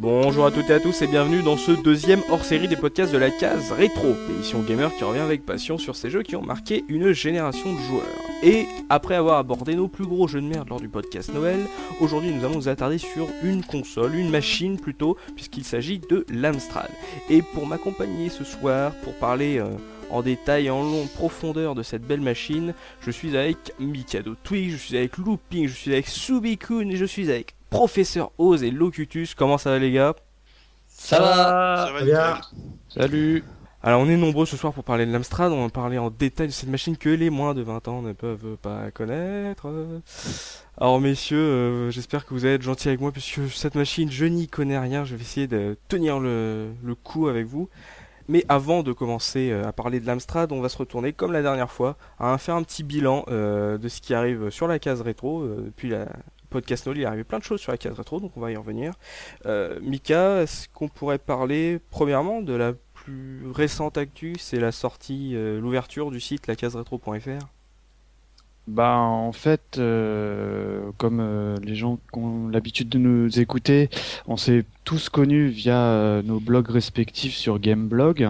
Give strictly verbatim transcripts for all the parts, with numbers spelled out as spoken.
Bonjour à toutes et à tous et bienvenue dans ce deuxième hors-série des podcasts de la case rétro, l'émission gamer qui revient avec passion sur ces jeux qui ont marqué une génération de joueurs. Et après avoir abordé nos plus gros jeux de merde lors du podcast Noël, aujourd'hui nous allons nous attarder sur une console, une machine plutôt, puisqu'il s'agit de l'Amstrad. Et pour m'accompagner ce soir, pour parler euh, en détail et en longue profondeur de cette belle machine, je suis avec Mikado Twig, je suis avec Looping, je suis avec Subikun et je suis avec Professeur Oz et Locutus. Comment ça va les gars? Ça va, ça va bien. Salut. Alors on est nombreux ce soir pour parler de l'Amstrad, on va parler en détail de cette machine que les moins de vingt ans ne peuvent pas connaître. Alors messieurs, euh, j'espère que vous allez être gentils avec moi puisque cette machine je n'y connais rien, je vais essayer de tenir le, le coup avec vous. Mais avant de commencer à parler de l'Amstrad, on va se retourner comme la dernière fois à faire un petit bilan euh, de ce qui arrive sur la case rétro euh, depuis la podcast Noël. Il est arrivé plein de choses sur la case rétro, donc on va y revenir. Euh, Mika, est-ce qu'on pourrait parler premièrement de la plus récente actu, c'est la sortie, euh, l'ouverture du site la case rétro point f r? Bah en fait, euh, comme euh, les gens qui ont l'habitude de nous écouter, on s'est tous connus via euh, nos blogs respectifs sur Gameblog.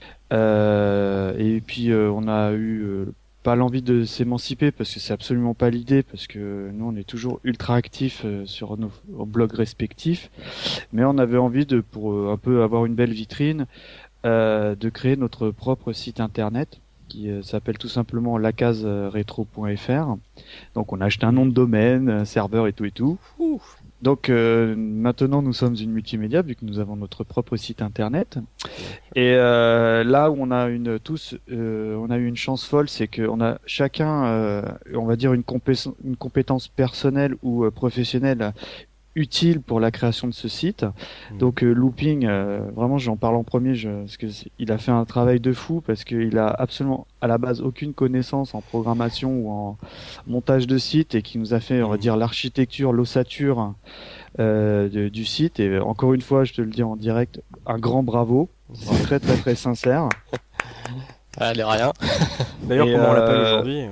Euh, et puis euh, on a eu euh, pas l'envie de s'émanciper parce que c'est absolument pas l'idée, parce que nous on est toujours ultra actifs euh, sur nos, nos blogs respectifs. Mais on avait envie de, pour euh, un peu avoir une belle vitrine, euh, de créer notre propre site internet qui euh, s'appelle tout simplement la case rétro point f r. Donc on a acheté un nom de domaine, un serveur et tout et tout. Ouf. Donc euh, maintenant nous sommes une multimédia vu que nous avons notre propre site internet. Et euh, là où on a une tous euh, on a eu une chance folle, c'est qu'on a chacun euh, on va dire une compétence une compétence personnelle ou euh, professionnelle utile pour la création de ce site. Mmh. Donc euh, Looping, euh, vraiment j'en parle en premier, je, parce que il a fait un travail de fou, parce qu'il a absolument à la base aucune connaissance en programmation ou en montage de site, et qui nous a fait, on va dire, l'architecture, l'ossature euh, de, du site. Et encore une fois, je te le dis en direct, un grand bravo, c'est très très très sincère. Allez, rien. D'ailleurs, et comment euh... on l'appelle aujourd'hui?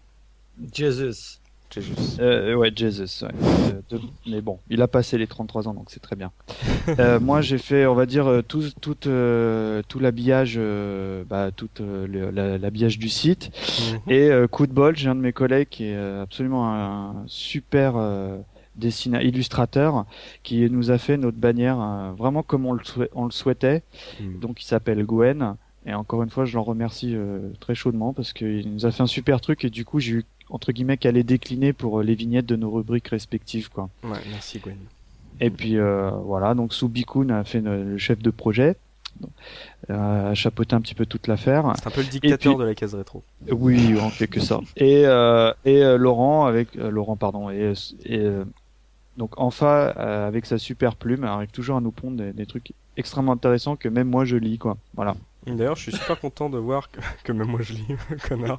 Jesus. Jesus. Euh, ouais, Jesus. Ouais. Euh, de... Mais bon, il a passé les trente-trois ans, donc c'est très bien. euh, moi, j'ai fait, on va dire, tout, tout, euh, tout l'habillage, euh, bah, tout euh, le, la, l'habillage du site. Mm-hmm. Et euh, coup de bol, j'ai un de mes collègues qui est absolument un super euh, dessinateur, illustrateur, qui nous a fait notre bannière euh, vraiment comme on le, souhait, on le souhaitait. Mm. Donc, il s'appelle Gwen. Et encore une fois, je l'en remercie euh, très chaudement parce qu'il nous a fait un super truc, et du coup, j'ai eu entre guillemets qu'à les décliner pour les vignettes de nos rubriques respectives, quoi. Ouais, merci Gwen. Et puis euh, voilà, donc Subikun a fait le chef de projet, euh, a chapeauté un petit peu toute l'affaire. C'est un peu le dictateur puis, de la case rétro. Oui, en quelque sorte. Et euh, et euh, Laurent avec euh, Laurent pardon et, et euh, donc enfin euh, avec sa super plume arrive toujours à nous pondre des, des trucs extrêmement intéressants que même moi je lis, quoi. Voilà. D'ailleurs, je suis super content de voir que, que même moi je lis, connard.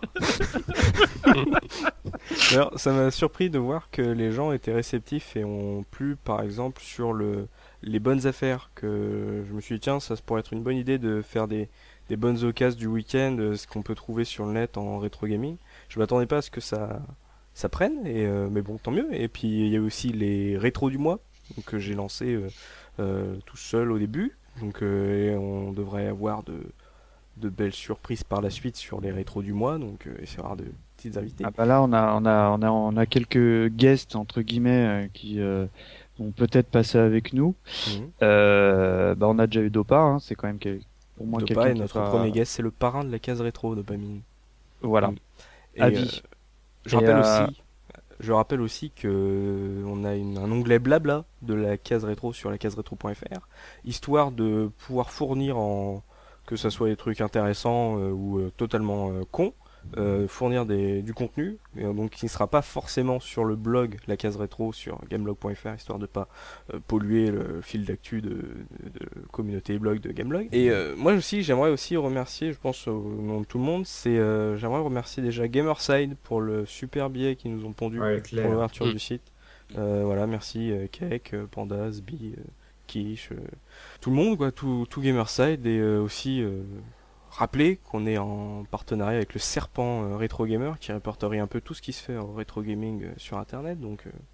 D'ailleurs, ça m'a surpris de voir que les gens étaient réceptifs et ont plu, par exemple, sur le, les bonnes affaires. Que je me suis dit, tiens, ça pourrait être une bonne idée de faire des, des bonnes occasions du week-end, ce qu'on peut trouver sur le net en rétro gaming. Je m'attendais pas à ce que ça, ça prenne, et, euh, mais bon, tant mieux. Et puis, il y a aussi les rétros du mois, donc, que j'ai lancé euh, euh, tout seul au début. Donc euh, on devrait avoir de, de belles surprises par la suite sur les rétros du mois, donc euh, essayer d'avoir de petites invités. Ah bah là on a on a on a on a quelques guests entre guillemets euh, qui euh, vont peut-être passer avec nous. Mmh. Euh, bah on a déjà eu Dopa, hein, c'est quand même quel... pour moi Dopa est notre pas... premier guest, c'est le parrain de la case rétro, Dopamine. Voilà. Mmh. Et, Avis. Euh, je rappelle euh... aussi. Je rappelle aussi que on a une, un onglet blabla de la case rétro sur la case rétro point f r, histoire de pouvoir fournir, en que ça soit des trucs intéressants euh, ou euh, totalement euh, cons, euh, fournir des, du contenu, et, donc qui ne sera pas forcément sur le blog la case rétro sur gameblog point f r, histoire de pas euh, polluer le fil d'actu de, de, de communauté blog de Gameblog. Et euh, moi aussi j'aimerais aussi remercier, je pense au nom de tout le monde, c'est euh, j'aimerais remercier déjà Gamerside pour le super billet qu'ils nous ont pondu ouais, pour l'ouverture mmh. du site. Euh, voilà, merci euh, Kek, euh, Panda, Sbi, euh, Kish, euh, tout le monde, quoi, tout, tout Gamerside, et euh, aussi euh, rappeler qu'on est en partenariat avec le Serpent euh, Retro Gamer qui répertorie un peu tout ce qui se fait en rétro gaming euh, sur internet, donc euh,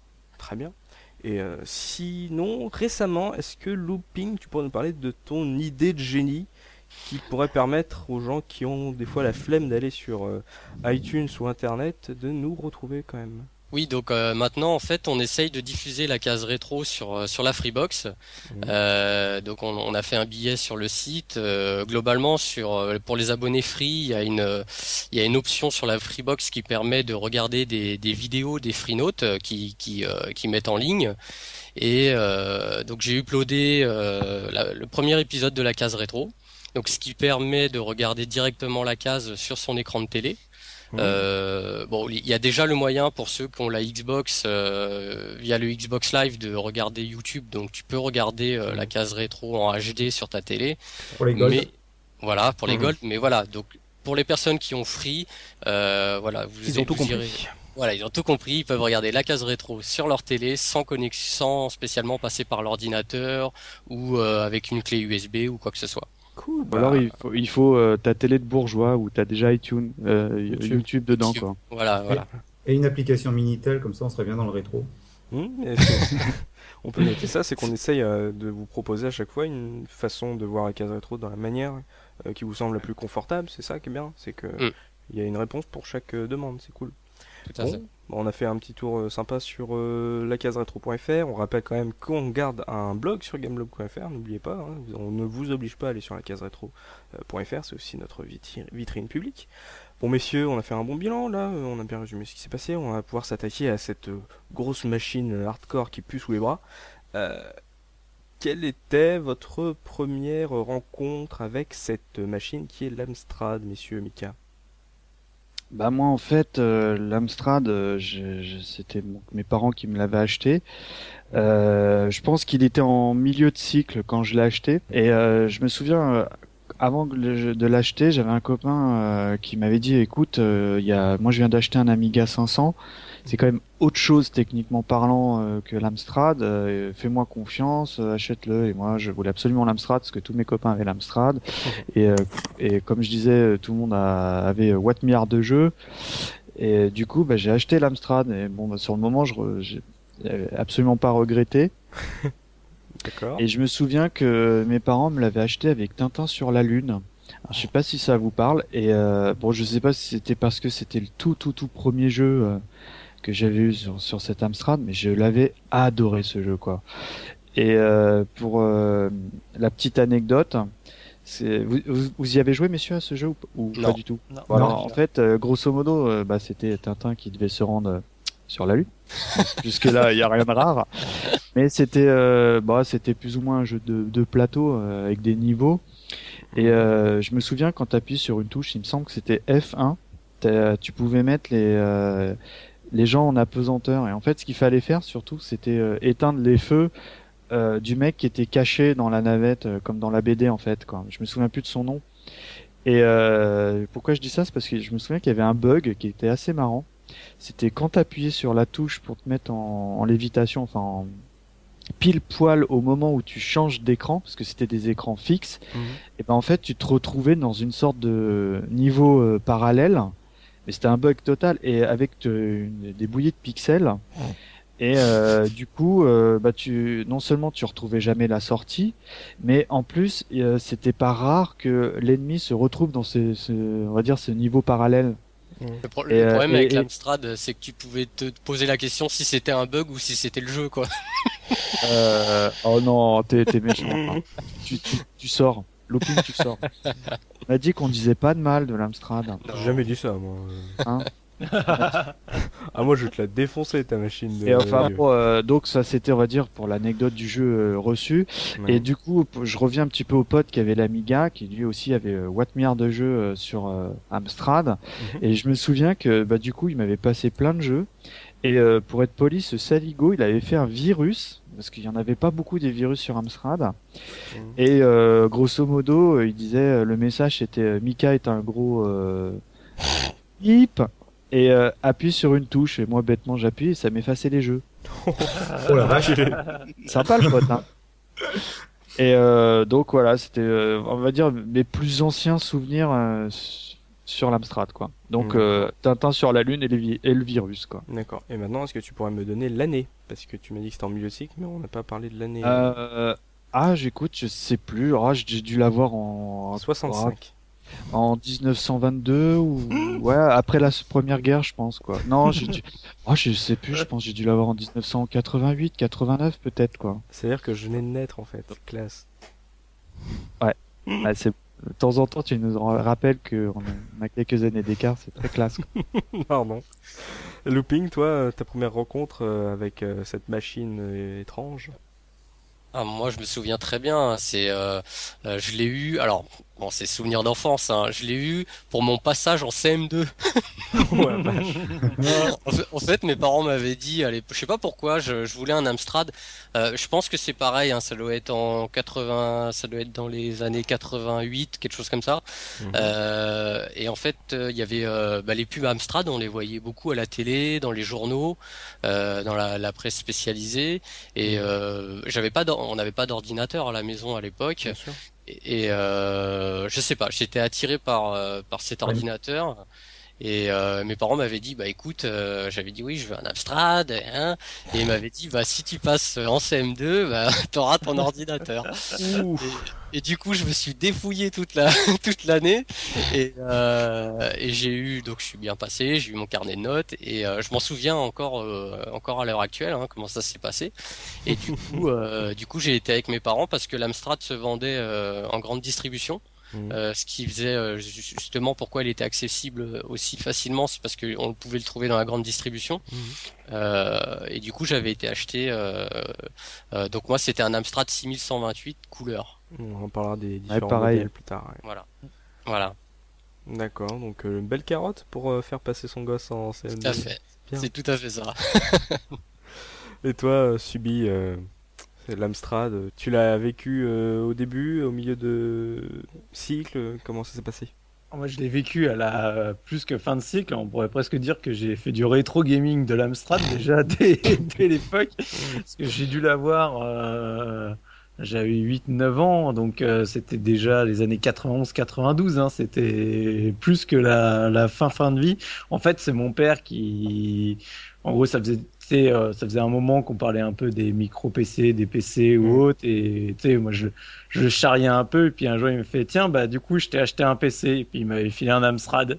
très bien. Et euh, sinon, récemment, est-ce que Looping, tu pourrais nous parler de ton idée de génie qui pourrait permettre aux gens qui ont des fois la flemme d'aller sur euh, iTunes ou Internet de nous retrouver quand même? Oui, donc euh, maintenant en fait on essaye de diffuser la case rétro sur euh, sur la Freebox. Mmh. Euh, donc on, on a fait un billet sur le site. Euh, globalement sur euh, pour les abonnés free, il y a une euh, il y a une option sur la Freebox qui permet de regarder des des vidéos des free notes euh, qui qui euh, qui mettent en ligne. Et euh, donc j'ai uploadé euh, la, le premier épisode de la case rétro. Donc ce qui permet de regarder directement la case sur son écran de télé. Mmh. Euh, bon, il y a déjà le moyen pour ceux qui ont la Xbox euh, via le Xbox Live de regarder YouTube, donc tu peux regarder euh, la case rétro en H D sur ta télé. Pour les Gold. Mais voilà, pour les Mmh. Gold. Mais voilà, donc pour les personnes qui ont free, euh, voilà, vous Ils ont tout vous compris. irez- Voilà, ils ont tout compris. Ils peuvent regarder la case rétro sur leur télé sans connexion, sans spécialement passer par l'ordinateur ou euh, avec une clé U S B ou quoi que ce soit. Cool. Ou Bah, alors il faut, il faut euh, ta télé de bourgeois où t'as déjà iTunes, euh, YouTube. YouTube. dedans YouTube. quoi. Voilà, voilà. Et une application Minitel, comme ça on serait bien dans le rétro. hmm, et c'est- on peut noter ça, c'est qu'on essaye euh, de vous proposer à chaque fois une façon de voir la case rétro dans la manière euh, qui vous semble la plus confortable. C'est ça qui est bien, c'est que Mm. il y a une réponse pour chaque euh, demande. C'est cool. Tout à Bon, fait. bon, on a fait un petit tour euh, sympa sur euh, la case rétro point F R. On rappelle quand même qu'on garde un blog sur gameblog point F R. N'oubliez pas, hein, on ne vous oblige pas à aller sur la case rétro point F R. C'est aussi notre vitri- vitrine publique. Bon, messieurs, on a fait un bon bilan là. euh, On a bien résumé ce qui s'est passé. On va pouvoir s'attaquer à cette euh, grosse machine euh, hardcore qui pue sous les bras. Euh, quelle était votre première rencontre avec cette machine qui est l'Amstrad, messieurs Mika? Bah moi en fait euh, l'Amstrad, euh, je- je- c'était mon- mes parents qui me l'avaient acheté. Euh, je pense qu'il était en milieu de cycle quand je l'ai acheté et euh, je me souviens euh, avant que le- de l'acheter, j'avais un copain euh, qui m'avait dit écoute, euh, il y a, moi je viens d'acheter un Amiga cinq cents, c'est quand même autre chose techniquement parlant euh, que l'Amstrad. Euh, fais-moi confiance, euh, achète-le. Et moi je voulais absolument l'Amstrad parce que tous mes copains avaient l'Amstrad et, euh, et comme je disais, tout le monde a, avait Watt milliard de jeux et du coup bah, j'ai acheté l'Amstrad et bon bah, sur le moment je re- j'ai absolument pas regretté. D'accord. Et je me souviens que mes parents me l'avaient acheté avec Tintin sur la Lune. Alors, je sais pas si ça vous parle. Et euh, bon, je sais pas si c'était parce que c'était le tout tout tout premier jeu euh, que j'avais eu sur, sur cet Amstrad, mais je l'avais adoré ce jeu quoi. Et euh, pour euh, la petite anecdote, c'est vous, vous, vous y avez joué messieurs à ce jeu ou, ou Non. pas du tout? Non. Voilà, Non. en fait, euh, grosso modo, euh, bah, c'était Tintin qui devait se rendre euh, sur la Lune. Jusque là, il y a rien de rare. Mais c'était, euh, bah, c'était plus ou moins un jeu de, de plateau euh, avec des niveaux. Et euh, je me souviens quand tu appuies sur une touche, il me semble que c'était F un. t'as- Tu pouvais mettre les euh, les gens en apesanteur. Et en fait, ce qu'il fallait faire surtout, c'était euh, éteindre les feux euh, du mec qui était caché dans la navette, euh, comme dans la B D en fait. Quoi. Je me souviens plus de son nom. Et euh, pourquoi je dis ça, c'est parce que je me souviens qu'il y avait un bug qui était assez marrant. C'était quand t'appuyais sur la touche pour te mettre en, en lévitation, enfin en pile poil au moment où tu changes d'écran, parce que c'était des écrans fixes, Mhm. et ben en fait tu te retrouvais dans une sorte de niveau euh, parallèle, mais c'était un bug total et avec te- une- des bouillies de pixels. Et euh, du coup, euh, bah tu non seulement tu retrouvais jamais la sortie, mais en plus euh, c'était pas rare que l'ennemi se retrouve dans ce, ce on va dire ce niveau parallèle. Le, pro- Et, le euh, problème et- avec et- l'Amstrad, c'est que tu pouvais te poser la question si c'était un bug ou si c'était le jeu, quoi. Euh, oh non, t'es t'es méchant. Hein. Tu, tu tu sors, Looping, tu sors. On a dit qu'on disait pas de mal de l'Amstrad. J'ai jamais dit ça, moi. Hein. Ah, moi, je vais te la défoncer, ta machine de. Et enfin, de- bon, euh, donc ça c'était, on va dire, pour l'anecdote du jeu euh, reçu. Ouais. Et du coup, p- je reviens un petit peu au pote qui avait l'Amiga, qui lui aussi avait euh, Watt milliard de jeux euh, sur euh, Amstrad. Mhm. Et je me souviens que bah du coup, il m'avait passé plein de jeux. Et euh, pour être poli, ce Saligo, il avait fait un virus, parce qu'il y en avait pas beaucoup des virus sur Amstrad. Mhm. Et euh, grosso modo, euh, il disait, euh, le message c'était euh, Mika est un gros euh, hip. Et euh, appuie sur une touche, et moi bêtement j'appuie et ça m'effaçait les jeux. Oh la vache. Sympa le pote, hein. Et euh, donc voilà, c'était, euh, on va dire, mes plus anciens souvenirs euh, s- sur l'Amstrad, quoi. Donc, Mmh. euh, Tintin sur la Lune et, les vi- et le virus, quoi. D'accord. Et maintenant, est-ce que tu pourrais me donner l'année? Parce que tu m'as dit que c'était en milieu de cycle, mais on n'a pas parlé de l'année. Euh, ah, j'écoute, je sais plus. Ah, j'ai dû l'avoir en soixante-cinq. en dix-neuf cent vingt-deux ou ouais, après la première guerre, je pense, quoi. Non, j'ai dû. Oh, je sais plus. Je pense que j'ai dû l'avoir en dix-neuf cent quatre-vingt-huit, quatre-vingt-neuf, peut-être, quoi. C'est-à-dire que je venais de naître, en fait. Classe. Ah, c'est de temps en temps, tu nous en rappelles qu'on a, on a quelques années d'écart, c'est très classe, quoi. Pardon. Looping, toi, euh, ta première rencontre euh, avec euh, cette machine euh, étrange? Ah, moi, je me souviens très bien. C'est, euh, euh, je l'ai eu. Alors, bon, c'est souvenir d'enfance. Hein, je l'ai eu pour mon passage en C M deux. Ouais, vache. En fait, en fait, mes parents m'avaient dit, allez, je sais pas pourquoi, je, je voulais un Amstrad. Euh, je pense que c'est pareil. Hein, ça doit être en quatre-vingts, ça doit être dans les années quatre-vingt-huit, quelque chose comme ça. Mhm. Euh, et en fait, il euh, y avait euh, bah, les pubs Amstrad. On les voyait beaucoup à la télé, dans les journaux, euh, dans la, la presse spécialisée. Et euh, j'avais pas, d'or- on n'avait pas d'ordinateur à la maison à l'époque. Bien sûr. Et, et euh, je sais pas, j'étais attiré par euh, par cet Ouais. ordinateur. Et euh, mes parents m'avaient dit, bah écoute, euh, j'avais dit oui, je veux un Amstrad, hein, et ils m'avaient dit, bah si tu passes en C M deux, bah t'auras ton ordinateur. Et, et du coup, je me suis défouillé toute la toute l'année, et euh, et j'ai eu, donc je suis bien passé, j'ai eu mon carnet de notes, et euh, je m'en souviens encore euh, encore à l'heure actuelle, hein, comment ça s'est passé. Et du coup, euh, du coup, j'ai été avec mes parents parce que l'Amstrad se vendait euh, en grande distribution. Mhm. Euh, ce qui faisait euh, ju- justement pourquoi il était accessible aussi facilement, c'est parce qu'on pouvait le trouver dans la grande distribution. Mhm. Euh, et du coup, j'avais été acheté. Euh, euh, donc moi, c'était un Amstrad six mille cent vingt-huit couleur. On en parlera des différents pareil. modèles plus tard. Ouais. Voilà, voilà, D'accord, donc euh, une belle carotte pour euh, faire passer son gosse en C M deux. tout à fait. Bien. C'est tout à fait ça. Et toi, euh, Subi, euh, c'est l'Amstrad, euh, tu l'as vécu euh, au début, au milieu de cycle, euh, comment ça s'est passé? Moi, je l'ai vécu à la euh, plus que fin de cycle. On pourrait presque dire que j'ai fait du rétro gaming de l'Amstrad déjà dès, dès l'époque, parce que j'ai dû l'avoir. Euh, j'avais huit neuf ans, donc euh, c'était déjà les années quatre-vingt-onze quatre-vingt-douze. Hein, c'était plus que la, la fin fin de vie. En fait, c'est mon père qui, en gros, ça faisait tu sais, euh, ça faisait un moment qu'on parlait un peu des micro-P C, des P C ou Mm. autres, et tu sais, moi je je charriais un peu, et puis un jour il me fait tiens, bah du coup je t'ai acheté un P C, et puis il m'avait filé un Amstrad.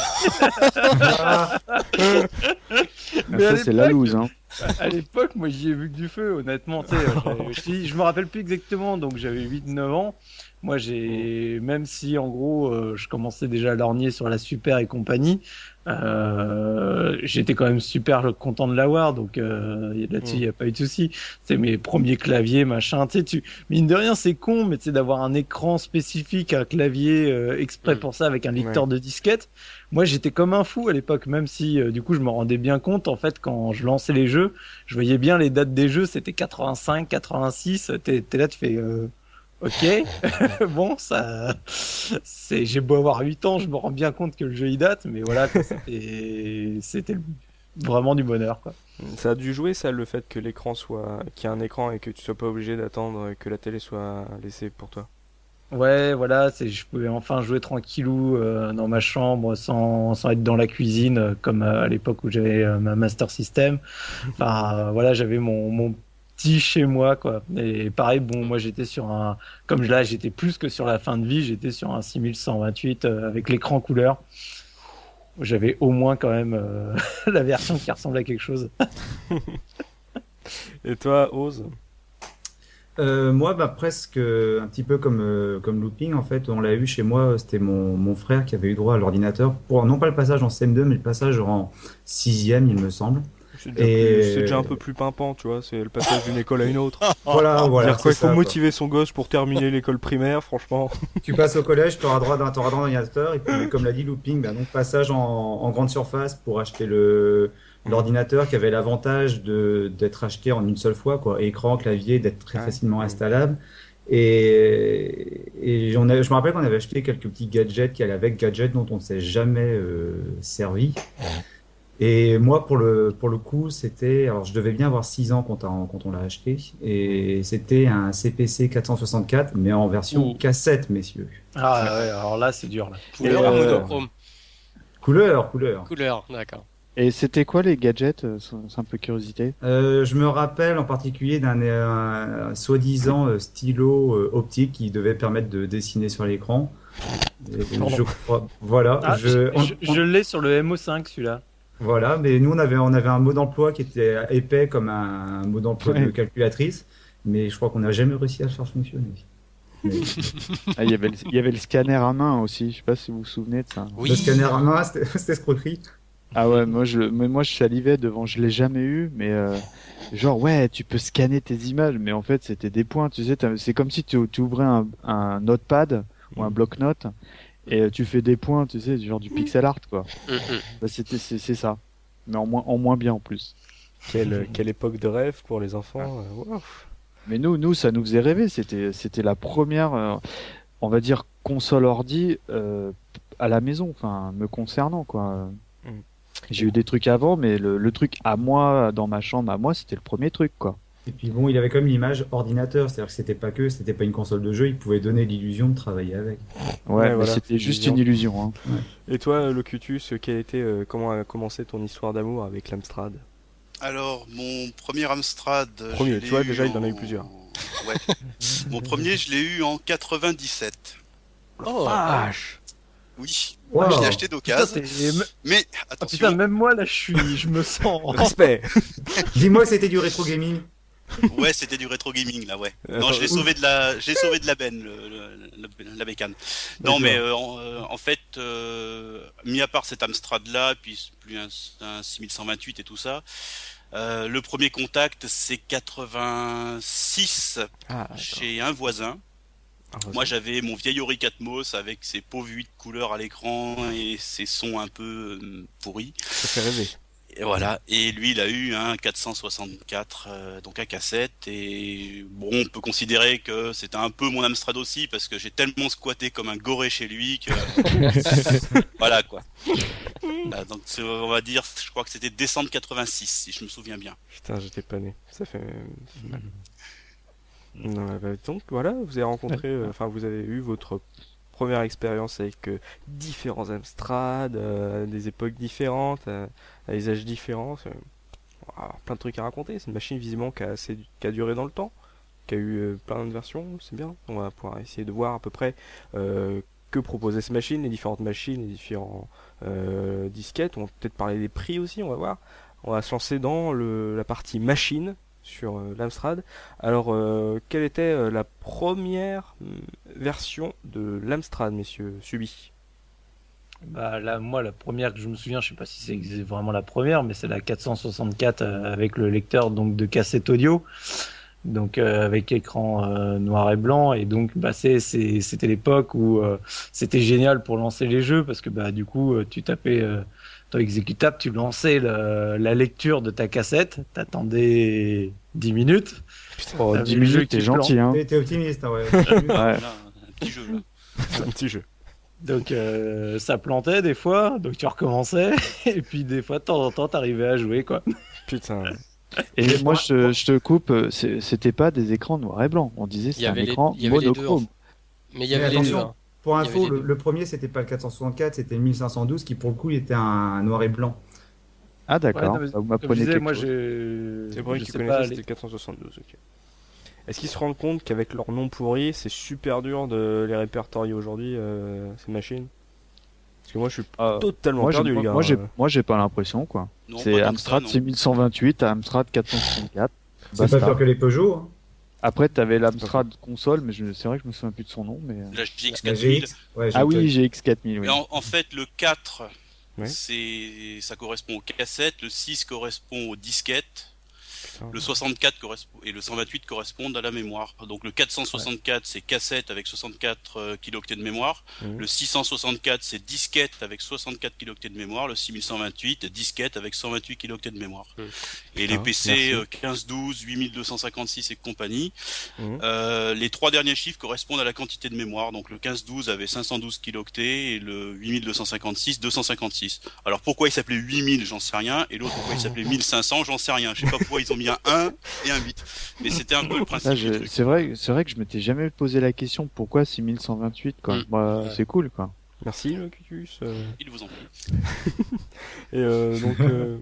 Ah, Mais à Ça, c'est la l'époque- loose, hein. À l'époque, moi j'y ai vu que du feu, honnêtement. Tu sais, j'avais- je, dis- je me rappelle plus exactement, donc j'avais huit neuf ans. Moi, j'ai, même si en gros, euh, je commençais déjà à lorgner sur la Super et compagnie, euh, j'étais quand même super content de l'avoir, donc euh, y- là-dessus, il Mm. n'y a pas eu de souci. C'est mes premiers claviers, machin. Tu sais, tu, mine de rien, c'est con, mais tu sais, d'avoir un écran spécifique, un clavier euh, exprès Mm. pour ça, avec un lecteur de disquette. Moi, j'étais comme un fou à l'époque, même si euh, du coup, je me rendais bien compte, en fait, quand je lançais les jeux, je voyais bien les dates des jeux, c'était quatre-vingt-cinq, quatre-vingt-six. T'es, t'es là, tu fais, euh, ok, bon, ça, c'est, j'ai beau avoir huit ans, je me rends bien compte que le jeu il date, mais voilà, quoi, c'était, c'était vraiment du bonheur, quoi. Ça a dû jouer, ça, le fait que l'écran soit, qu'il y ait un écran et que tu sois pas obligé d'attendre que la télé soit laissée pour toi. Ouais, voilà, c'est, je pouvais enfin jouer tranquillou euh, dans ma chambre sans, sans être dans la cuisine euh, comme euh, à l'époque où j'avais euh, ma Master System. Enfin, euh, voilà, j'avais mon, mon petit chez moi, quoi. Et pareil, bon, moi j'étais sur un, comme là j'étais plus que sur la fin de vie, j'étais sur un six mille cent vingt-huit euh, avec l'écran couleur. J'avais au moins quand même euh, la version qui ressemble à quelque chose. Et toi, Ose? Euh, moi, bah, presque euh, un petit peu comme, euh, comme Looping, en fait, on l'a eu chez moi, c'était mon, mon frère qui avait eu droit à l'ordinateur pour non pas le passage en C M deux, mais le passage en sixième, il me semble. C'est déjà, Et- plus- c'est déjà un peu plus pimpant, tu vois, c'est le passage d'une école à une autre. Voilà, voilà. Dire quoi, il c'est faut ça, quoi. motiver son gosse pour terminer l'école primaire, franchement. Tu passes au collège, tu auras droit d'un t'auras droit d'un ordinateur, et puis, comme l'a dit Looping, bah, donc passage en, en grande surface pour acheter le, l'ordinateur qui avait l'avantage de, d'être acheté en une seule fois, quoi. Écran, clavier, d'être très Ouais. facilement installable. Et, et on a, je me rappelle qu'on avait acheté quelques petits gadgets qui allaient avec, gadgets dont on ne s'est jamais euh, servi. Et moi, pour le, pour le coup, c'était, alors je devais bien avoir six ans quand, on- quand on l'a acheté, et c'était un C P C quatre cent soixante-quatre, mais en version Ouh. cassette, messieurs. Ah ouais, alors là c'est dur là. Couleur Et, ou euh, monochrome. Couleur, couleur. Couleur, d'accord. Et c'était quoi les gadgets? euh, C'est un peu curiosité. Euh, je me rappelle en particulier d'un euh, un soi-disant euh, stylo euh, optique qui devait permettre de dessiner sur l'écran. Et Je crois, voilà. Ah, je, je, on- je- on- je l'ai sur le M O cinq celui-là. Voilà, mais nous on avait on avait un mot d'emploi qui était épais comme un, mot d'emploi de Ouais. calculatrice, mais je crois qu'on n'a jamais réussi à le faire fonctionner. Mais Ah, il y avait le, il y avait le scanner à main aussi. Je sais pas si vous vous souvenez de ça. Oui. Le scanner à main, c'était c'était escroquerie. Ah ouais, moi je, mais moi je salivais devant. Je l'ai jamais eu, mais euh, genre ouais, tu peux scanner tes images, mais en fait c'était des points. Tu sais, t'as- c'est comme si tu, tu ouvrais un, un notepad ou un bloc-notes et euh, tu fais des points. Tu sais, genre du pixel art quoi. Mhm. Bah, c'était c'est c'est ça, mais en moins en moins bien en plus. Quelle, quelle époque de rêve pour les enfants. euh, waouh. Mais nous, nous, ça nous faisait rêver. C'était, c'était la première, euh, on va dire, console ordi euh, à la maison. Enfin, me concernant, quoi. Mm. J'ai eu des trucs avant, mais le, le truc à moi, dans ma chambre, à moi, c'était le premier truc, quoi. Et puis bon, il avait quand même l'image ordinateur, c'est-à-dire que c'était pas que, c'était pas une console de jeu, il pouvait donner l'illusion de travailler avec. Ouais, Ouais, mais voilà, c'était c'est juste une une illusion. Hein. Et toi, Locutus, quel était, euh, comment a commencé ton histoire d'amour avec l'Amstrad? Alors, mon premier Amstrad. je Premier, l'ai tu vois, eu déjà, il en a eu en- plusieurs. Ouais. Mon premier, je l'ai eu en quatre-vingt-dix-sept. Oh, Vache. Oui. Wow. Je l'ai acheté Putain, d'occasion. t'es- Mais Ah, attention, putain, même moi là, je suis, je me sens. Respect. Dis-moi que c'était du rétro gaming. ouais, c'était du rétro gaming là, ouais. Attends, non, je l'ai ouf. sauvé de la, j'ai sauvé de la benne, le, le- le- la bécane. Non, D'accord. mais euh, en, euh, en fait, euh, mis à part cet Amstrad là, puis plus un, un six mille cent vingt-huit et tout ça. Euh, le premier contact, c'est quatre-vingt-six Ah, d'accord. chez un voisin. Ah, Moi, j'avais mon vieil Auric Atmos avec ses pauvres huit couleurs à l'écran et ses sons un peu euh, pourris. ça fait rêver. Et voilà. Et lui, il a eu un quatre cent soixante-quatre, euh, donc un cassette. Et bon, on peut considérer que c'était un peu mon Amstrad aussi parce que j'ai tellement squatté comme un goré chez lui que voilà quoi. Là, donc c'est- on va dire, je crois que c'était décembre quatre-vingt-six, si je me souviens bien. Putain, j'étais pas né. Ça fait, ça fait mal. Non, bah, donc voilà, vous avez rencontré, euh, enfin vous avez eu votre première expérience avec euh, différents Amstrad, euh, des époques différentes, euh, à des âges différents. euh, ah, plein de trucs à raconter. C'est une machine visiblement qui a, assez, qui a duré dans le temps, qui a eu euh, plein de versions, c'est bien. On va pouvoir essayer de voir à peu près euh, que proposait cette machine, les différentes machines, les différents euh, disquettes. On va peut-être parler des prix aussi, on va voir. On va se lancer dans le, la partie machine sur euh, l'Amstrad. Alors, euh, quelle était euh, la première mm, version de l'Amstrad, messieurs Subi? Bah là, moi, la première que je me souviens, je sais pas si c'est ex- vraiment la première, mais c'est la quatre cent soixante-quatre euh, avec le lecteur donc de cassette audio, donc euh, avec écran euh, noir et blanc. Et donc, bah c'est, c'est, c'était l'époque où euh, c'était génial pour lancer les jeux parce que bah du coup, euh, tu tapais euh, ton exécutable, tu lançais le- la lecture de ta cassette, t'attendais dix minutes. Oh, T'avais dix le jeu minutes, qui t'es gentil, hein. T'es t'es optimiste, hein, ouais. Ouais. Là, un petit jeu là. C'est un petit jeu. Donc euh, ça plantait des fois, donc tu recommençais, et puis des fois de temps en temps t'arrivais à jouer quoi. Putain. Et moi, je, te- je te coupe, euh, c'est- c'était pas des écrans noir et blanc. On disait Il y c'était un avait les- écran il y avait les deux, monochrome. Mais il y avait Mais les deux. attention. hein. Pour Il y info, avait les le, deux. le premier c'était pas le quatre cent soixante-quatre, c'était le mille cinq cent douze qui pour le coup il était un noir et blanc. Ah d'accord, Ouais, non, mais Bah, vous Comme je m'apprenez disais, quelque moi chose. j'ai. C'est vrai je que tu sais connaissais, pas, c'était les- le quatre cent soixante-douze, ok. Est-ce qu'ils se rendent compte qu'avec leur nom pourri, c'est super dur de les répertorier aujourd'hui, euh, ces machines? Parce que moi, je suis Ah, totalement moi, j'ai- perdu, les gars. moi, j'ai, Euh, moi, j'ai pas l'impression, quoi. Non, C'est pas tant que Amstrad ça, c'est non. mille cent vingt-huit, Amstrad quatre cent soixante-quatre. C'est Basta. pas pire que les Peugeot. Hein. Après, t'avais l'Amstrad console, mais je, c'est vrai que je me souviens plus de son nom, mais. euh, La G X La quatre mille. G X. Ouais, Ah j'ai- oui, G X quatre mille, oui. Mais en, en fait, le quatre, Ouais. c'est, ça correspond aux cassettes, le six correspond aux disquettes, putain. le soixante-quatre correspond, et le cent vingt-huit correspondent à la mémoire. Donc le quatre cent soixante-quatre, c'est cassette avec soixante-quatre euh, kilooctets de mémoire. Mhm. Le six cent soixante-quatre, c'est disquette avec soixante-quatre kilooctets de mémoire. Le six mille cent vingt-huit, disquette avec cent vingt-huit kilooctets de mémoire. Mhm. Et Putain, les P C merci. euh, quinze douze, huit mille deux cent cinquante-six et compagnie, Mhm. euh, les trois derniers chiffres correspondent à la quantité de mémoire. Donc le quinze douze avait cinq cent douze kilooctets et le huit mille deux cent cinquante-six, deux cent cinquante-six. Alors pourquoi il s'appelait huit mille, j'en sais rien, et l'autre pourquoi il s'appelait mille cinq cents, j'en sais rien. Je sais pas pourquoi ils ont mis un un et un huit. Mais c'était un peu le principe Ah, du je- truc. c'est vrai, c'est vrai que je m'étais jamais posé la question pourquoi six mille cent vingt-huit, quoi. Mm. Bah, Ouais. c'est cool, quoi. Merci Locutus. Euh... Il vous en prie. Et euh, donc, euh,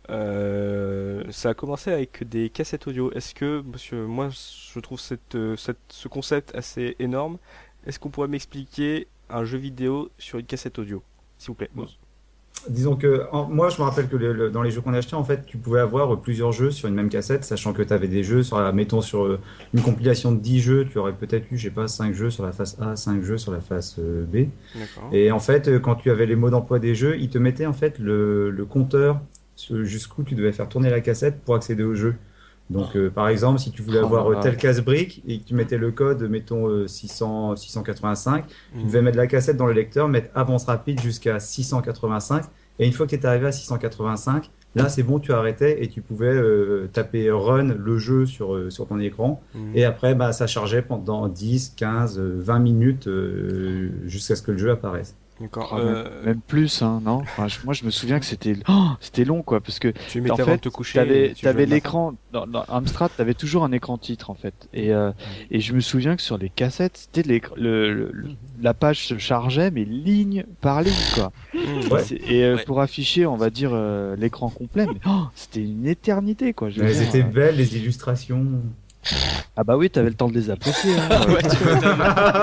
euh, ça a commencé avec des cassettes audio. Est-ce que, monsieur, moi je trouve cette, cette, ce concept assez énorme. Est-ce qu'on pourrait m'expliquer un jeu vidéo sur une cassette audio, s'il vous plaît? Bon. Disons que en, moi je me rappelle que le, le, dans les jeux qu'on achetait en fait tu pouvais avoir plusieurs jeux sur une même cassette, sachant que tu avais des jeux sur la, mettons sur une compilation de dix jeux, tu aurais peut-être eu je sais pas cinq jeux sur la face A, cinq jeux sur la face B. D'accord. Et en fait quand tu avais les mots d'emploi des jeux, ils te mettaient en fait le, le compteur jusqu'où tu devais faire tourner la cassette pour accéder au jeu. Donc euh, par exemple si tu voulais Oh avoir là là. tel casse-brique et que tu mettais le code mettons euh, six cents, six cent quatre-vingt-cinq, Mhm. tu devais mettre la cassette dans le lecteur, mettre avance rapide jusqu'à six cent quatre-vingt-cinq. Et une fois que tu étais arrivé à six cent quatre-vingt-cinq, là c'est bon, tu arrêtais et tu pouvais euh, taper run le jeu sur, euh, sur ton écran. Mhm. Et après, bah, ça chargeait pendant dix, quinze, vingt minutes euh, jusqu'à ce que le jeu apparaisse. D'accord. Oh, Euh, même, même plus, hein, non enfin, je- Moi, je me souviens que c'était oh, c'était long, quoi, parce que tu mettais en avant fait, de te coucher. t'avais et tu t'avais jouais le matin. l'écran dans, dans Amstrad, t'avais toujours un écran titre en fait, et euh, et je me souviens que sur les cassettes, c'était l'écr- le, le, le- la page se chargeait, mais ligne par ligne, quoi. Mhm. Ouais. C'est- Et euh, Ouais. pour afficher, on va dire euh, l'écran complet, mais oh, c'était une éternité, quoi. Je veux Mais dire, c'était euh, belle, les illustrations. Ah bah oui, t'avais le temps de les apprécier. Hein. Ouais, tu m'étonnes.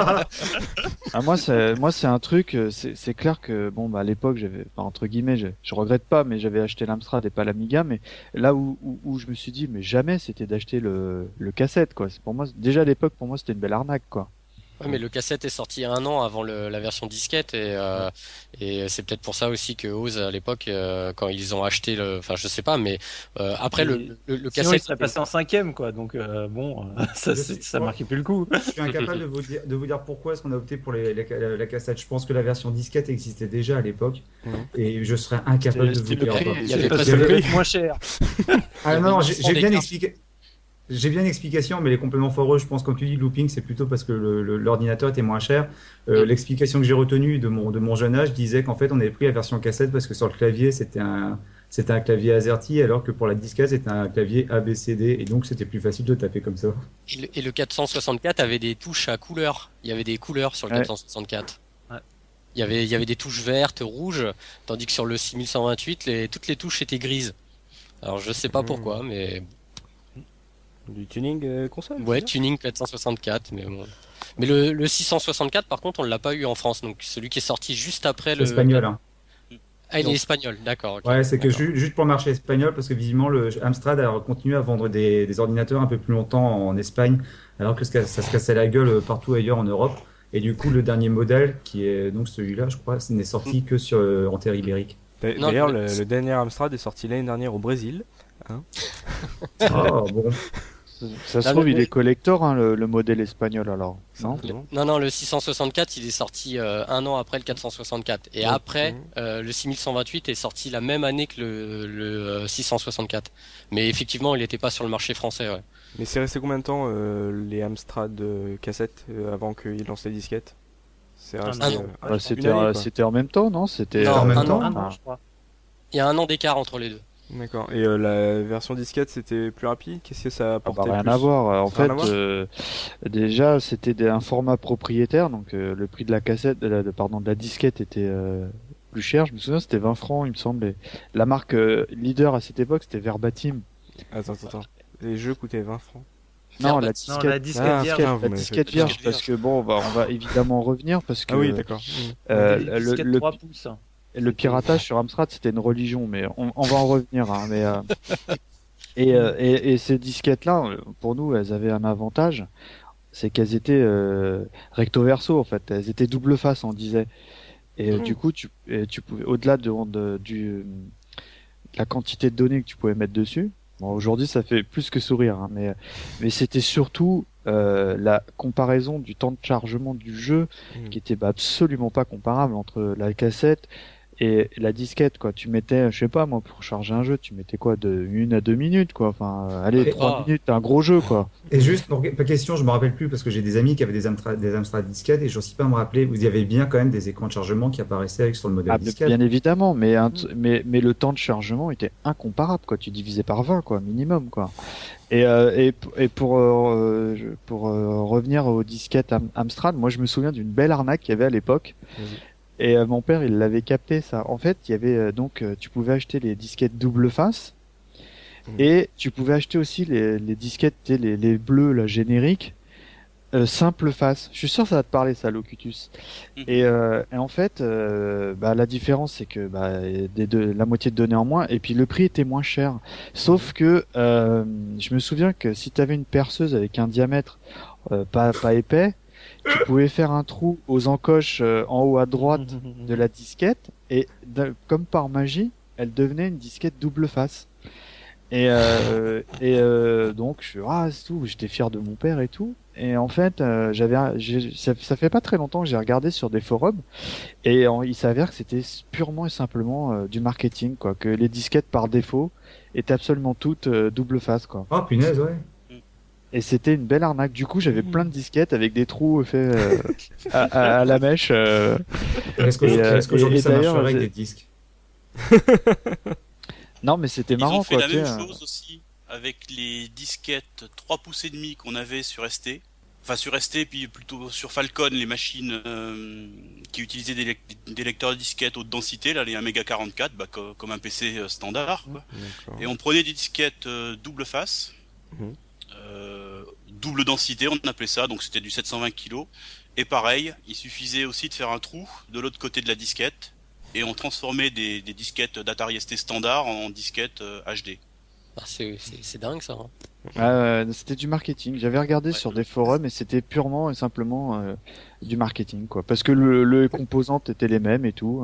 Ah, moi, c'est, moi, c'est un truc, euh, c'est, c'est clair que, bon, bah, à l'époque, j'avais, enfin, entre guillemets, je, je regrette pas, mais j'avais acheté l'Amstrad et pas l'Amiga, mais là où, où, où je me suis dit, mais jamais, c'était d'acheter le, le cassette, quoi. C'est pour moi, déjà à l'époque, pour moi, c'était une belle arnaque, quoi. Ouais, mais le cassette est sorti un an avant le, la version disquette et, euh, et c'est peut-être pour ça aussi que Oz à l'époque euh, quand ils ont acheté le, enfin je sais pas, mais euh, après le, le, le Sinon, il cassette serait passé en cinquième, quoi. Donc, euh, bon, euh, ça, Je c'est- sais ça pas. marquait plus le coup. Je suis incapable de vous dire, de vous dire pourquoi est-ce qu'on a opté pour les, les- la, la cassette. Je pense que la version disquette existait déjà à l'époque. Mhm. Et je serais incapable de vous C'était le dire. prix, pourquoi. il y avait Parce pas que de ça prix. devait être moins cher. Ah non, Il y j'ai avait j'ai bien des expliqué. J'ai bien l'explication, mais elle est complètement foireuse. Je pense, comme tu dis, le looping, c'est plutôt parce que le- le- l'ordinateur était moins cher. Euh, Mm. L'explication que j'ai retenue de mon, de mon jeune âge disait qu'en fait, on avait pris la version cassette parce que sur le clavier, c'était un, c'était un clavier AZERTY, alors que pour la disquette, c'était un clavier A B C D, et donc c'était plus facile de taper comme ça. et le, et le quatre cent soixante-quatre avait des touches à couleurs. Il y avait des couleurs sur le Ouais. quatre cent soixante-quatre. Ouais. Il y avait il y avait des touches vertes, rouges, tandis que sur le six mille cent vingt-huit, les toutes les touches étaient grises. Alors je sais pas Mm. pourquoi, mais Du tuning euh, console. ouais, c'est ça tuning quatre cent soixante-quatre, mais bon. Mais le, le six cent soixante-quatre, par contre, on l'a pas eu en France, donc celui qui est sorti juste après le. Espagnol, hein. Ah, il Non. est espagnol, d'accord. ok. Ouais, c'est que D'accord. ju- juste pour le marché espagnol, parce que visiblement, le Amstrad a continué à vendre des, des ordinateurs un peu plus longtemps en Espagne, alors que ça, ça se cassait la gueule partout ailleurs en Europe. Et du coup, le dernier modèle, qui est donc celui-là, je crois, n'est sorti que sur euh, en terre ibérique. D'a- Non, D'ailleurs, le- le, le dernier Amstrad est sorti l'année dernière au Brésil. Oh, bon. Ça se Ah, trouve, mais- il est collector, hein, le, le modèle espagnol, alors. Non? Le- Non. non, non, le six cent soixante-quatre, il est sorti euh, un an après le quatre cent soixante-quatre. Et Ok. après, euh, le six mille cent vingt-huit est sorti la même année que le, le euh, six cent soixante-quatre. Mais effectivement, il n'était pas sur le marché français. Ouais. Mais c'est resté combien de temps euh, les Amstrad euh, cassettes euh, avant qu'ils lancent les disquettes? C'est resté. Un an. euh, Bah, Ouais, c'était, une année, euh, quoi. c'était en même temps, non? C'était Non, en même un temps. an. Un an, je crois. Il y a un an d'écart entre les deux. D'accord. Et euh, la version disquette, c'était plus rapide? Qu'est-ce que ça Ah bah, apportait rien plus à voir. En Ça a rien fait, à voir euh, déjà, c'était des- un format propriétaire, donc euh, le prix de la cassette, de la, de- pardon, de la disquette était euh, plus cher. Je me souviens, c'était vingt francs, il me semble. Et la marque euh, leader à cette époque, c'était Verbatim. Attends, attends, attends. Les jeux coûtaient vingt francs. Non, la Verbatim. Non, disquette, la disquette Ah, vierge. putain, vous la m'avez disquette fait- vierge, Disquette parce que bon, on va, on va évidemment revenir parce que Ah oui, d'accord. Mmh. euh, Des le, disquettes le, trois pouces. le piratage sur Amstrad, c'était une religion, mais on, on va en revenir. Hein, mais, euh, et, euh, et, et ces disquettes-là, euh, pour nous, elles avaient un avantage, c'est qu'elles étaient euh, recto verso en fait. Elles étaient double face, on disait. Et euh, Mmh. du coup, tu, et tu pouvais, au-delà de, de, du, de la quantité de données que tu pouvais mettre dessus. Bon, aujourd'hui, ça fait plus que sourire, hein, mais mais c'était surtout euh, la comparaison du temps de chargement du jeu Mmh. qui était bah, absolument pas comparable entre la cassette et la disquette, quoi. Tu mettais, je sais pas moi, pour charger un jeu, tu mettais quoi, de une à deux minutes, quoi. Enfin, euh, allez, Et- trois Ah. minutes, t'as un gros jeu, quoi. Et juste, pour pas question, je me rappelle plus parce que j'ai des amis qui avaient des Amstrad, des Amstrad disquettes et je ne sais pas me rappeler, vous y avez bien quand même des écrans de chargement qui apparaissaient avec sur le modèle Ah, disquette. bien évidemment, mais, un t- mais mais le temps de chargement était incomparable, quoi. Tu divisais par vingt, quoi, minimum, quoi. Et euh, et, p- et pour euh, je- pour euh, revenir aux disquettes Am- Amstrad, moi je me souviens d'une belle arnaque qu'il y avait à l'époque. Vas-y. Et euh, mon père, il l'avait capté ça. En fait, il y avait euh, donc, euh, tu pouvais acheter les disquettes double face, Mhm. et tu pouvais acheter aussi les, les disquettes, tu sais, les, les bleus, là, génériques, euh, simple face. Je suis sûr que ça va te parler, ça, Locutus. Mhm. Et, euh, et en fait, euh, bah, la différence, c'est que bah, des deux, la moitié de données en moins, et puis le prix était moins cher. Sauf que euh, je me souviens que si tu avais une perceuse avec un diamètre euh, pas, pas épais, tu pouvais faire un trou aux encoches euh, en haut à droite de la disquette, et d'un- comme par magie, elle devenait une disquette double face. Et, euh, et euh, donc je suis ah c'est tout, j'étais fier de mon père et tout. Et en fait, euh, j'avais, j'ai- ça, ça fait pas très longtemps que j'ai regardé sur des forums, et en- il s'avère que c'était purement et simplement euh, du marketing, quoi. Que les disquettes par défaut étaient absolument toutes euh, double face, quoi. Oh punaise, ouais. Et c'était une belle arnaque. Du coup, j'avais plein de disquettes avec des trous faits euh, à, à- à la mèche. euh. Est-ce qu'aujourd'hui Et, euh, est-ce qu'aujourd'hui, et- et ça d'ailleurs, marcherait avec j'ai- des disques? Non, mais c'était Ils marrant, ont fait quoi. la tu même sais, euh. chose aussi avec les disquettes trois pouces et demi qu'on avait sur S T. Enfin sur S T, puis plutôt sur Falcon, les machines euh, qui utilisaient des, lec- des lecteurs de disquettes haute densité, là les un méga quarante-quatre, bah, co- comme un P C euh, standard. Quoi. D'accord. Et on prenait des disquettes euh, double face, Mhm. euh, double densité, on appelait ça, donc c'était du sept cent vingt kilos. Et pareil, il suffisait aussi de faire un trou de l'autre côté de la disquette, et on transformait des, des disquettes d'Atari S T standard en disquettes euh, H D. Ah, c'est, c'est, c'est dingue ça. Hein. Ah, ouais, c'était du marketing. J'avais regardé Ouais. sur des forums et c'était purement et simplement euh, du marketing, quoi. Parce que le, le composantes étaient les mêmes et tout.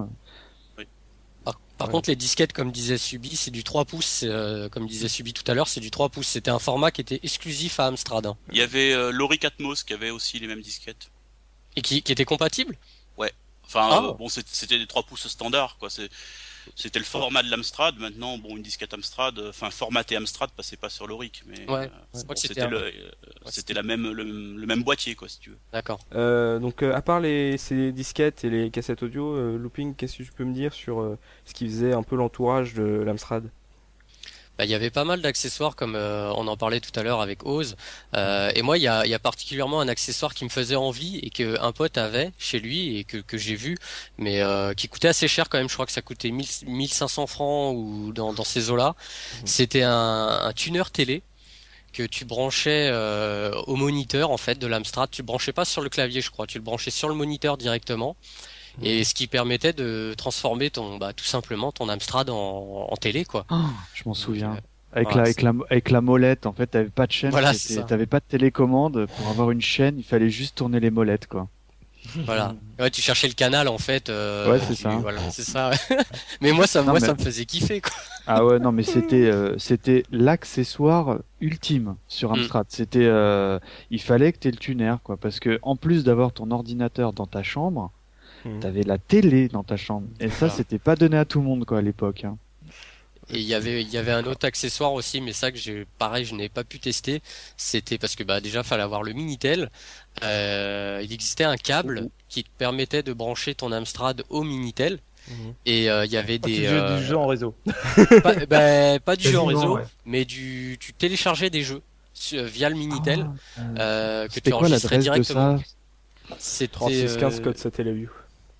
Par, par Ouais. contre, les disquettes, comme disait Subi, c'est du trois pouces. euh, comme disait Subi tout à l'heure, c'est du trois pouces. C'était un format qui était exclusif à Amstrad. Hein. Il y avait euh, Loric Atmos qui avait aussi les mêmes disquettes. Et qui, qui était compatible. Enfin, Ah. euh, bon, c'est- c'était des trois pouces standards, quoi. C'est- C'était le format de l'Amstrad. Maintenant, bon, une disquette Amstrad, euh, enfin, formaté Amstrad, passait pas sur Loric, mais Ouais, euh, je crois bon, que c'était c'était un- le, euh, c'était la même, le, le même boîtier, quoi, si tu veux. D'accord. Euh, donc, euh, à part les, ces disquettes et les cassettes audio, euh, Looping, qu'est-ce que tu peux me dire sur euh, ce qui faisait un peu l'entourage de l'Amstrad? Bah, il y avait pas mal d'accessoires comme euh, on en parlait tout à l'heure avec Oz. Euh, et moi, il y a, il y a particulièrement un accessoire qui me faisait envie et que un pote avait chez lui et que, que j'ai vu, mais euh, qui coûtait assez cher quand même. Je crois que ça coûtait mille, mille cinq cents francs ou dans, dans ces eaux-là. C'était un, un tuner télé que tu branchais euh, au moniteur en fait de l'Amstrad. Tu le branchais pas sur le clavier, je crois. Tu le branchais sur le moniteur directement. Et ce qui permettait de transformer ton, bah, tout simplement ton Amstrad en, en télé, quoi. Oh, je m'en souviens. euh, Avec, voilà, la, avec, la, avec la molette, en fait, t'avais pas de chaîne, Voilà, c'était- c'est ça. t'avais pas de télécommande. Pour avoir une chaîne, il fallait juste tourner les molettes, quoi. Voilà. Ouais, tu cherchais le canal en fait. euh, Ouais, c'est tu- ça. Voilà, c'est ça. Mais moi, ça, Non, moi, mais- ça me faisait kiffer, quoi. Ah ouais, non, mais c'était euh, c'était l'accessoire ultime sur Amstrad. C'était, euh, il fallait que t'aies le tuner, quoi, parce que en plus d'avoir ton ordinateur dans ta chambre, Mhm. t'avais la télé dans ta chambre. Et ça, Voilà. c'était pas donné à tout le monde, quoi, à l'époque. Hein. Et il y avait, il y avait un autre accessoire aussi, mais ça que j'ai, pareil, je n'ai pas pu tester. C'était parce que bah déjà, fallait avoir le Minitel. Euh, il existait un câble qui te permettait de brancher ton Amstrad au Minitel. Mhm. Et euh, il y avait Ah, tu des, jouais euh, du jeu en réseau. pas, bah, pas du jeu en Quasiment, réseau, ouais. mais du, tu téléchargeais des jeux su- via le Minitel Ah, euh, euh, que c'était tu quoi enregistrais l'adresse de directement. ça? C'était, trente-six quinze euh, code Satellaview.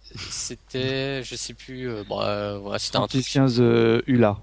c'était, je sais plus, euh, bon, euh, ouais, c'était un truc. trente-six quinze euh, U L A.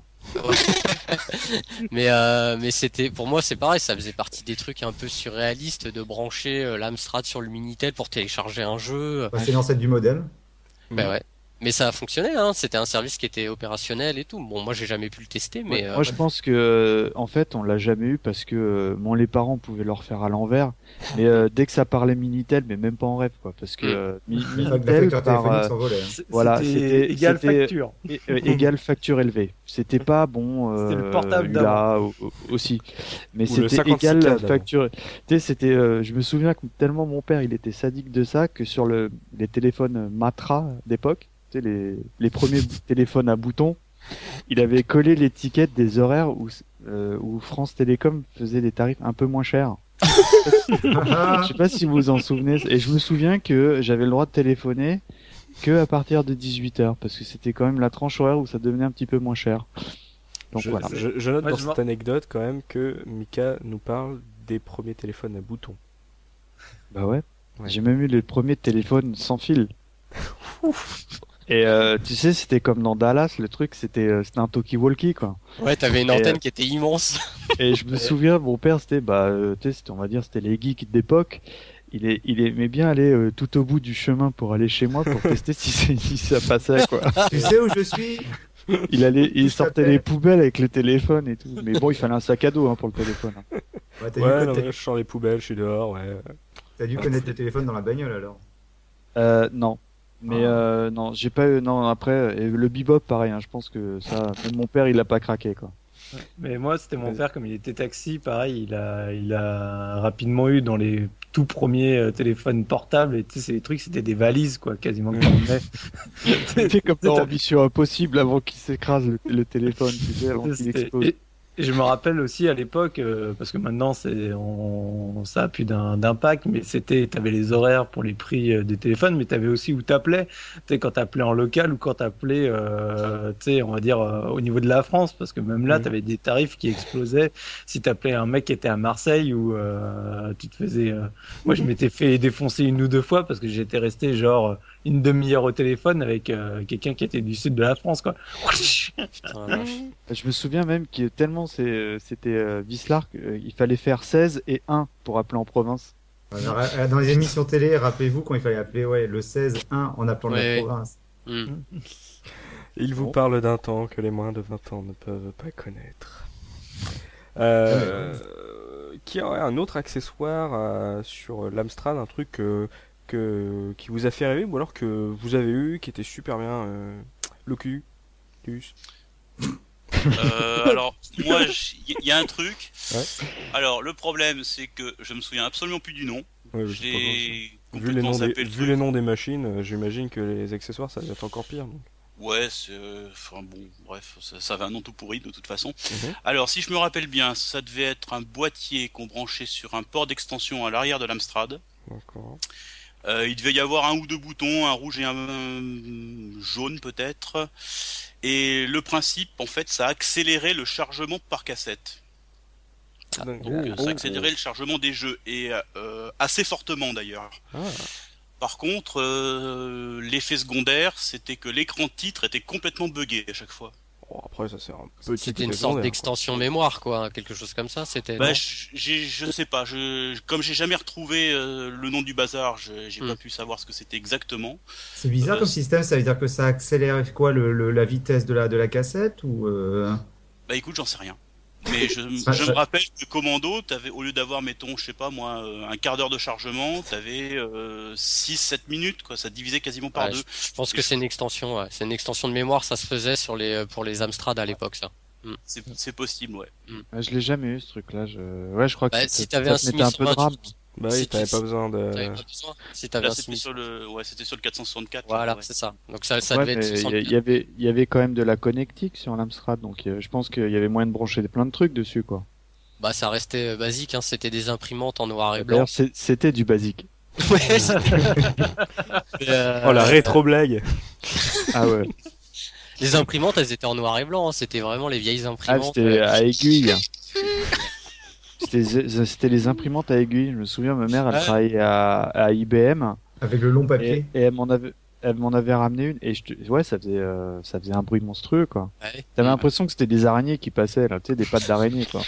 Mais euh, mais c'était, pour moi, c'est pareil, ça faisait partie des trucs un peu surréalistes de brancher euh, l'Amstrad sur le Minitel pour télécharger un jeu. Bah, c'est l'ancêtre du modem. Ben ouais. Mais ça a fonctionné, hein. C'était un service qui était opérationnel et tout. Bon, moi, j'ai jamais pu le tester, mais Ouais, euh, moi, je pense que, euh, en fait, on l'a jamais eu parce que euh, bon, les parents pouvaient leur faire à l'envers, mais euh, dès que ça parlait Minitel, mais même pas en rêve, quoi, parce que Mm. euh, Mi- La fac- la Minitel facture par téléphonique euh, s'envolait. hein. C'est- voilà, c'était c'était- égal c'était- facture. é- euh, égale facture élevée. C'était pas bon. Euh, C'était le portable U L A d'avant. au- au- aussi, mais Ou le c'était cinquante-six K égal d'avant. facture. Tu sais, c'était. euh, je me souviens que tellement mon père, il était sadique de ça que sur le les téléphones Matra d'époque, tu sais, les les premiers téléphones à boutons, il avait collé l'étiquette des horaires où euh, où France Télécom faisait des tarifs un peu moins chers. Je sais pas si vous vous en souvenez. Et je me souviens que j'avais le droit de téléphoner que à partir de dix-huit heures parce que c'était quand même la tranche horaire où ça devenait un petit peu moins cher. Donc je, voilà. je- je note Ouais, dans je cette vois. anecdote quand même que Mika nous parle des premiers téléphones à boutons. Bah ouais. Ouais. J'ai même eu les premiers téléphones sans fil. Ouf. Et euh, tu sais, c'était comme dans Dallas, le truc, c'était euh, c'était un talkie-walkie, quoi. Ouais, t'avais une Et, antenne euh, qui était immense. Et je me souviens, mon père, c'était, bah, euh, tu sais, c'était, on va dire, c'était les geeks d'époque. Il, est, il aimait bien aller euh, tout au bout du chemin pour aller chez moi pour tester si, c'est- si ça passait, quoi. Tu sais où je suis? Il allait, il Je sortait t'appelle. les poubelles avec le téléphone et tout. Mais bon, il fallait un sac à dos hein, pour le téléphone. hein. Ouais, t'as, Ouais, dû, non, t'as- mais je sors les poubelles, je suis dehors, ouais. t'as dû connaître le téléphone dans la bagnole alors. Euh, non. Mais Ah. euh, non, j'ai pas eu, non, après, et le bebop, pareil, hein, je pense que ça, même mon père, il l'a pas craqué, quoi. Mais moi, c'était mon Vas-y. père, comme il était taxi, pareil, il a, il a rapidement eu dans les tout premiers euh, téléphones portables, et tu sais, c'est des trucs, c'était des valises, quoi, quasiment qu'on emmenait. C'est comme C'était- dans Mission Impossible avant qu'il s'écrase le, le téléphone, tu sais, avant qu'il C'était- explose. Et, et je me rappelle aussi à l'époque, euh, parce que maintenant c'est, on, ça a plus d'un- d'impact, mais c'était, t'avais les horaires pour les prix euh, des téléphones, mais t'avais aussi où t'appelais, tu sais, quand t'appelais en local ou quand t'appelais, euh, tu sais, on va dire euh, au niveau de la France, parce que même là Mhm. t'avais des tarifs qui explosaient. Si t'appelais un mec qui était à Marseille ou euh, tu te faisais, euh, moi je m'étais fait défoncer une ou deux fois parce que j'étais resté genre une demi-heure au téléphone avec euh, quelqu'un qui était du sud de la France, quoi. Putain, la vache. Je me souviens même que tellement c'est, euh, c'était euh, Wislar qu'il fallait faire seize et un pour appeler en province. Alors, euh, dans les émissions télé, rappelez-vous quand il fallait appeler ouais, le seize un en appelant Ouais, la ouais. province. Hmm. Il vous Bon. parle d'un temps que les moins de vingt ans ne peuvent pas connaître. Euh, qui aurait un autre accessoire euh, sur l'Amstrad, un truc euh, que, qui vous a fait rêver ou alors que vous avez eu qui était super bien euh, Locu Luce. Euh, alors, moi, il y a un truc. Ouais. Alors, le problème, c'est que je me souviens absolument plus du nom. Ouais, c'est pas grave, J'ai ça. Vu les, complètement noms des, zappé le vu truc. les noms des machines, euh, j'imagine que les accessoires ça va être encore pire. donc. Ouais, c'est... Enfin bon, bref, ça, ça avait un nom tout pourri de toute façon. Mhm. Alors, si je me rappelle bien, ça devait être un boîtier qu'on branchait sur un port d'extension à l'arrière de l'Amstrad. D'accord. Euh, il devait y avoir un ou deux boutons, un rouge et un euh, jaune peut-être. Et le principe, en fait, ça accélérait le chargement par cassette. Donc, Donc, euh, oh, ça accélérait le chargement des jeux, et euh, assez fortement d'ailleurs. ah, Par contre, euh, l'effet secondaire, c'était que l'écran de titre était complètement buggé à chaque fois. oh, après ça c'est un petit C'était une effet sorte secondaire, d'extension mémoire, quoi, quelque chose comme ça. C'était. Bah, non je- j'ai, je sais pas, je, comme j'ai jamais retrouvé euh, le nom du bazar, je- j'ai Hmm. pas pu savoir ce que c'était exactement. C'est bizarre Euh, comme système, ça veut dire que ça accélère quoi le, le- la vitesse de la, de la cassette ou euh... Bah écoute, j'en sais rien. Mais je, Ah, je ouais. me rappelle que Commando, t'avais, au lieu d'avoir, mettons, je sais pas moi, euh, un quart d'heure de chargement, t'avais euh, six sept minutes, quoi, ça divisait quasiment par Ouais, deux. je, je pense que c'est une extension. Ouais. C'est une extension de mémoire. Ça se faisait sur les pour les Amstrad à l'époque, ça. C'est, c'est possible, ouais. Ouais, je l'ai jamais eu ce truc-là. Je... Ouais, je crois que Bah, ça- si ça t'avais un te mettait un peu de RAM. six Bah oui, Si t'avais tu- pas besoin de. T'avais pas besoin. Si t'avais Là, un c'était Smith. sur le, ouais, c'était sur le quatre cent soixante-quatre. Voilà, ouais. c'est ça. Donc ça, ça Ouais, devait mais être il y, a- soixante-quatre. il y avait, il y avait quand même de la connectique sur l'Amstrad, donc euh, je pense qu'il y avait moyen de brancher plein de trucs dessus, quoi. Bah, ça restait euh, basique. Hein. C'était des imprimantes en noir et blanc. D'ailleurs, c'est- c'était du basique. Ouais, c'est- Mais, euh, Oh la rétro blague. Ah ouais. Les imprimantes, elles étaient en noir et blanc. Hein. C'était vraiment les vieilles Ah, imprimantes. c'était euh, à aiguille. C'était c'était les imprimantes à aiguille. Je me souviens, ma mère, elle Ouais. travaillait à, à I B M avec le long et, papier? et elle m'en avait, elle m'en avait ramené une et je te- ouais, ça faisait, euh, ça faisait un bruit monstrueux, quoi. ouais. T'avais l'impression que c'était des araignées qui passaient, là, tu sais, des pattes d'araignée, quoi.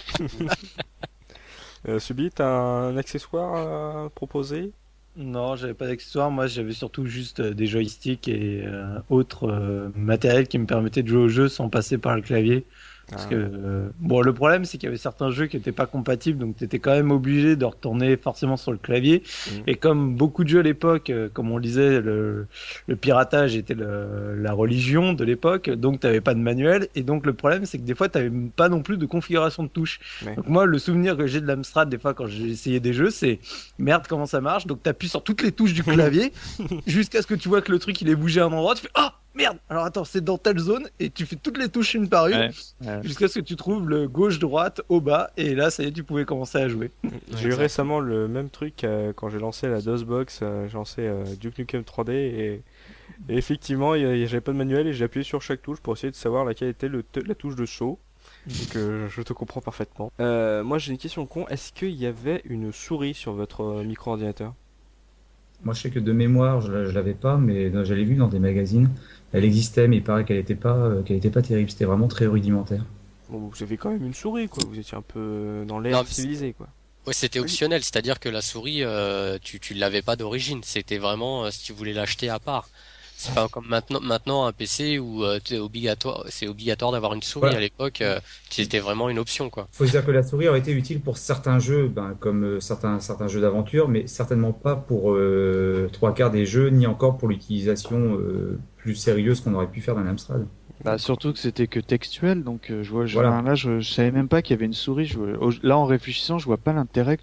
Euh, Subi, t'as un accessoire à proposer? Non, j'avais pas d'accessoires. Moi, j'avais surtout juste euh, des joysticks et euh, autres euh, matériel qui me permettaient de jouer au jeu sans passer par le clavier. Parce Ah. que euh, bon, le problème, c'est qu'il y avait certains jeux qui étaient pas compatibles, donc t'étais quand même obligé de retourner forcément sur le clavier. Mhm. Et comme beaucoup de jeux à l'époque, euh, comme on le disait, le, le piratage était le- la religion de l'époque, donc t'avais pas de manuel. Et donc le problème, c'est que des fois, t'avais pas non plus de configuration de touches. Ouais. Donc moi, le souvenir que j'ai de l'Amstrad, des fois, quand j'ai essayé des jeux, c'est merde, comment ça marche? Donc t'appuies sur toutes les touches du clavier jusqu'à ce que tu vois que le truc il est bougé à un endroit, tu fais ah merde, alors attends, c'est dans telle zone et tu fais toutes les touches une par une Ouais, ouais. jusqu'à ce que tu trouves le gauche droite au bas et là ça y est, tu pouvais commencer à jouer. J'ai eu récemment le même truc euh, quand j'ai lancé la DOSBox, euh, j'ai lancé euh, Duke Nukem trois D et, et effectivement il y a- j'avais pas de manuel et j'ai appuyé sur chaque touche pour essayer de savoir laquelle était le t- la touche de saut. Donc euh, je te comprends parfaitement. Euh, moi j'ai une question con, est-ce qu'il y avait une souris sur votre euh, micro-ordinateur? Moi, je sais que de mémoire, je, je l'avais pas, mais non, je l'avais vu dans des magazines. Elle existait, mais il paraît qu'elle était pas, euh, qu'elle était pas terrible. C'était vraiment très rudimentaire. Bon, vous avez quand même une souris, quoi. Vous étiez un peu dans Non, l'ère mais civilisée, quoi. Ouais, c'était optionnel, c'est-à-dire que la souris, euh, tu, tu l'avais pas d'origine. C'était vraiment euh, si tu voulais l'acheter à part. C'est pas comme maintenant, maintenant un P C où euh, t'es obligatoire, c'est obligatoire d'avoir une souris. Ouais. À l'époque, euh, c'était vraiment une option, quoi. Faut se dire que la souris aurait été utile pour certains jeux, ben, comme euh, certains, certains jeux d'aventure, mais certainement pas pour euh, trois quarts des jeux, ni encore pour l'utilisation euh, plus sérieuse qu'on aurait pu faire d'un Amstrad. Bah, surtout que c'était que textuel, donc euh, je vois, je, Voilà. enfin, là, je, je savais même pas qu'il y avait une souris. Je, vois- au- là, en réfléchissant, je vois pas l'intérêt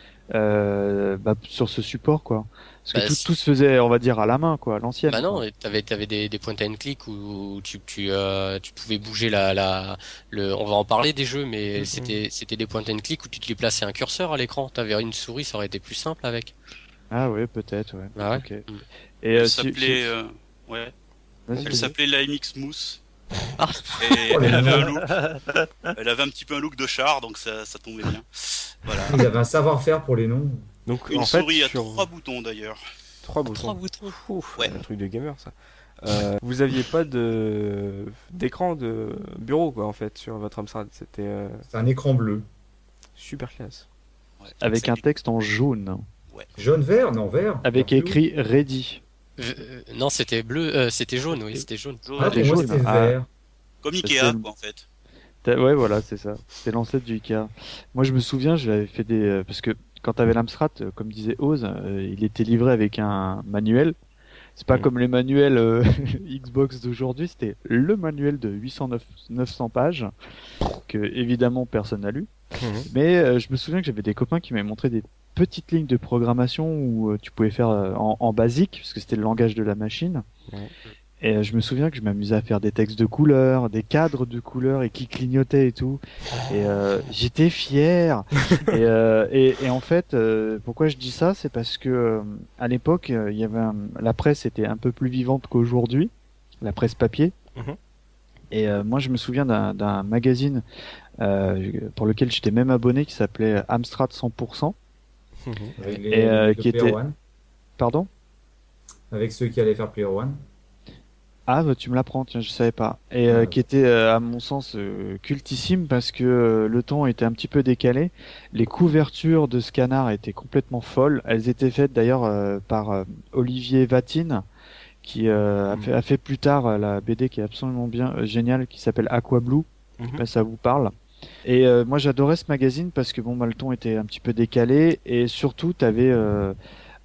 euh, bah, sur ce support, quoi. Parce que Bah, tout, si- tout se faisait, on va dire, à la main, quoi, à l'ancienne. Bah non, quoi. et t'avais t'avais des des point and click où tu tu euh, tu pouvais bouger la la le on va en parler des jeux mais Mhm. c'était c'était des point and click où tu te déplaçais un curseur à l'écran, t'avais une souris, ça aurait été plus simple avec. Ah ouais, peut-être, ouais. Ah ouais. Ok. Mm. Et Elle euh, si- s'appelait, si- euh, ouais, vas-y, elle vas-y. s'appelait l'A M X Mousse. Ah. Et Oh, les elle avait un noms. look, elle avait un petit peu un look de char, donc ça, ça tombait bien. Voilà. Ils avaient un savoir-faire pour les noms. Donc, Une en fait, souris à sur trois boutons d'ailleurs. trois boutons. Trois boutons. Ouf, Ouais. un truc de gamer, ça. Euh, vous aviez pas de d'écran de bureau, quoi, en fait, sur votre Amstrad. C'était euh, C'est un écran bleu. super classe. Ouais. Avec C'est- un texte en jaune, Jaune-vert? Non, vert. avec Vert fluo. écrit Ready. Euh, euh, non, c'était bleu, euh, c'était jaune, oui, c'était jaune. jaune, Ah, les pour moi, jaunes. c'était Ah. vert. comme c'est- Ikea, quoi, en fait. T'as- Ouais, voilà, c'est ça. C'est l'ancêtre du Ikea. Moi, je me souviens, j'avais fait des, euh, parce que quand t'avais l'Amstrad, euh, comme disait Oz, euh, il était livré avec un manuel. C'est pas Mhm. comme les manuels euh, Xbox d'aujourd'hui, c'était le manuel de huit cents neuf cents pages que évidemment personne n'a lu. Mais euh, je me souviens que j'avais des copains qui m'avaient montré des petites lignes de programmation où euh, tu pouvais faire euh, en, en basique, parce que c'était le langage de la machine. Ouais. Et euh, je me souviens que je m'amusais à faire des textes de couleurs, des cadres de couleurs et qui clignotaient et tout. Et euh, j'étais fier. et, euh, et, et en fait, euh, pourquoi je dis ça, c'est parce que euh, à l'époque, euh, il y avait un- la presse était un peu plus vivante qu'aujourd'hui, la presse papier. Mhm. Et euh, moi, je me souviens d'un d'un magazine euh, pour lequel j'étais même abonné qui s'appelait Amstrad cent pour cent. Avec les, Et, euh, de qui Player était- One. Pardon? Avec ceux qui allaient faire Player One. Ah, bah, tu me l'apprends, tiens, je savais pas. Et euh, Ouais. qui était, euh, à mon sens, euh, cultissime parce que euh, le temps était un petit peu décalé. Les couvertures de Scanner étaient complètement folles. Elles étaient faites d'ailleurs euh, par euh, Olivier Vatine, qui euh, a, Mhm. fait, a fait plus tard euh, la B D qui est absolument bien euh, géniale, qui s'appelle Aqua Blue. Je sais Mhm. pas si ça vous parle. Et euh, moi, j'adorais ce magazine parce que bon, bah, le ton était un petit peu décalé et surtout, t'avais euh,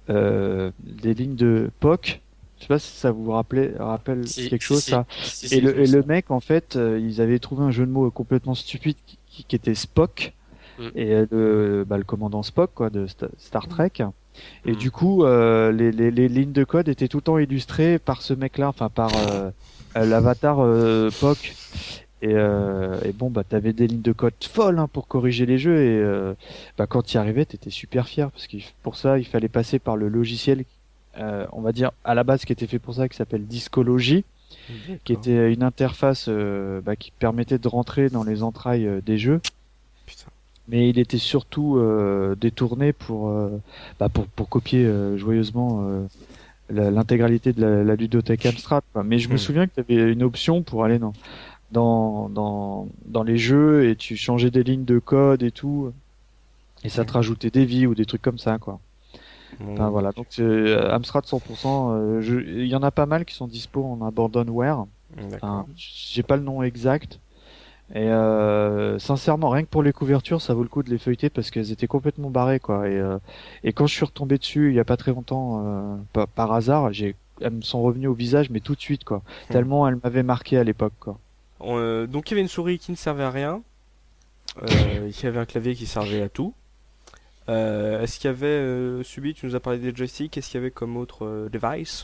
euh, des lignes de P O C. Je sais pas si ça vous rappelait, rappelle Si, quelque si, chose, si. ça. Si, Et si, le, je et sais. le mec, en fait, euh, ils avaient trouvé un jeu de mots complètement stupide qui, qui- qui était Spock. Mm. Et euh, le, bah, le commandant Spock, quoi, de Sta- Star Trek. Et Mm. du coup, euh, les, les, les lignes de code étaient tout le temps illustrées par ce mec-là, enfin par euh, euh, l'avatar euh, P O C. Et, euh, et bon, bah, t'avais des lignes de code folles hein, pour corriger les jeux. Et euh, bah, quand tu y arrivais, t'étais super fier parce que pour ça, il fallait passer par le logiciel, euh, on va dire à la base, qui était fait pour ça, qui s'appelle Discology, qui était une interface euh, bah, qui permettait de rentrer dans les entrailles euh, des jeux. Putain. Mais il était surtout euh, détourné pour, euh, bah, pour pour copier euh, joyeusement euh, la- l'intégralité de la, la ludothèque Amstrad. quoi. Mais je me Hmm. souviens que tu avais une option pour aller dans dans dans dans les jeux et tu changeais des lignes de code et tout, et ça te rajoutait des vies ou des trucs comme ça quoi. Enfin, Bon. voilà, donc c'est euh, Amstrad cent pour cent. euh, je- Il y en a pas mal qui sont dispo en abandonware. D'accord. Enfin, j'ai pas le nom exact. Et euh, sincèrement, rien que pour les couvertures, ça vaut le coup de les feuilleter parce qu'elles étaient complètement barrées, quoi. Et, euh, et quand je suis retombé dessus il y a pas très longtemps, euh, par, par hasard, j'ai, elles me sont revenues au visage, mais tout de suite, quoi. Hmm. Tellement elles m'avaient marqué à l'époque, quoi. Euh, donc il y avait une souris qui ne servait à rien. Euh, il y avait un clavier qui servait à tout. Euh, Est-ce qu'il y avait, euh, Subi, tu nous as parlé des joysticks, est-ce qu'il y avait comme autre euh, device?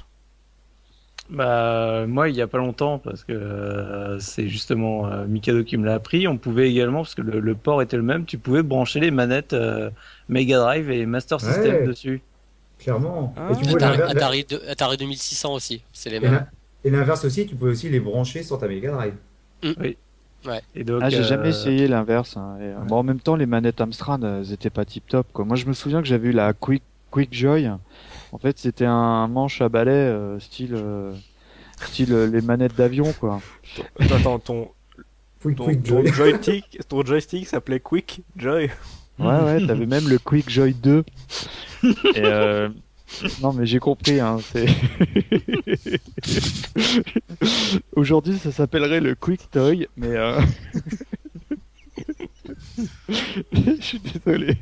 Bah moi il y a pas longtemps parce que euh, c'est justement euh, Mikado qui me l'a appris. On pouvait également parce que le, le port était le même. Tu pouvais brancher les manettes euh, Mega Drive et Master System Ouais. dessus. Clairement. Ah. Et tu pouvais Atari, l'inver- Atari, de- Atari deux mille six cents aussi, c'est les et mêmes. l'in- et l'inverse aussi, tu pouvais aussi les brancher sur ta Mega Drive. Et donc Ah, j'ai euh, jamais essayé l'inverse. hein. Et, euh, Ouais. bon, en même temps, les manettes Amstrad, elles étaient pas tip top, quoi. Moi, je me souviens que j'avais eu la Quick Quick Joy. En fait, c'était un manche à balai euh, style euh, style euh, les manettes d'avion quoi. Attends, attends, ton, Quick, ton, quick ton joy. joystick, ton joystick s'appelait Quick Joy. Ouais ouais, t'avais même le Quick Joy deux. Et euh... non mais j'ai compris hein, c'est aujourd'hui ça s'appellerait le Quick Toy mais euh... je suis désolé.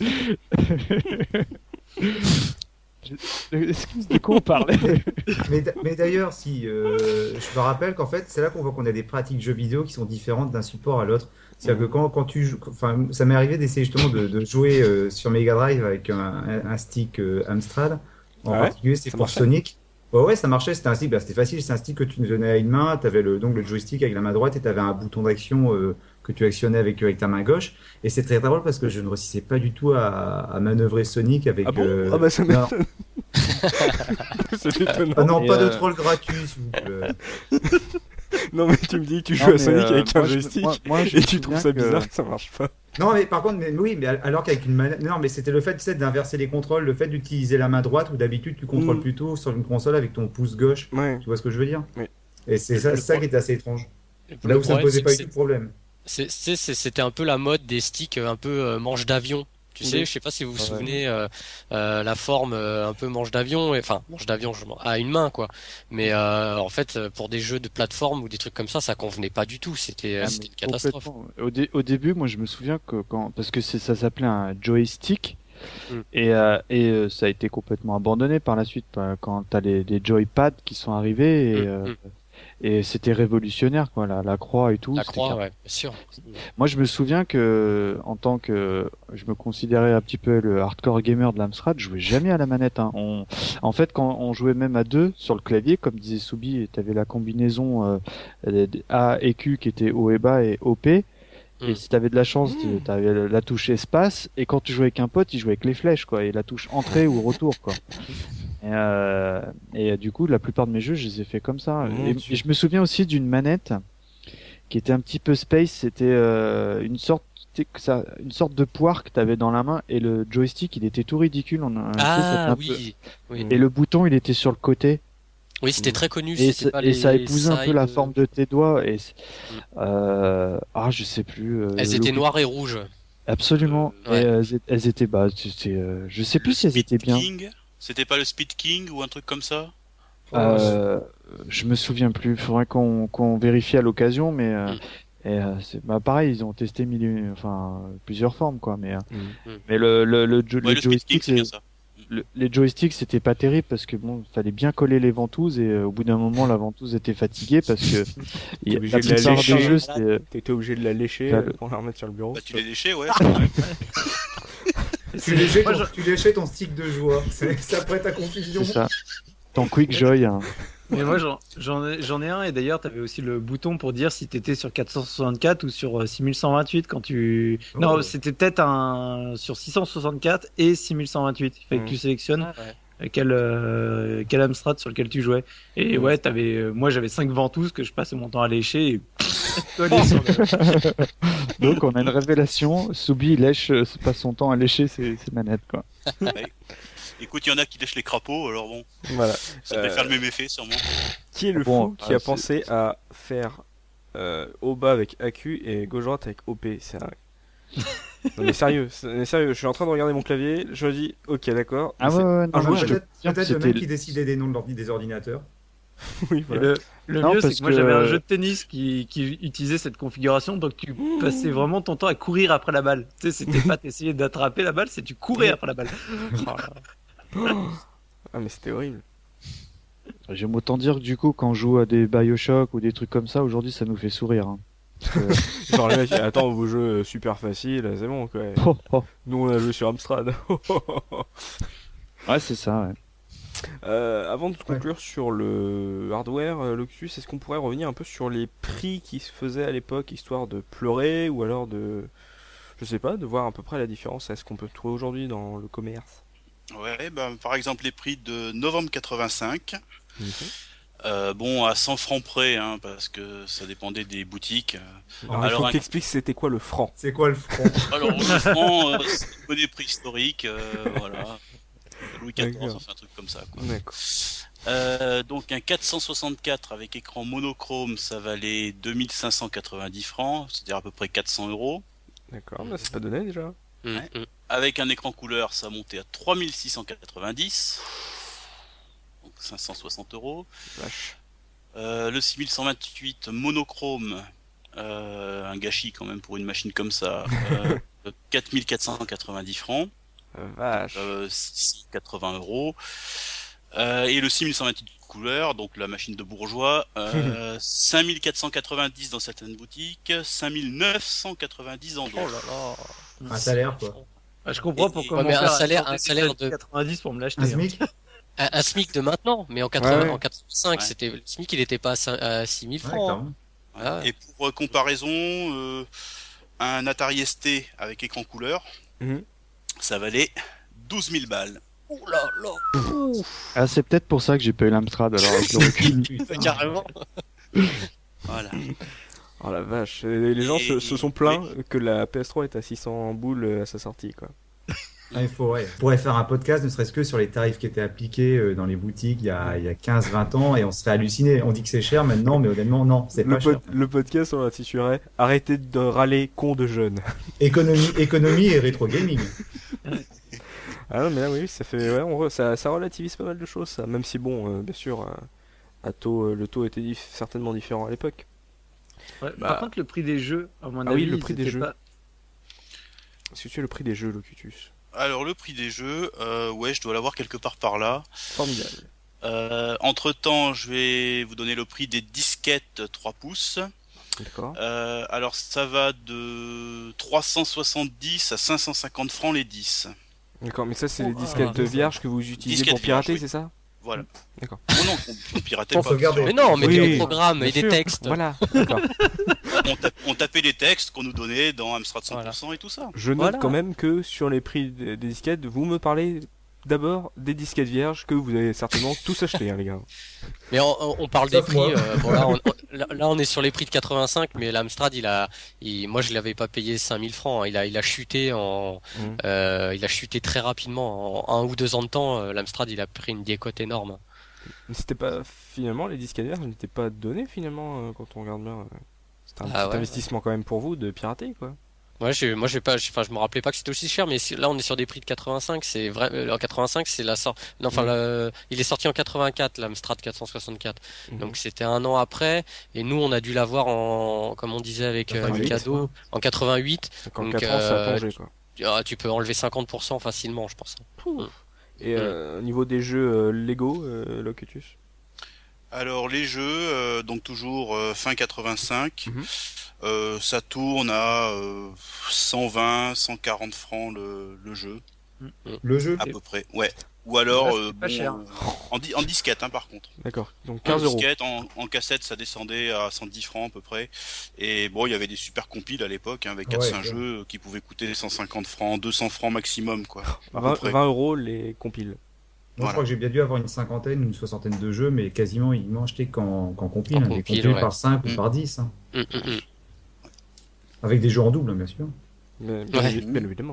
Excuse, de quoi on parlait? Mais, d- mais d'ailleurs, si euh, je me rappelle qu'en fait, c'est là qu'on voit qu'on a des pratiques jeux vidéo qui sont différentes d'un support à l'autre. C'est-à-dire que quand, quand tu joues, enfin, ça m'est arrivé d'essayer justement de, de jouer euh, sur Mega Drive avec un, un, un stick euh, Amstrad. En Ouais, particulier, c'est ça pour marchait Sonic. Ouais, ouais, ça marchait. C'était un stick, bah, c'était facile. C'est un stick que tu tenais à une main. Tu avais le, donc le joystick avec la main droite et tu avais un bouton d'action euh, que tu actionnais avec, avec ta main gauche. Et c'est très très drôle parce que je ne réussissais pas du tout à, à manœuvrer Sonic avec. Ah bon euh, Ah bah ça non. m'étonne. C'est étonnant. Ah non, Et pas de euh, troll gratuit, s'il vous plaît. Non mais tu me dis que tu joues Non, à mais, Sonic euh, avec un moi, je me- joystick moi- moi, je et me tu trouves souviens ça que- bizarre que ça marche pas. Non, mais par contre, mais, oui, mais alors qu'avec une manette. Non, mais c'était le fait, tu sais, d'inverser les contrôles, le fait d'utiliser la main droite où d'habitude tu contrôles Mm. plutôt sur une console avec ton pouce gauche. Ouais. Tu vois ce que je veux dire? Oui. Et c'est Le- ça, le ça pro- qui était assez étrange. Le Là où ça ne problème, posait c'est pas que du tout de problème. c'est- c'est- c'est- c'était un peu la mode des sticks euh, un peu euh, manche d'avion. Tu sais, Oui. je sais pas si vous vous Ouais. souvenez euh, euh, la forme euh, un peu manche d'avion, et- enfin manche d'avion je m'en- à une main quoi. Mais euh, en fait, euh, pour des jeux de plateforme ou des trucs comme ça, ça convenait pas du tout. C'était euh, Ah, c'était mais une catastrophe. complètement. Au, dé- au début, moi, je me souviens que quand, parce que c'est, ça s'appelait un joystick, Mm. et, euh, et euh, ça a été complètement abandonné par la suite, euh, quand t'as les, les joypads qui sont arrivés, et, Mm, euh, mm. et c'était révolutionnaire, quoi, la, la croix et tout. La c'était croix, car- ouais, bien sûr. Moi, je me souviens que, en tant que, je me considérais un petit peu le hardcore gamer de l'Amstrad, je jouais jamais à la manette. Hein. On, en fait, quand on jouait même à deux sur le clavier, comme disait Soubi, t'avais la combinaison euh, A et Q qui était haut et bas et O P. Et Mm. si t'avais de la chance, tu t'avais la touche espace. Et quand tu jouais avec un pote, il jouait avec les flèches, quoi, et la touche entrée ou retour, quoi. Et, euh, et euh, du coup, la plupart de mes jeux, je les ai fait comme ça. Mon Et, Dieu. et je me souviens aussi d'une manette qui était un petit peu space. C'était euh, une sorte, tu sais, que ça, une sorte de poire que t'avais dans la main, et le joystick, il était tout ridicule. On, a- tu sais, c'était Ah un peu- oui, oui. Et le bouton, il était sur le côté. Oui, c'était très connu. Et, C'était ça- pas et ça les épousait un peu sides, la euh, forme de tes doigts. Et c'est- euh, ah, je sais plus. euh, Elles le étaient look- noires et rouges. Absolument. Euh, ouais. Et elles, étaient- elles étaient, bah, c'est, euh, je sais plus si elles Speed étaient bien. King, c'était pas le Speed King ou un truc comme ça? Euh, je me souviens plus. Faudrait qu'on qu'on vérifie à l'occasion, mais euh, Mm. et, euh, c'est bah pareil, ils ont testé mille, et- enfin plusieurs formes quoi. Mais euh, Mm. mais le le le, jo- Ouais, les le Speed King, joysticks, c'est bien c'est- ça. le- les joysticks c'était pas terrible parce que bon, fallait bien coller les ventouses, et euh, au bout d'un moment la ventouse était fatiguée parce que il y a- obligé la de la plupart lécher. des jeux c'était euh, T'étais obligé de la lécher Bah, euh, le- pour la remettre sur le bureau. Bah, tu l'as léché, ouais. Tu léchais, Moi, ton, tu léchais ton stick de joie. C'est c'est après ta confusion. c'est ça. Ton Quick Joy. Hein. Mais moi j'en j'en ai, j'en ai un, et d'ailleurs t'avais aussi le bouton pour dire si t'étais sur quatre cent soixante-quatre ou sur euh, six mille cent vingt-huit quand tu... Oh. Non, c'était peut-être un sur six cent soixante-quatre et six mille cent vingt-huit. Il fallait Mm. que tu sélectionnes Ah, ouais. quel, euh, quel Amstrad sur lequel tu jouais. Et Mm. ouais, t'avais, euh, moi j'avais cinq ventouses que je passais mon temps à lécher et coller sur le... Donc on a une révélation. Soubi lèche, euh, passe son temps à lécher ses, ses manettes quoi. Ouais. Écoute, il y en a qui lèchent les crapauds, alors bon, Voilà. ça devait Euh, faire le même effet sûrement. Qui est le Bon, fou qui euh, a c'est- pensé à faire euh, haut bas avec A Q et gauche droite avec O P? C'est un... Non mais sérieux, c'est- mais sérieux, je suis en train de regarder mon clavier, je me dis ok d'accord. Ah mais ouais, ouais, non, un moi, joueur, je Peut-être te confirme que peut-être le c'était mec qui décidait des noms de l'ordi- des ordinateurs. c'est- oui, Et voilà. le, le Non, mieux, c'est parce que moi que- j'avais un jeu de tennis qui, qui utilisait cette configuration, donc tu passais vraiment ton temps à courir après la balle. Tu sais, c'était pas t'essayer d'attraper la balle, c'est tu courais après la balle. Oh là là. Ah mais c'était horrible. J'aime autant dire que du coup, quand on joue à des Bioshock ou des trucs comme ça, aujourd'hui, ça nous fait sourire. Hein. Parce que- Genre le mec, attends, vos jeux super faciles, c'est bon quoi. Oh, oh. Nous on a joué sur Amstrad. Ouais, c'est ça. Ouais. Euh, avant de conclure sur le hardware, euh, Locus, est-ce qu'on pourrait revenir un peu sur les prix qui se faisaient à l'époque, histoire de pleurer, ou alors de, je sais pas, de voir à peu près la différence à ce qu'on peut trouver aujourd'hui dans le commerce? Ouais, bah, par exemple les prix de novembre quatre-vingt-cinq. Euh, bon, à cent francs près, hein, parce que ça dépendait des boutiques. Alors, il Alors, faut un- que t'expliques c'était quoi le franc. C'est quoi le front? Alors, le franc, euh, c'est un peu des prix historiques, euh, voilà. Louis quatorze, D'accord. enfin un truc comme ça, quoi. D'accord. Euh, donc un quatre cent soixante-quatre avec écran monochrome, ça valait deux mille cinq cent quatre-vingt-dix francs, c'est-à-dire à peu près quatre cents euros. D'accord, bah, c'est pas donné déjà. Mm, Ouais. mm. Avec un écran couleur, ça montait à trois mille six cent quatre-vingt-dix, donc cinq cent soixante euros. Vache. Euh, le six mille cent vingt-huit monochrome, euh, un gâchis quand même pour une machine comme ça, euh, quatre mille quatre cent quatre-vingt-dix francs, Euh, vache. euh, six cent quatre-vingts euros. Euh, et le six mille cent vingt-huit couleur, donc la machine de bourgeois, euh, cinq mille quatre cent quatre-vingt-dix dans certaines boutiques, cinq mille neuf cent quatre-vingt-dix dans Oh d'autres. là là. Un salaire, quoi. Ah, je comprends Et- pourquoi Ouais, mon mais un père a salaire- tenté un des salaire années de- quatre-vingt-dix pour me l'acheter. Un hein. SMIC? Un, un SMIC de maintenant, mais en quatre-vingts, Ouais, ouais. en quatre-vingt-cinq, Ouais. c'était le SMIC, il était pas à, cin- à six mille Ouais, francs. hein. clairement. Ouais. Ah ouais. Et pour euh, comparaison, euh, un Atari S T avec écran couleur, Mhm. ça valait douze mille balles. Oh là là. Ah, c'est peut-être pour ça que j'ai pas eu l'Amstrad, alors avec le recul. Putain. Carrément. Voilà. Oh la vache. Et les gens Et- se, se sont plaints que la P S trois est à six cents boules euh, à sa sortie, quoi. Ah, il faut, ouais. On pourrait faire un podcast, ne serait-ce que sur les tarifs qui étaient appliqués euh, dans les boutiques il y a, il y a quinze vingt ans, et on se fait halluciner. On dit que c'est cher maintenant, mais honnêtement, non, c'est Le, pas cher. pod- le podcast, on l'intitulerait Arrêtez de râler, con de jeune. Économie, économie et rétro gaming. Ah non, mais là, oui, ça fait. Ouais, on re- ça, ça relativise pas mal de choses, ça. Même si, bon, euh, bien sûr, euh, à taux, euh, le taux était dif- certainement différent à l'époque. Ouais, Bah. Par contre, le prix des jeux, à mon Ah avis, oui, le ils prix des étaient jeux. pas- Est-ce que tu as le prix des jeux, Locutus? Alors le prix des jeux, euh, ouais, je dois l'avoir quelque part par là. Formidable. Euh, entre temps, je vais vous donner le prix des disquettes trois pouces. D'accord. Euh, alors ça va de trois cent soixante-dix à cinq cent cinquante francs les dix. D'accord, mais ça, c'est Oh, les ah, disquettes c'est ça. vierges que vous utilisez Disquettes pour pirater, vierges, oui. c'est ça? Voilà. D'accord. Oh non, on, on piratait Pour pas. sauvegarder. Mais non, on mettait Oui, des programmes et Bien des sûr. textes. Voilà, d'accord. On, tap- on tapait les textes qu'on nous donnait dans Amstrad cent pour cent et tout ça. Je note Voilà. quand même que sur les prix des, des disquettes, vous me parlez d'abord des disquettes vierges que vous avez certainement tous acheté, hein, les gars. Mais on, on- on parle des Sauf prix. moi. euh, bon, là, on, on- là, là, on est sur les prix de quatre-vingt-cinq, mais l'Amstrad, il a, il, moi, je l'avais pas payé cinq mille francs. hein. Il a, il a chuté en, Mhm. euh, il a chuté très rapidement. En un ou deux ans de temps, euh, l'Amstrad, il a pris une décote énorme. Mais c'était pas finalement les disquettes vierges n'étaient pas données finalement euh, quand on regarde bien. euh, C'était un Ah petit ouais. investissement quand même pour vous de pirater quoi. Ouais, j'ai, moi, j'ai pas, j'ai- enfin, je me rappelais pas que c'était aussi cher, mais si- là, on est sur des prix de quatre-vingt-cinq. C'est vrai, euh, en quatre-vingt-cinq, c'est la sortie. Non, enfin, Mhm. le- il est sorti en quatre-vingt-quatre, l'Amstrad quatre cent soixante-quatre. Mhm. Donc c'était un an après, et nous on a dû l'avoir en, comme on disait avec euh, quatre-vingt-huit, Mikado, en quatre-vingt-huit. Donc en donc, quatre ans ça a euh, plongé quoi. Ah, tu peux enlever cinquante pour cent facilement, je pense. Et euh, au niveau des jeux euh, Lego, euh, Locutus. Alors les jeux, euh, donc toujours euh, fin quatre-vingt-cinq, Mhm. euh, ça tourne à euh, cent vingt, cent quarante francs le, le jeu, Le jeu. à peu près. Ouais. Ou alors Ouais, euh, c'est pas bon, cher. euh, en, di- en disquette hein, par contre. D'accord. Donc En quinze euros. disquette, en, en cassette, ça descendait à cent dix francs à peu près. Et bon, il y avait des super compiles à l'époque, hein, avec quatre Ouais, cinq ouais. jeux qui pouvaient coûter cent cinquante francs, deux cents francs maximum, quoi. À peu vingt, près. vingt euros les compiles. Moi, je crois que j'ai bien dû avoir une cinquantaine, une soixantaine de jeux, mais quasiment ils m'ont acheté qu'en qu'en compile, En hein, des compile, compiles ouais. par cinq ou Mm. par dix, hein. Hum, hum, hum. Avec des jeux en double, hein, bien sûr. Mais- bien, Ouais. évi- bien évidemment.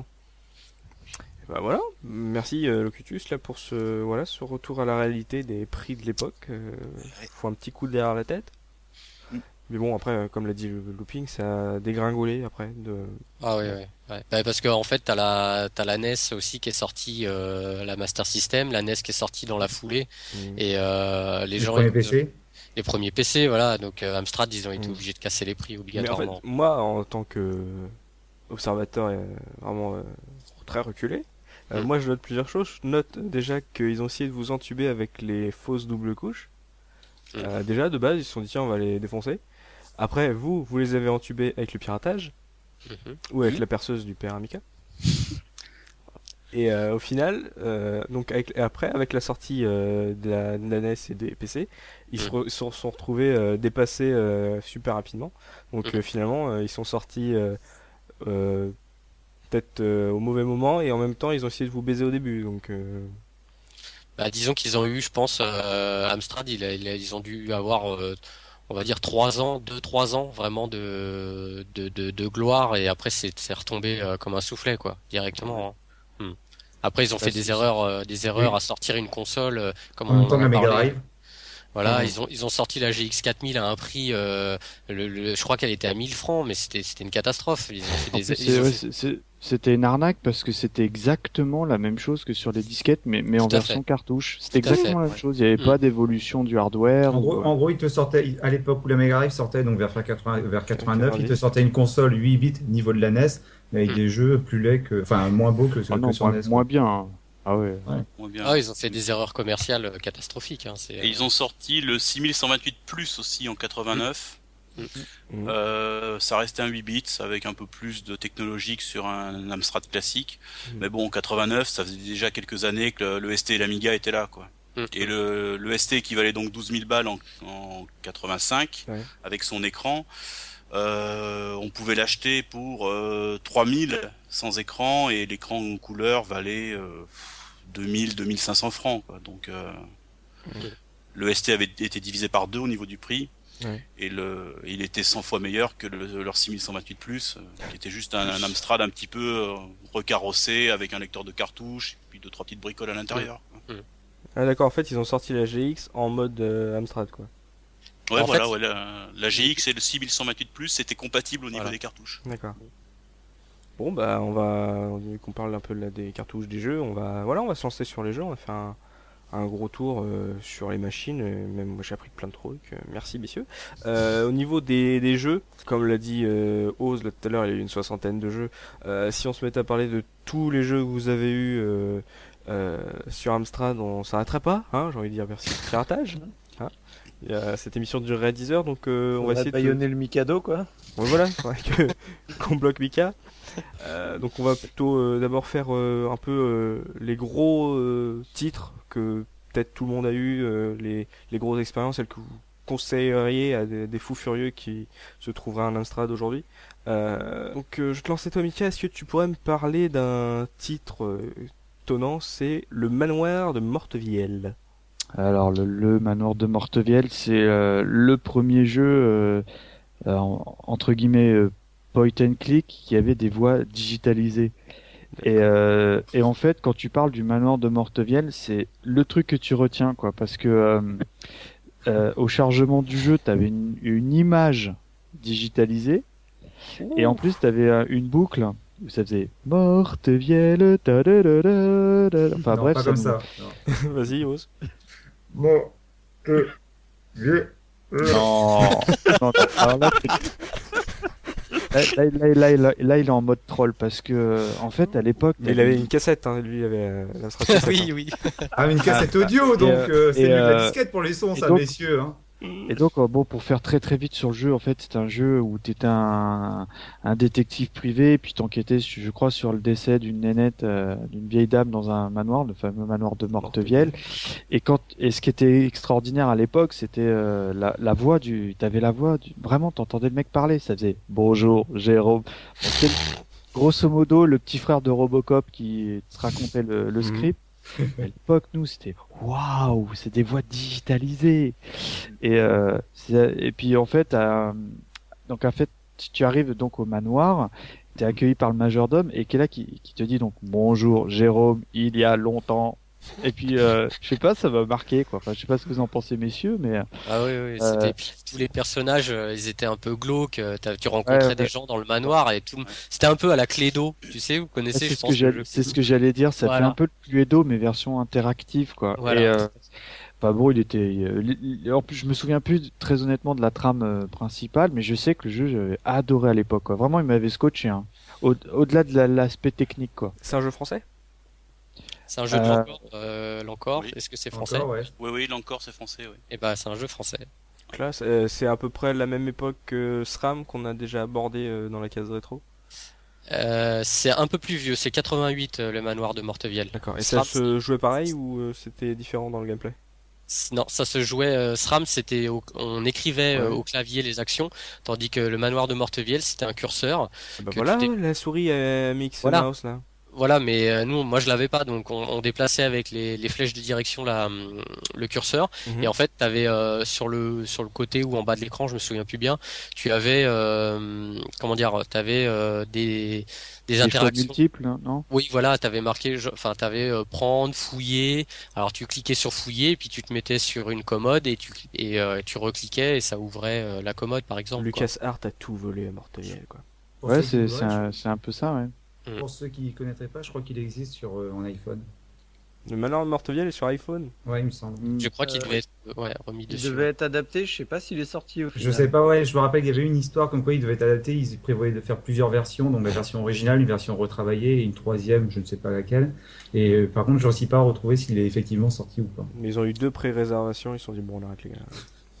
Et bah voilà, merci euh, Locutus là pour ce voilà ce retour à la réalité des prix de l'époque. Euh, faut un petit coup derrière la tête. Mm. Mais bon après, euh, comme l'a dit le looping, ça a dégringolé après. De... Ah oui, oui. Ouais. Bah, parce qu'en fait, t'as la, t'as la N E S aussi qui est sortie, euh, la Master System, la N E S qui est sortie dans la foulée, Mm. et euh, les Les gens, premiers P C. les premiers P C, voilà. Donc euh, Amstrad, ils ont été Mm. obligés de casser les prix Mais en obligatoirement. fait, moi en tant que observateur euh, vraiment euh, très reculé, euh, Mm. moi je note plusieurs choses. Je note déjà qu'ils ont essayé de vous entuber avec les fausses doubles couches. Mm. Euh, déjà de base ils se sont dit tiens on va les défoncer. Après vous, vous les avez entubés avec le piratage. Mhm. Ou avec Mhm. la perceuse du père Amica. Et euh, au final, euh, donc avec, et après, avec la sortie euh, de, la, de la N E S et des P C, ils se Mhm. re- sont, sont retrouvés euh, dépassés euh, super rapidement. Donc Mhm. euh, finalement, euh, ils sont sortis euh, euh, peut-être euh, au mauvais moment et en même temps, ils ont essayé de vous baiser au début. Donc euh, Bah, disons qu'ils ont eu, je pense, euh, Amstrad, il a- il a- ils ont dû avoir, euh, on va dire, trois ans, deux, trois ans vraiment de, de, de, de gloire, et après c'est c'est retombé euh, comme un soufflet, quoi, directement. hein. Après, ils ont Ça, fait c'est- des erreurs, euh, des erreurs Oui. à sortir une console, euh, comme En même on temps en que la a Mega parlé. Drive. Voilà, Mhm. ils ont ils ont sorti la G X quatre mille à un prix, euh, le, le- je crois qu'elle était à mille francs, mais c'était c'était une catastrophe. Ils ont fait En des, plus, ils c'est- ont ouais, fait- c'est- c'est- c'était une arnaque parce que c'était exactement la même chose que sur les disquettes, mais, mais en Tout à version fait. cartouche. C'était Tout à fait, exactement la même ouais. chose. Il n'y avait Mm. pas d'évolution du hardware. En ou, gros, euh, en gros, il te sortait, à l'époque où la Mega Drive sortait, donc vers, quatre-vingts, vers quatre-vingt-neuf, il te quatre-vingt-dix. sortait une console huit bits niveau de la N E S, mais avec Mm. des jeux plus laids que, enfin, moins beaux que, Ah que non, sur moins, N E S. moins quoi. bien. hein. Ah ouais. Moins bien. Ah, ils ont fait des erreurs commerciales euh, catastrophiques. Hein, c'est, Et ils ont sorti le six mille cent vingt-huit plus aussi en quatre-vingt-neuf. Mhm. Euh, ça restait un huit bits avec un peu plus de technologie que sur un Amstrad classique. Mhm. Mais bon, en quatre-vingt-neuf, ça faisait déjà quelques années que le, le S T et l'Amiga étaient là, quoi. Mm. Et le, le S T qui valait donc douze mille balles en, en quatre-vingt-cinq, Ouais. avec son écran, euh, on pouvait l'acheter pour euh, trois mille sans écran, et l'écran en couleur valait euh, deux mille, deux mille cinq cents francs, quoi. Donc euh, Mm. le S T avait été divisé par deux au niveau du prix. Ouais. Et le, il était cent fois meilleur que le, leur six mille cent vingt-huit plus, euh, qui était juste un, un Amstrad un petit peu euh, recarrossé avec un lecteur de cartouche, et puis deux trois petites bricoles à l'intérieur. Ah d'accord, en fait ils ont sorti la G X en mode euh, Amstrad quoi. Ouais, En voilà, fait- ouais, la, la G X et le six mille cent vingt-huit plus, c'était compatible au niveau Voilà. des cartouches. D'accord. Bon bah on va, vu qu'on parle un peu là, des cartouches des jeux, on va, voilà, on va se lancer sur les jeux, on va faire un, un gros tour euh, sur les machines. euh, Même moi j'ai appris plein de trucs. euh, merci messieurs. Euh, au niveau des, des jeux, comme l'a dit euh, Oz là, tout à l'heure, il y a eu une soixantaine de jeux. Euh, si on se mettait à parler de tous les jeux que vous avez eu euh, euh, sur Amstrad, on s'arrêterait pas. Hein, j'ai envie de dire merci le piratage. Hein. Il y a- cette émission durerait dix heures, donc euh, on va On va essayer de baïonner le Mikado, quoi. Ouais, voilà, faudrait que qu'on bloque Mika. Euh, donc on va plutôt euh, d'abord faire euh, un peu euh, les gros euh, titres que peut-être tout le monde a eu, euh, les, les grosses expériences, celles que vous conseilleriez à des, des fous furieux qui se trouveraient à un Amstrad aujourd'hui. Euh, donc euh, je te lançais toi Mika, est-ce que tu pourrais me parler d'un titre euh, étonnant, c'est Le Manoir de Mortevielle. Alors le, le manoir de Mortevielle, c'est euh, le premier jeu euh, euh, en- entre guillemets euh, point and click qui avait des voix digitalisées. Et, euh, et en fait, quand tu parles du manoir de Mortevielle, c'est le truc que tu retiens, quoi, parce que euh, euh, au chargement du jeu, tu avais une, une image digitalisée, et en plus, tu avais une boucle où ça faisait Mortevielle, ta da da da da. Enfin non, bref, pas ça comme nous- ça. Non. Vas-y Ose. Non, non, alors là, c'est- là, là, là, là, là, là, il est en mode troll parce que en fait à l'époque Mais il avait une cassette, hein, lui il avait euh, l'Amstrad cassette, oui, hein. oui. Ah, une cassette audio, donc euh, euh, c'est et, mieux que la euh, disquette pour les sons, et ça, donc- messieurs. Hein. Et donc, euh, bon, pour faire très très vite sur le jeu, en fait, c'est un jeu où tu étais un, un détective privé, et puis t'enquêtais, je crois, sur le décès d'une nénette, euh, d'une vieille dame dans un manoir, le fameux manoir de Mortevielle. Et quand, et ce qui était extraordinaire à l'époque, c'était euh, la, la voix du, t'avais la voix du, vraiment, t'entendais le mec parler, ça faisait bonjour, Jérôme. Donc, c'est grosso modo le petit frère de Robocop qui te racontait le, le Mhm. script. À l'époque, nous, c'était waouh, c'est des voix digitalisées. Et, euh, c'est- et puis en fait, euh, donc en fait, tu tu arrives donc au manoir, t'es accueilli par le majordome et qui est là qui, qui te dit donc bonjour Jérôme, il y a longtemps. Et puis euh, je sais pas, ça m'a marqué quoi. Enfin, je sais pas ce que vous en pensez messieurs, mais Ah oui, oui, Euh, c'était, puis tous les personnages, euh, ils étaient un peu glauques. euh, t'as- Tu rencontrais Ouais, des ouais. gens dans le manoir et tout. C'était un peu à la Clédo, tu sais, vous connaissez, c'est je ce pense. que le j'allais, jeu c'est Cluedo. ce que j'allais dire. Ça Voilà. fait un peu le Cluedo mais version interactive quoi. Voilà. Et euh, enfin bon, il était. euh, li- li- en plus, je me souviens plus très honnêtement de la trame euh, principale, mais je sais que le jeu j'avais adoré à l'époque. Quoi. Vraiment, il m'avait scotché. Hein. Au- au-delà de la- l'aspect technique quoi. C'est un jeu français? C'est un jeu de Euh, l'encore. Euh, l'encore, oui. est-ce que c'est français? Encore, ouais. Oui, oui, là encore, c'est français, oui. Eh ben, c'est un jeu français. Classe. Euh, c'est à peu près la même époque que SRAM qu'on a déjà abordé euh, dans la case rétro. Euh, c'est un peu plus vieux, c'est quatre-vingt-huit, euh, le manoir de Mortevielle. D'accord. Et SRAM, ça se jouait pareil ou euh, c'était différent dans le gameplay? c'est- Non, ça se jouait. Euh, SRAM, c'était au- on écrivait euh, Ouais. au clavier les actions, tandis que le manoir de Mortevielle, c'était un curseur. Ah bah Que voilà, tu t'es- la souris euh, Mix Voilà. Mouse là. Voilà, mais euh, nous, moi je l'avais pas, donc on, on déplaçait avec les, les flèches de direction la, hum, le curseur, Mhm. et en fait, t'avais euh, sur le sur le côté ou en bas de l'écran, je me souviens plus bien, tu avais euh, comment dire, t'avais euh, des des Des choix interactions. multiples, hein, non? Oui, voilà, t'avais marqué, je- enfin, t'avais euh, prendre, fouiller. Alors tu cliquais sur fouiller, puis tu te mettais sur une commode et tu cli- et euh, tu recliquais et ça ouvrait euh, la commode, par exemple. quoi. Lucas Hart a tout volé à Morteliel, quoi. Pour Ouais, ceux qui c'est voudraient, c'est un, c'est un peu ça, ouais. je- pour ceux qui ne connaîtraient pas, je crois qu'il existe sur euh, en iPhone. Le malin de Morteliel est sur iPhone. Ouais, il me semble. Mm. Je crois qu'il Euh, devait être euh, ouais, remis Il dessus. devait être adapté, je sais pas s'il est sorti au Je final. sais pas, ouais, je me rappelle qu'il y avait une histoire comme quoi il devait être adapté, ils prévoyaient de faire plusieurs versions, donc la version originale, une version retravaillée et une troisième, je ne sais pas laquelle. Et euh, par contre, je ne réussis pas à retrouver s'il est effectivement sorti ou pas. Mais ils ont eu deux pré-réservations, ils se sont dit bon on arrête les gars.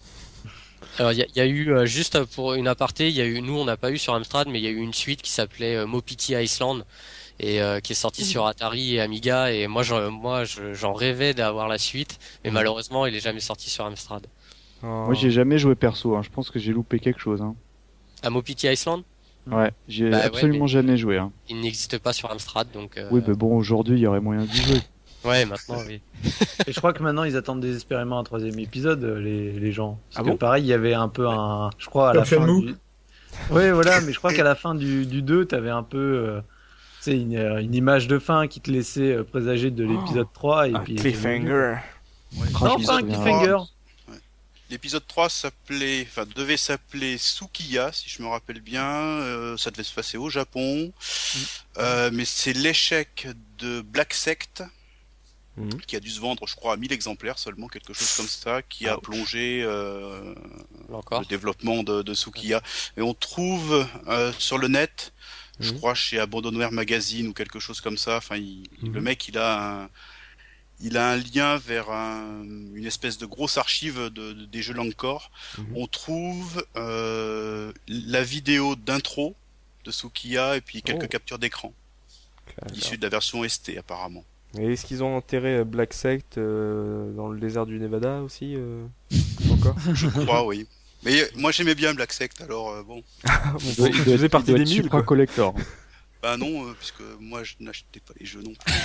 Alors il y, a- il y a eu euh, juste pour une aparté, il y a eu nous on n'a pas eu sur Amstrad, mais il y a eu une suite qui s'appelait euh, Mopiti Iceland et euh, qui est sortie sur Atari et Amiga et moi j'en moi je- j'en rêvais d'avoir la suite, mais malheureusement il est jamais sorti sur Amstrad. Moi, j'ai jamais joué perso, hein. Je pense que j'ai loupé quelque chose, hein. À Mopiti Iceland, Ouais, j'ai Bah ouais, absolument mais- jamais joué, hein. il n'existe pas sur Amstrad, donc euh, Oui, mais bon, aujourd'hui, il y aurait moyen d'y jouer. ouais maintenant oui. Et je crois que maintenant ils attendent désespérément un troisième épisode, euh, les, les gens. Parce Ah que bon pareil, il y avait un peu un. Je crois à Comme la fin Shenmue. du. Ouais, voilà, mais je crois qu'à la fin du, du deux, t'avais un peu. Euh, tu sais, une, euh, une image de fin qui te laissait euh, présager de l'épisode trois. Et Un puis, cliffhanger. Ouais, Ah, Non, je me pas un souviens. cliffhanger. L'épisode trois s'appelait, enfin devait s'appeler Sukiya, si je me rappelle bien. Euh, ça devait se passer au Japon. Euh, mais c'est l'échec de Black Sect, Mhm. qui a dû se vendre, je crois, à mille exemplaires seulement, quelque chose comme ça, qui a Ouch. plongé euh, Là encore. le développement de, de Sukiya. Et on trouve euh, sur le net, je Mhm. crois chez Abandonware Magazine ou quelque chose comme ça. Enfin, il- Mhm. le mec, il a un, il a un lien vers un- une espèce de grosse archive de, de- des jeux Langcore. Mhm. On trouve euh, la vidéo d'intro de Sukiya et puis quelques Oh. captures d'écran Claire. issues de la version S T apparemment. Et est-ce qu'ils ont enterré euh, Black Sect euh, dans le désert du Nevada aussi euh, encore? Je crois, oui. Mais euh, moi j'aimais bien Black Sect, alors euh, bon. Il Il doit- il doit faisait être- partie il doit des être mille, Supra quoi. Collector. Bah non, euh, puisque moi je n'achetais pas les jeux non plus.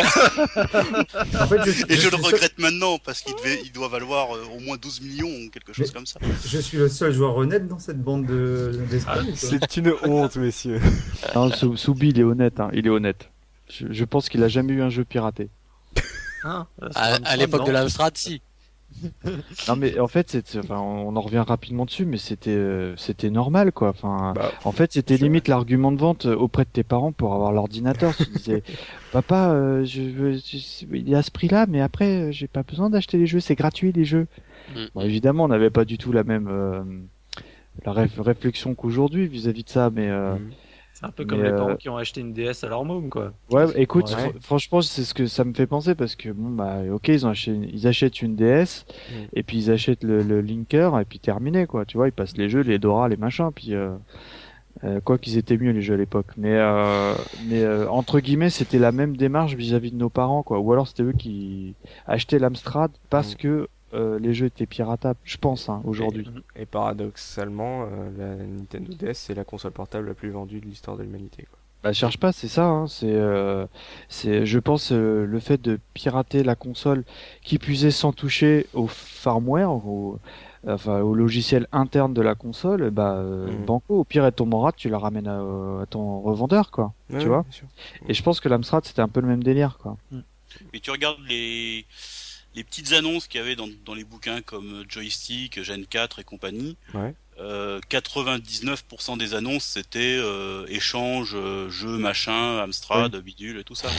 En fait, je, Et je suis le seul- regrette maintenant parce qu'il devait, il doit valoir euh, au moins douze millions ou quelque chose Mais- comme ça. je suis le seul joueur honnête dans cette bande de d'esprits. ou quoi C'est une honte, messieurs. Non, Sou- Soubi, il est honnête, hein. Il est honnête. Je, je pense qu'il a jamais eu un jeu piraté. Hein, sur À, à Amstrad, l'époque non. de l'Amstrad, si. Non, mais en fait, c'est, enfin, on en revient rapidement dessus, mais c'était, euh, c'était normal, quoi. Enfin, Bah, en fait, c'était sûr. limite l'argument de vente euh, auprès de tes parents pour avoir l'ordinateur. Tu disais, papa, euh, je veux, je- il est à ce prix-là, mais après, euh, j'ai pas besoin d'acheter les jeux, c'est gratuit les jeux. Mm. Bon, évidemment, on n'avait pas du tout la même euh, la réf- réflexion qu'aujourd'hui vis-à-vis de ça, mais euh, Mhm. C'est un peu comme Mais, les euh, parents qui ont acheté une D S à leur môme, quoi. ouais, écoute, Ouais. fr- franchement, c'est ce que ça me fait penser parce que bon, bah, ok, ils ont acheté, une- ils achètent une D S Mm. et puis ils achètent le, le linker et puis terminé, quoi. Tu vois, ils passent les jeux, les Dora, les machins, puis euh, euh, quoi qu'ils étaient mieux les jeux à l'époque. Mais euh, mais euh, entre guillemets, c'était la même démarche vis-à-vis de nos parents, quoi. Ou alors c'était eux qui achetaient l'Amstrad parce Mm. que euh, les jeux étaient piratables, je pense, hein, aujourd'hui. Et paradoxalement, euh, la Nintendo D S c'est la console portable la plus vendue de l'histoire de l'humanité, quoi. Bah, cherche pas, c'est ça. Hein, c'est, euh, c'est, je pense, euh, le fait de pirater la console, qui plus est sans toucher au firmware, au, enfin au logiciel interne de la console, bah euh, Mhm. banco. Au pire, elle tombe en rate, tu la ramènes à, à ton revendeur, quoi. Ouais, tu ouais, vois. bien sûr. Et je pense que l'Amstrad, c'était un peu le même délire, quoi. Mais tu regardes les, les petites annonces qu'il y avait dans, dans les bouquins comme Joystick, Gen quatre et compagnie. Ouais. Euh, quatre-vingt-dix-neuf pour cent des annonces c'était euh, échange, euh, jeu, machin, Amstrad, bidule et tout ça.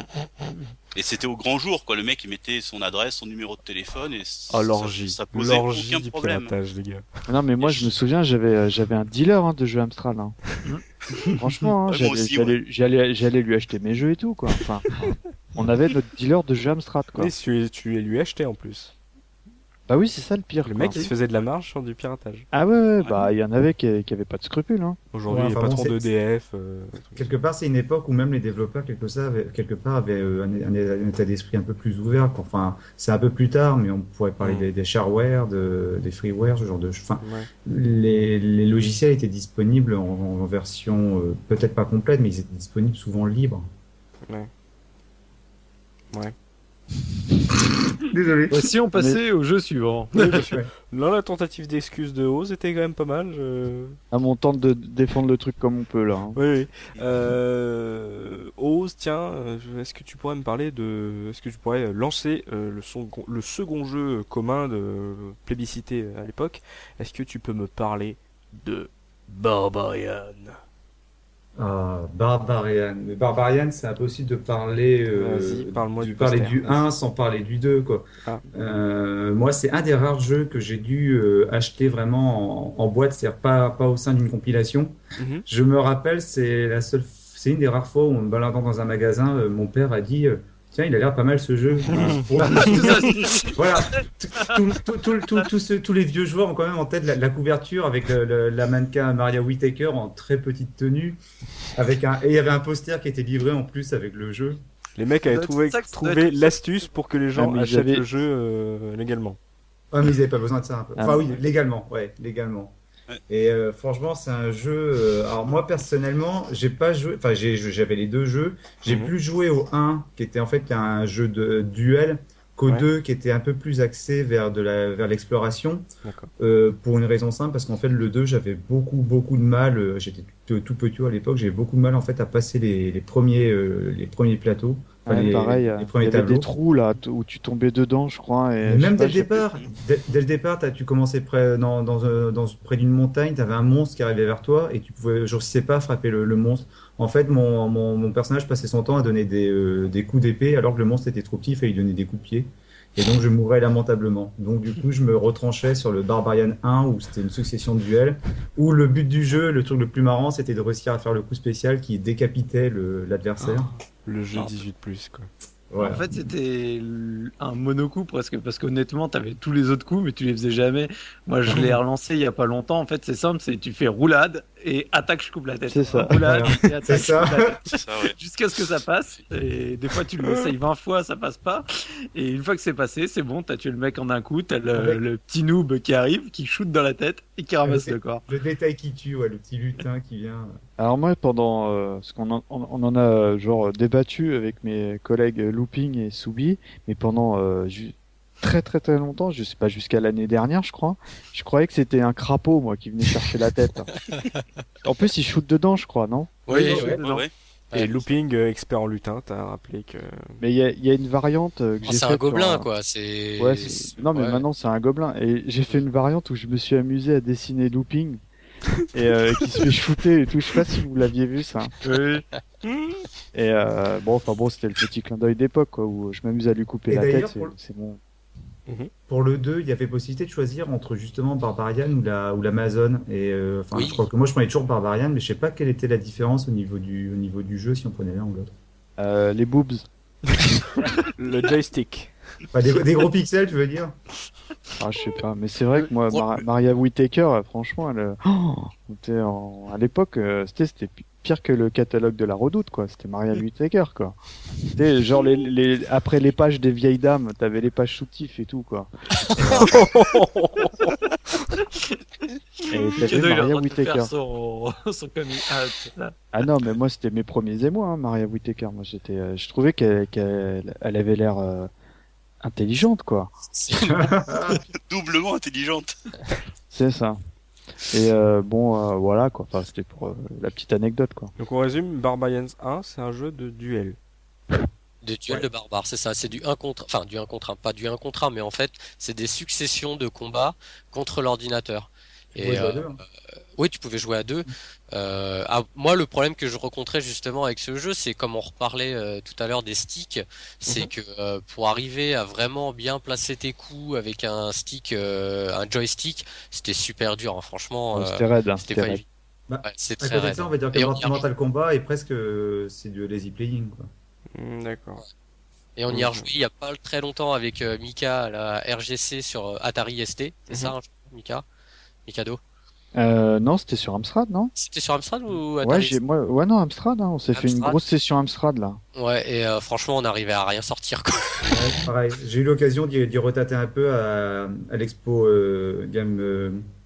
Et c'était au grand jour, quoi. Le mec il mettait son adresse, son numéro de téléphone et Oh, ça, l'orgie. ça posait L'orgie aucun du problème. piratage, les gars. Non, mais moi, je me souviens, j'avais, euh, j'avais un dealer hein, de jeux Amstrad. Hein. Franchement, hein, Ouais, moi j'allais, aussi, j'allais, j'allais, j'allais lui acheter mes jeux et tout, quoi. Enfin, on avait notre dealer de jeux Amstrad, quoi. Oui, tu, tu les lui achetais en plus. Bah oui, c'est ça le pire. Le quoi. mec il se faisait de la marge sur du piratage. Ah ouais, ouais, bah il y en avait qui, qui avaient pas de scrupules. Hein. Aujourd'hui, Ouais, les enfin bon, patrons c'est- d'E D F. euh, Quelque part, c'est une époque où même les développeurs, quelque, ça, avaient- quelque part, avaient euh, un, un- un état d'esprit un peu plus ouvert. quoi. Enfin, c'est un peu plus tard, mais on pourrait parler Mm. des, des shareware, de, des freeware, ce genre de. Enfin, ouais. les, les logiciels étaient disponibles en, en version euh, peut-être pas complète, mais ils étaient disponibles souvent libres. Ouais. Ouais. Désolé. Bah, si on passait au jeu suivant. Oui, bien sûr. Là, la tentative d'excuse de Oz était quand même pas mal. Je... À mon temps de défendre le truc comme on peut là. Hein. Oui, oui. Euh... Oz, tiens, euh, est-ce que tu pourrais me parler de... Est-ce que tu pourrais lancer euh, le, son... le second jeu commun de plébiscité à l'époque? Est-ce que tu peux me parler de Barbarian? Ah, Barbarian. Mais Barbarian, c'est impossible de parler, euh, Vas-y, parle-moi de du parler poster. du un sans parler du deux, quoi. Ah. Euh, moi, c'est un des rares jeux que j'ai dû euh, acheter vraiment en, en boîte, c'est-à-dire pas, pas au sein d'une compilation. Mhm. Je me rappelle, c'est la seule, c'est une des rares fois où, en me baladant dans un magasin, euh, mon père a dit, euh, tiens, il a l'air pas mal ce jeu. Voilà. Voilà. Tout- tout- tout- tout- tout ce- tous les vieux joueurs ont quand même en tête la, la couverture avec le- le- la mannequin Maria Whittaker en très petite tenue, avec un, et il y avait un poster qui était livré en plus avec le jeu. Les mecs avaient Ça doit être trouvé, ça que ça doit trouvé être ça. l'astuce pour que les gens Ah, mais ils achètent avaient- le jeu euh, légalement. Ouais, mais ils n'avaient pas besoin de ça un peu. Ah, Enfin, mais- oui, légalement, ouais, légalement. Ouais. Et euh, franchement, c'est un jeu. euh, alors moi personnellement, j'ai pas joué. Enfin, j'ai, j'avais les deux jeux. J'ai Mhm. plus joué au un, qui était en fait un jeu de duel, qu'au Ouais. deux, qui était un peu plus axé vers de la vers l'exploration. D'accord. Euh, pour une raison simple, parce qu'en fait le deux, j'avais beaucoup beaucoup de mal. euh, J'étais tout, tout petit à l'époque, j'avais beaucoup de mal en fait à passer les, les premiers euh, les premiers plateaux. Enfin, Ouais, les, pareil, les euh, il y premiers avait tableaux. des trous là t- où tu tombais dedans, je crois. Et Mais je sais même pas, dès le j'ai- départ, dès, dès le départ, t'as- tu commençais près, dans, dans, un- dans, près d'une montagne, tu avais un monstre qui arrivait vers toi et tu pouvais, je sais pas, frapper le, le monstre. En fait, mon, mon, mon personnage passait son temps à donner des, euh, des coups d'épée alors que le monstre était trop petit, il fallait lui donner des coups de pied. Et donc je mourais lamentablement. Donc du coup, je me retranchais sur le Barbarian un où c'était une succession de duels, où le but du jeu, le truc le plus marrant, c'était de réussir à faire le coup spécial qui décapitait le- l'adversaire. Le jeu Ah. dix-huit plus, quoi. Voilà. En fait, c'était l- un monocoup presque, parce qu'honnêtement, t'avais tous les autres coups, mais tu les faisais jamais. Moi, je l'ai relancé il y a pas longtemps. En fait, c'est simple, c'est tu fais roulade et attaque, je coupe la tête. C'est ça. Roulade et C'est attaque, je ça. coupe la tête. C'est ça, ouais. Jusqu'à ce que ça passe. Et des fois, tu l'essayes vingt fois, ça passe pas. Et une fois que c'est passé, c'est bon, t'as tué le mec en un coup, t'as le, Avec- le petit noob qui arrive, qui shoot dans la tête et qui ramasse Avec- le corps. Le détail qui tue, ouais, le petit lutin qui vient. Alors moi, pendant, euh, parce qu'on en, on, on en a euh, genre débattu avec mes collègues euh, Looping et Soubi, mais pendant euh, ju- très très très longtemps, je sais pas, jusqu'à l'année dernière, je crois, je croyais que c'était un crapaud, moi, qui venait chercher la tête. En plus, il shoot dedans, je crois, non? Oui, Oui, oui. ouais. Ouais, ouais. Et Ouais. Looping, euh, expert en lutin, t'as rappelé que... Mais il y a, il y a une variante euh, que Oh, j'ai c'est faite un gobelin, sur un- quoi. C'est. Ouais, c'est- non mais ouais. maintenant c'est un gobelin et j'ai fait une variante où je me suis amusé à dessiner Looping et euh, qui se fait shooter et tout. Je sais pas si vous l'aviez vu ça. Oui. Et euh, bon, enfin bon, c'était le petit clin d'œil d'époque quoi, où je m'amuse à lui couper Et la d'ailleurs, tête. C'est, pour le- c'est bon. Pour le deux, il y avait possibilité de choisir entre justement Barbarian ou la ou l'Amazon. Et euh, enfin, Oui. je crois que moi je prenais toujours Barbarian, mais je sais pas quelle était la différence au niveau du au niveau du jeu si on prenait l'un ou l'autre. Euh, les boobs. Le joystick. Enfin, des, des gros pixels, tu veux dire? Ah, je sais pas, mais c'est vrai que moi, Gros- Mar- Maria Whittaker, euh, franchement, elle, euh, oh, c'était en... à l'époque, euh, c'était, c'était pi- pire que le catalogue de la Redoute, quoi. C'était Maria Whittaker, quoi. C'était genre les, les, après les pages des vieilles dames, t'avais les pages soutifs et tout, quoi. Et t'avais Cadeau, il est en Maria train de Whittaker. faire son, son coming out, c'est ça. Ah non, mais moi, c'était mes premiers émois, hein, Maria Whittaker. Moi, j'étais, euh, je trouvais qu'elle, qu'elle elle avait l'air euh, intelligente, quoi. C'est- Doublement intelligente. C'est ça. Et euh, bon, euh, voilà, quoi. Enfin, c'était pour euh, la petite anecdote, quoi. Donc on résume, Barbarians un, c'est un jeu de duel. De duel Ouais. de barbares, c'est ça. C'est du un contre, enfin du un contre un, pas du un contre un, mais en fait, c'est des successions de combats contre l'ordinateur. Et Ouais, bah, euh, deux, hein. oui, tu pouvais jouer à deux. Euh, ah, moi, le problème que je rencontrais justement avec ce jeu, c'est comme on reparlait euh, tout à l'heure des sticks, c'est Mhm. que euh, pour arriver à vraiment bien placer tes coups avec un stick, euh, un joystick, c'était super dur. Hein, franchement, Euh, euh, c'était raide, hein, c'était c'était pas raide. évident. Bah, Ouais, c'est À très côté de raide. ça, on va dire que Et on y Mortal arrive. Mortal Kombat est presque euh, c'est du lazy playing, quoi. Hmm, D'accord. Et on y a Mhm. rejoué il y a pas très longtemps avec euh, Mika à la R G C sur euh, Atari S T. C'est Mhm. ça, hein, Mika? Mikado? Euh, non, c'était sur Amstrad, non? C'était sur Amstrad ou Atari Ouais, S T? j'ai, moi, ouais, non, Amstrad, hein, on s'est fait une Amstrad. grosse session Amstrad, là. Ouais, et euh, franchement, on arrivait à rien sortir, quoi. Ouais, pareil. J'ai eu l'occasion d'y d'y retâter un peu à, à l'expo euh, Game, euh,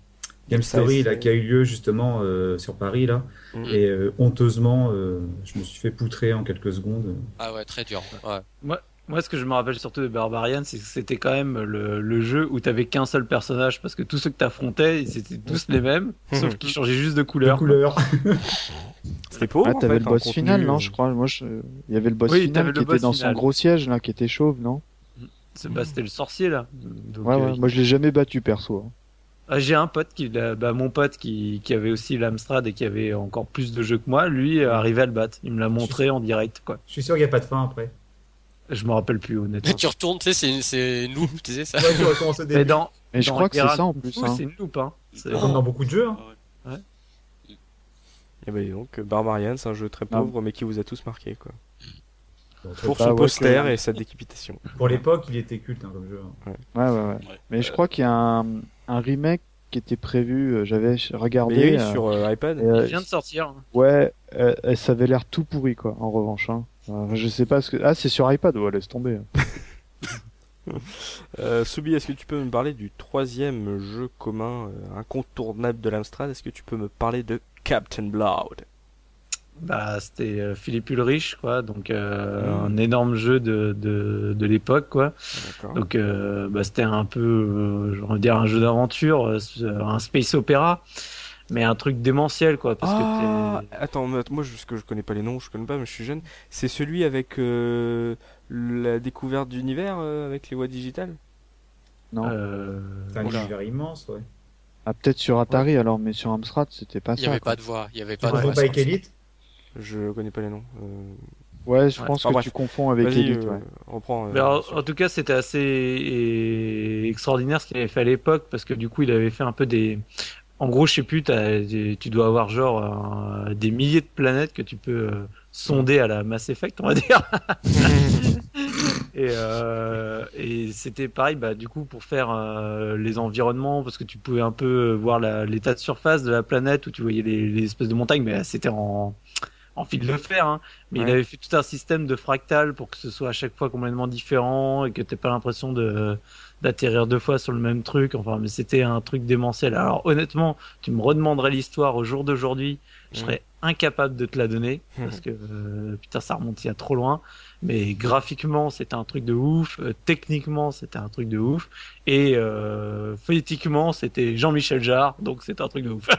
Game Ça, Story c'est- là, qui a eu lieu justement euh, sur Paris là, Mm. et euh, honteusement, euh, je me suis fait poutrer en quelques secondes. Ah ouais, très dur. Ouais. Moi, moi, ce que je me rappelle surtout de Barbarian, c'est que c'était quand même le, le jeu où t'avais qu'un seul personnage, parce que tous ceux que t'affrontais, ils étaient tous les mêmes, sauf qu'ils changeaient juste de De couleur. couleur. C'était pauvre. Ah, en t'avais fait, le un boss contenu, final, non, euh, je crois. Moi, je... il y avait le boss Oui, final t'avais qui le était boss dans final. son gros siège, là, qui était chauve, non? C'est- Bah, c'était le sorcier là. Donc, Ouais, euh, ouais. Moi, je l'ai jamais battu, perso. hein. Ah, j'ai un pote qui, l'a- bah, mon pote qui, qui avait aussi l'Amstrad et qui avait encore plus de jeux que moi, lui euh, arrivait à le battre. Il me l'a montré en direct, quoi. Je suis sûr qu'il n'y a pas de fin après. Je me rappelle plus honnêtement. Tu retournes, tu sais, c'est une, c'est une loupe, tu sais ça. Ouais, tu recommences au Mais début. dans, Mais je dans crois que c'est Guerra ça, en Kung plus. Fu, hein. c'est une loupe, hein. C'est- Comme dans beaucoup de jeux. Hein. Et ben donc, Barbarian, c'est un jeu très Ah. pauvre, mais qui vous a tous marqué, quoi. Bon, Pour pas, son ouais, poster que- et sa décapitation. Pour l'époque, il était culte hein, comme jeu. hein. Ouais, ouais, ouais. Ouais. Mais je crois qu'il y a un, un remake qui était prévu. euh, J'avais regardé. Mais il y a eu euh, sur euh, iPad. et, Il euh, vient de sortir. hein. Ouais, euh, euh, ça avait l'air tout pourri, quoi, en revanche. Hein. Euh, je sais pas ce que. Ah, c'est sur iPad, ouais, laisse tomber. Euh, Soubi, est-ce que tu peux me parler du troisième jeu commun euh, incontournable de l'Amstrad? Est-ce que tu peux me parler de Captain Blood? Bah, c'était euh, Philippe Ulrich, quoi. Donc, euh, Mm. un énorme jeu de, de, de l'époque, quoi. D'accord. Donc, euh, bah, c'était un peu, euh, j'aurais dire, un jeu d'aventure, euh, un space opéra, mais un truc démentiel, quoi. Parce Ah, que t'es- attends, moi, moi, je, parce que je connais pas les noms, je connais pas, mais je suis jeune. C'est celui avec euh, la découverte d'univers euh, avec les voix digitales? Non. euh, C'est un Oula. univers immense, ouais. Ah, peut-être sur Atari, alors, mais sur Amstrad, c'était pas Il n'y ça. avait quoi. pas de voix, il y avait Tu pas de confonds voix. pas avec sur le- Elite? Je connais pas les noms. Euh, Ouais, je Ouais. pense Ah, que bref. tu confonds avec Vas-y, Elite, euh, ouais. reprends. euh, Mais en, sur- en tout cas, c'était assez euh, extraordinaire ce qu'il avait fait à l'époque, parce que du coup, il avait fait un peu des. En gros, je sais plus, t'as- tu dois avoir genre euh, des milliers de planètes que tu peux euh, sonder à la Mass Effect, on va dire. Et, euh, et c'était pareil, bah, du coup, pour faire euh, les environnements, parce que tu pouvais un peu voir la- l'état de surface de la planète, où tu voyais les, les espèces de montagnes, mais c'était en, en fil de fer. Hein. Mais il Ouais. avait fait tout un système de fractal pour que ce soit à chaque fois complètement différent et que t'aies pas l'impression de d'atterrir deux fois sur le même truc. Enfin, mais c'était un truc démentiel. Alors honnêtement, tu me redemanderais l'histoire au jour d'aujourd'hui, je Mhm. serais incapable de te la donner parce que euh, putain, ça remonte il y a trop loin. Mais graphiquement, c'était un truc de ouf. Euh, techniquement, c'était un truc de ouf. Et euh, phonétiquement, c'était Jean-Michel Jarre, donc c'était un truc de ouf.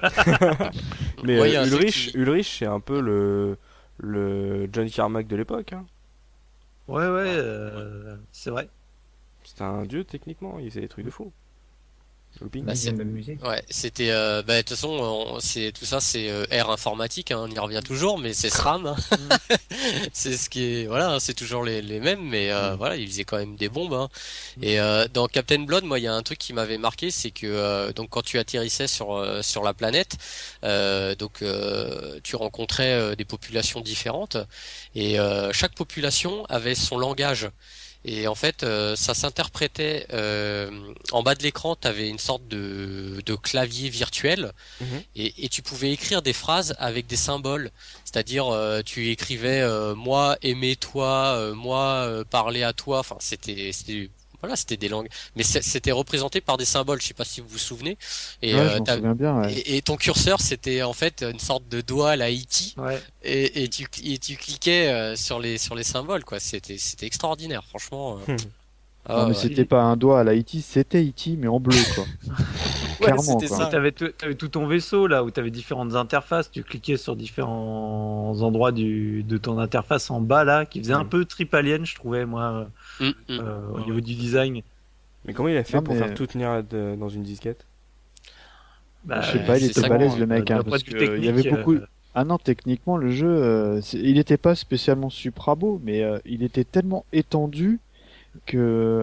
Mais Ouais, il y a euh, un truc Ulrich, qui- Ulrich, c'est un peu le, le John Carmack de l'époque. Hein. ouais, ouais, euh, c'est vrai. C'était un dieu techniquement, il faisait des trucs de fou. Looping. Bah, Ils c'est- aiment la musique. Ouais, c'était. euh, bah, de toute façon, on- c'est tout ça, c'est euh, ère informatique. Hein, on y revient toujours, mais c'est SRAM. hein. c'est ce qui est. Voilà, hein, c'est toujours les, les mêmes, mais euh, voilà, ils faisaient quand même des bombes. Hein. Et euh, dans Captain Blood, moi, il y a un truc qui m'avait marqué, c'est que euh, donc quand tu atterrissais sur euh, sur la planète, euh, donc euh, tu rencontrais euh, des populations différentes, et euh, chaque population avait son langage. Et en fait, euh, ça s'interprétait euh, en bas de l'écran, tu avais une sorte de, de clavier virtuel Mhm. et, et tu pouvais écrire des phrases avec des symboles. C'est-à-dire, euh, tu écrivais euh, moi aimer toi, euh, moi euh, parler à toi. Enfin, c'était, c'était voilà, c'était des langues, mais c'est- c'était représenté par des symboles. Je sais pas si vous vous souvenez. Et, Ouais, euh, je m'en t'as- souviens bien, ouais. et, et ton curseur, c'était en fait une sorte de doigt à la E T Ouais. et, et tu et tu cliquais euh, sur les sur les symboles quoi. C'était c'était extraordinaire, franchement. euh. Hmm. Ah, Non, mais ouais. c'était pas un doigt à la E T, c'était E T, mais en bleu, quoi. Ouais, Clairement, c'était quoi. ça. T'avais tout, t'avais tout ton vaisseau là où t'avais différentes interfaces. Tu cliquais sur différents endroits du, de ton interface en bas là, qui faisait un Mm. peu trip alien, je trouvais moi, Mm, mm. euh, au Ouais, niveau ouais. du design. Mais comment il a fait Non, pour mais- faire tout tenir de- dans une disquette? Bah, Je sais pas, il c'est était ça, balèze bon, le mec, d'un hein, point parce de vue que euh, il y avait technique, beaucoup. euh, Ah non, techniquement, le jeu, euh, c'est- il était pas spécialement supra beau, mais euh, il était tellement étendu que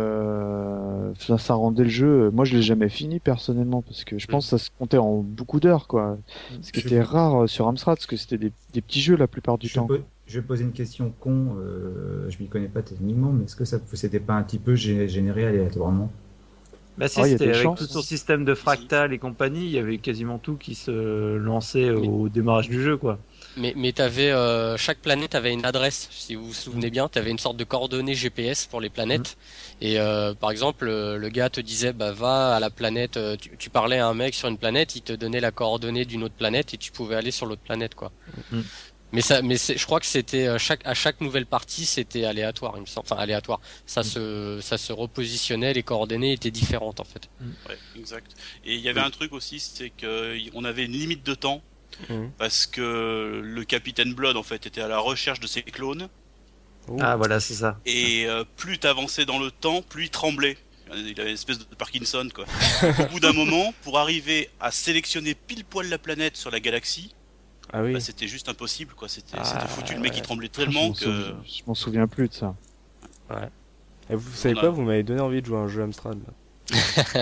euh, ça, ça rendait le jeu. Moi, je l'ai jamais fini personnellement parce que je pense que ça se comptait en beaucoup d'heures, quoi. Ce qui Je- était rare euh, sur Amstrad, parce que c'était des, des petits jeux la plupart du Je, temps. po- je vais poser une question con, euh, je m'y connais pas techniquement, mais est-ce que ça c'était pas un petit peu gé- généré aléatoirement? Bah si, Ah, il y a c'était des avec chances. tout son système de fractal et compagnie, il y avait quasiment tout qui se lançait au démarrage du jeu quoi. Mais, mais t'avais, euh, chaque planète avait une adresse, si vous vous souvenez bien, t'avais une sorte de coordonnées G P S pour les planètes. Mmh. Et euh, par exemple, le, le gars te disait, bah va à la planète. Tu, tu parlais à un mec sur une planète, il te donnait la coordonnée d'une autre planète et tu pouvais aller sur l'autre planète, quoi. Mmh. Mais ça, mais c'est, je crois que c'était chaque, à chaque nouvelle partie, c'était aléatoire, il me semble. Enfin, aléatoire. Ça mmh. se, ça se repositionnait, les coordonnées étaient différentes en fait. Mmh. Ouais, exact. Et il y avait mmh. un truc aussi, c'est que on avait une limite de temps. Mmh. Parce que le capitaine Blood en fait était à la recherche de ses clones. Oh. Ah voilà, c'est ça. Et euh, plus t'avançais dans le temps, plus il tremblait. Il avait une espèce de Parkinson quoi. Au bout d'un moment, pour arriver à sélectionner pile poil la planète sur la galaxie, ah oui. bah, c'était juste impossible quoi. C'était, ah, c'était foutu. Le mec ouais. il tremblait tellement je que. Souviens, je m'en souviens plus de ça. Ouais. Et vous savez quoi, vous m'avez donné envie de jouer à un jeu Amstrad là.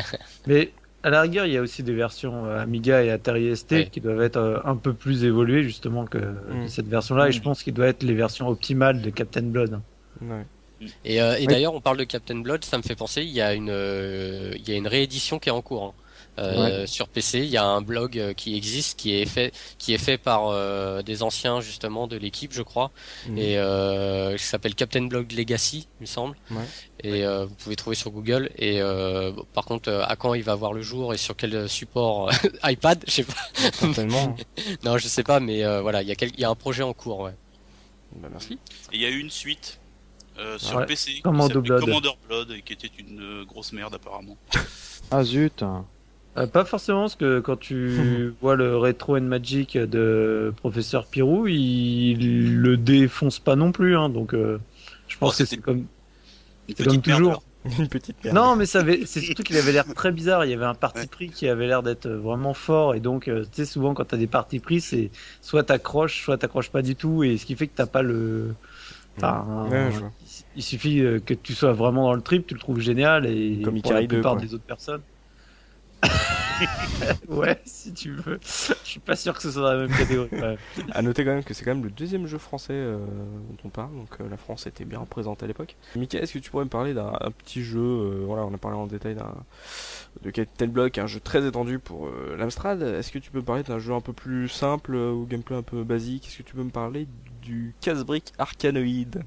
Mais à la rigueur, il y a aussi des versions euh, Amiga et Atari S T ouais. qui doivent être euh, un peu plus évoluées justement que mmh. cette version-là. Mmh. Et je pense qu'il doit être les versions optimales de Captain Blood. Ouais. Et, euh, et oui. d'ailleurs, on parle de Captain Blood, ça me fait penser, il y a une, euh, il y a une réédition qui est en cours. Hein. Euh, ouais. Sur P C, il y a un blog euh, qui existe, qui est fait, qui est fait par euh, des anciens justement de l'équipe, je crois, mmh. et euh, qui s'appelle Captain Blood Legacy, il me semble. Ouais. Et euh, vous pouvez trouver sur Google. Et euh, par contre, à quand il va voir le jour et sur quel support iPad, je sais pas. Certainement. Non, je sais pas, mais euh, voilà, il y a quel... il y a un projet en cours, ouais. Bah, merci. Et il y a eu une suite euh, sur ouais. P C qui Commando s'appelait Blood. Commander Blood et qui était une euh, grosse merde apparemment. Ah zut. Euh, pas forcément, parce que quand tu vois le Retro and Magic de Professeur Pirou, il le défonce pas non plus, hein, donc euh, je pense oh, que c'est comme, c'est comme toujours. Une petite merde. Non, mais ça avait, c'est surtout qu'il avait l'air très bizarre. Il y avait un parti pris qui avait l'air d'être vraiment fort, et donc euh, tu sais souvent quand t'as des partis pris, c'est soit t'accroches, soit t'accroches pas du tout, et ce qui fait que t'as pas le. Enfin, ouais, euh, il suffit que tu sois vraiment dans le trip, tu le trouves génial, et comme pour la plupart deux, des autres personnes. Ouais, si tu veux. Je suis pas sûr que ce soit dans la même catégorie. Ouais. À noter quand même que c'est quand même le deuxième jeu français euh, dont on parle, donc euh, la France était bien représentée à l'époque. Mickaël, est-ce que tu pourrais me parler d'un petit jeu, euh, voilà, on a parlé en détail d'un, de Captain Blood, un jeu très étendu pour euh, l'Amstrad. Est-ce que tu peux me parler d'un jeu un peu plus simple, euh, ou gameplay un peu basique? Est-ce que tu peux me parler du casse-brique Arkanoid?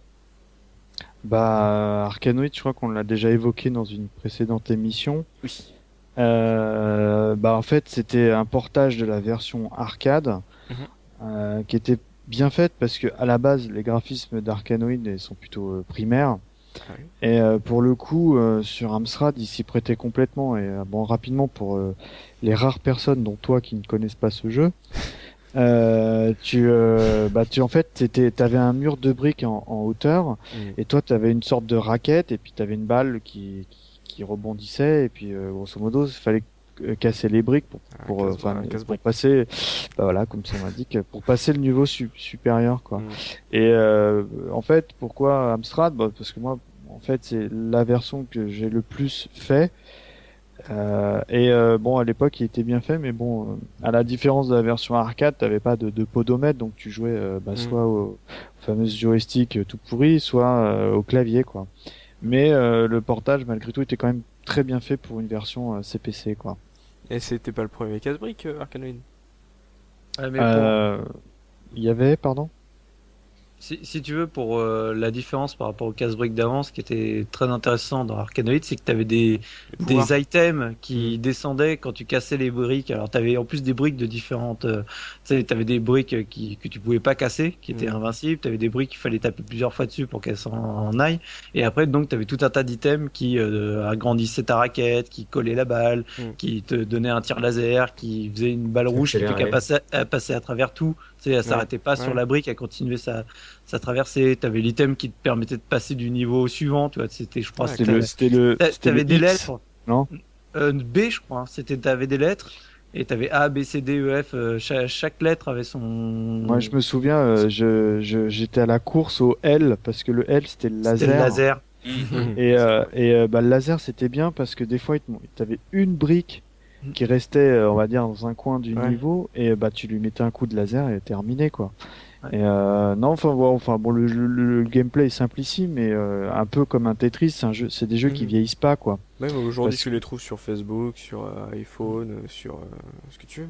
Bah, Arkanoid, je crois qu'on l'a déjà évoqué dans une précédente émission. Oui. Euh, bah en fait c'était un portage de la version arcade mmh. euh, qui était bien faite parce que à la base les graphismes d'Arkanoid sont plutôt euh, primaires ah oui. et euh, pour le coup euh, sur Amstrad ils s'y prêtaient complètement et euh, bon rapidement pour euh, les rares personnes dont toi qui ne connaissent pas ce jeu euh, tu euh, bah tu en fait c'était t'avais un mur de briques en, en hauteur mmh. et toi t'avais une sorte de raquette et puis t'avais une balle qui, qui qui rebondissait et puis euh, grosso modo il fallait euh, casser les briques pour pour, euh, enfin, pour passer bah voilà comme ça m'indique pour passer le niveau su- supérieur quoi. Mm. Et euh, en fait pourquoi Amstrad bah, parce que moi en fait c'est la version que j'ai le plus fait euh, et euh, bon à l'époque il était bien fait mais bon euh, à la différence de la version arcade t'avais pas de, de podomètre donc tu jouais euh, bah, mm. soit au, au fameux joystick tout pourri soit euh, au clavier quoi. Mais euh, le portage, malgré tout, était quand même très bien fait pour une version euh, C P C, quoi. Et c'était pas le premier casse-brique, euh, Arkanoid? Ouais, mais euh, pour... Il y avait, pardon si, si tu veux, pour euh, la différence par rapport au casse-brique d'avant, ce qui était très intéressant dans Arkanoid, c'est que tu avais des, des items qui mmh. descendaient quand tu cassais les briques. Alors, tu avais en plus des briques de différentes... Euh, tu sais, tu avais des briques qui, que tu pouvais pas casser, qui étaient mmh. invincibles. Tu avais des briques qu'il fallait taper plusieurs fois dessus pour qu'elles s'en en aillent. Et après, donc, tu avais tout un tas d'items qui euh, agrandissaient ta raquette, qui collaient la balle, mmh. qui te donnaient un tir laser, qui faisait une balle rouge qui fait qu'elle passait, elle passait à travers tout. Tu sais, elle s'arrêtait pas ouais. sur la brique, elle continuait sa, sa traversée. T'avais l'item qui te permettait de passer du niveau suivant, tu vois. C'était, je crois, ouais, c'était, c'était le, c'était t'avais le des X, lettres. Non? Euh, B, je crois. C'était, t'avais des lettres. Et t'avais A, B, C, D, E, F. Euh, chaque, chaque lettre avait son. Moi, je me souviens, euh, je, je, j'étais à la course au L parce que le L c'était le laser. C'était le laser. et euh, et euh, bah le laser c'était bien parce que des fois, t'avais une brique qui restait, on va dire, dans un coin du ouais. niveau, et bah tu lui mettais un coup de laser et terminé quoi. Ouais. Et euh, non, enfin bon, enfin bon, le, le, le gameplay est simplissime, mais euh, un peu comme un Tetris, c'est un jeu, c'est des jeux mmh. qui vieillissent pas quoi. Même aujourd'hui, Parce... tu les trouves sur Facebook, sur euh, iPhone, euh, sur euh, ce que tu veux. Quoi.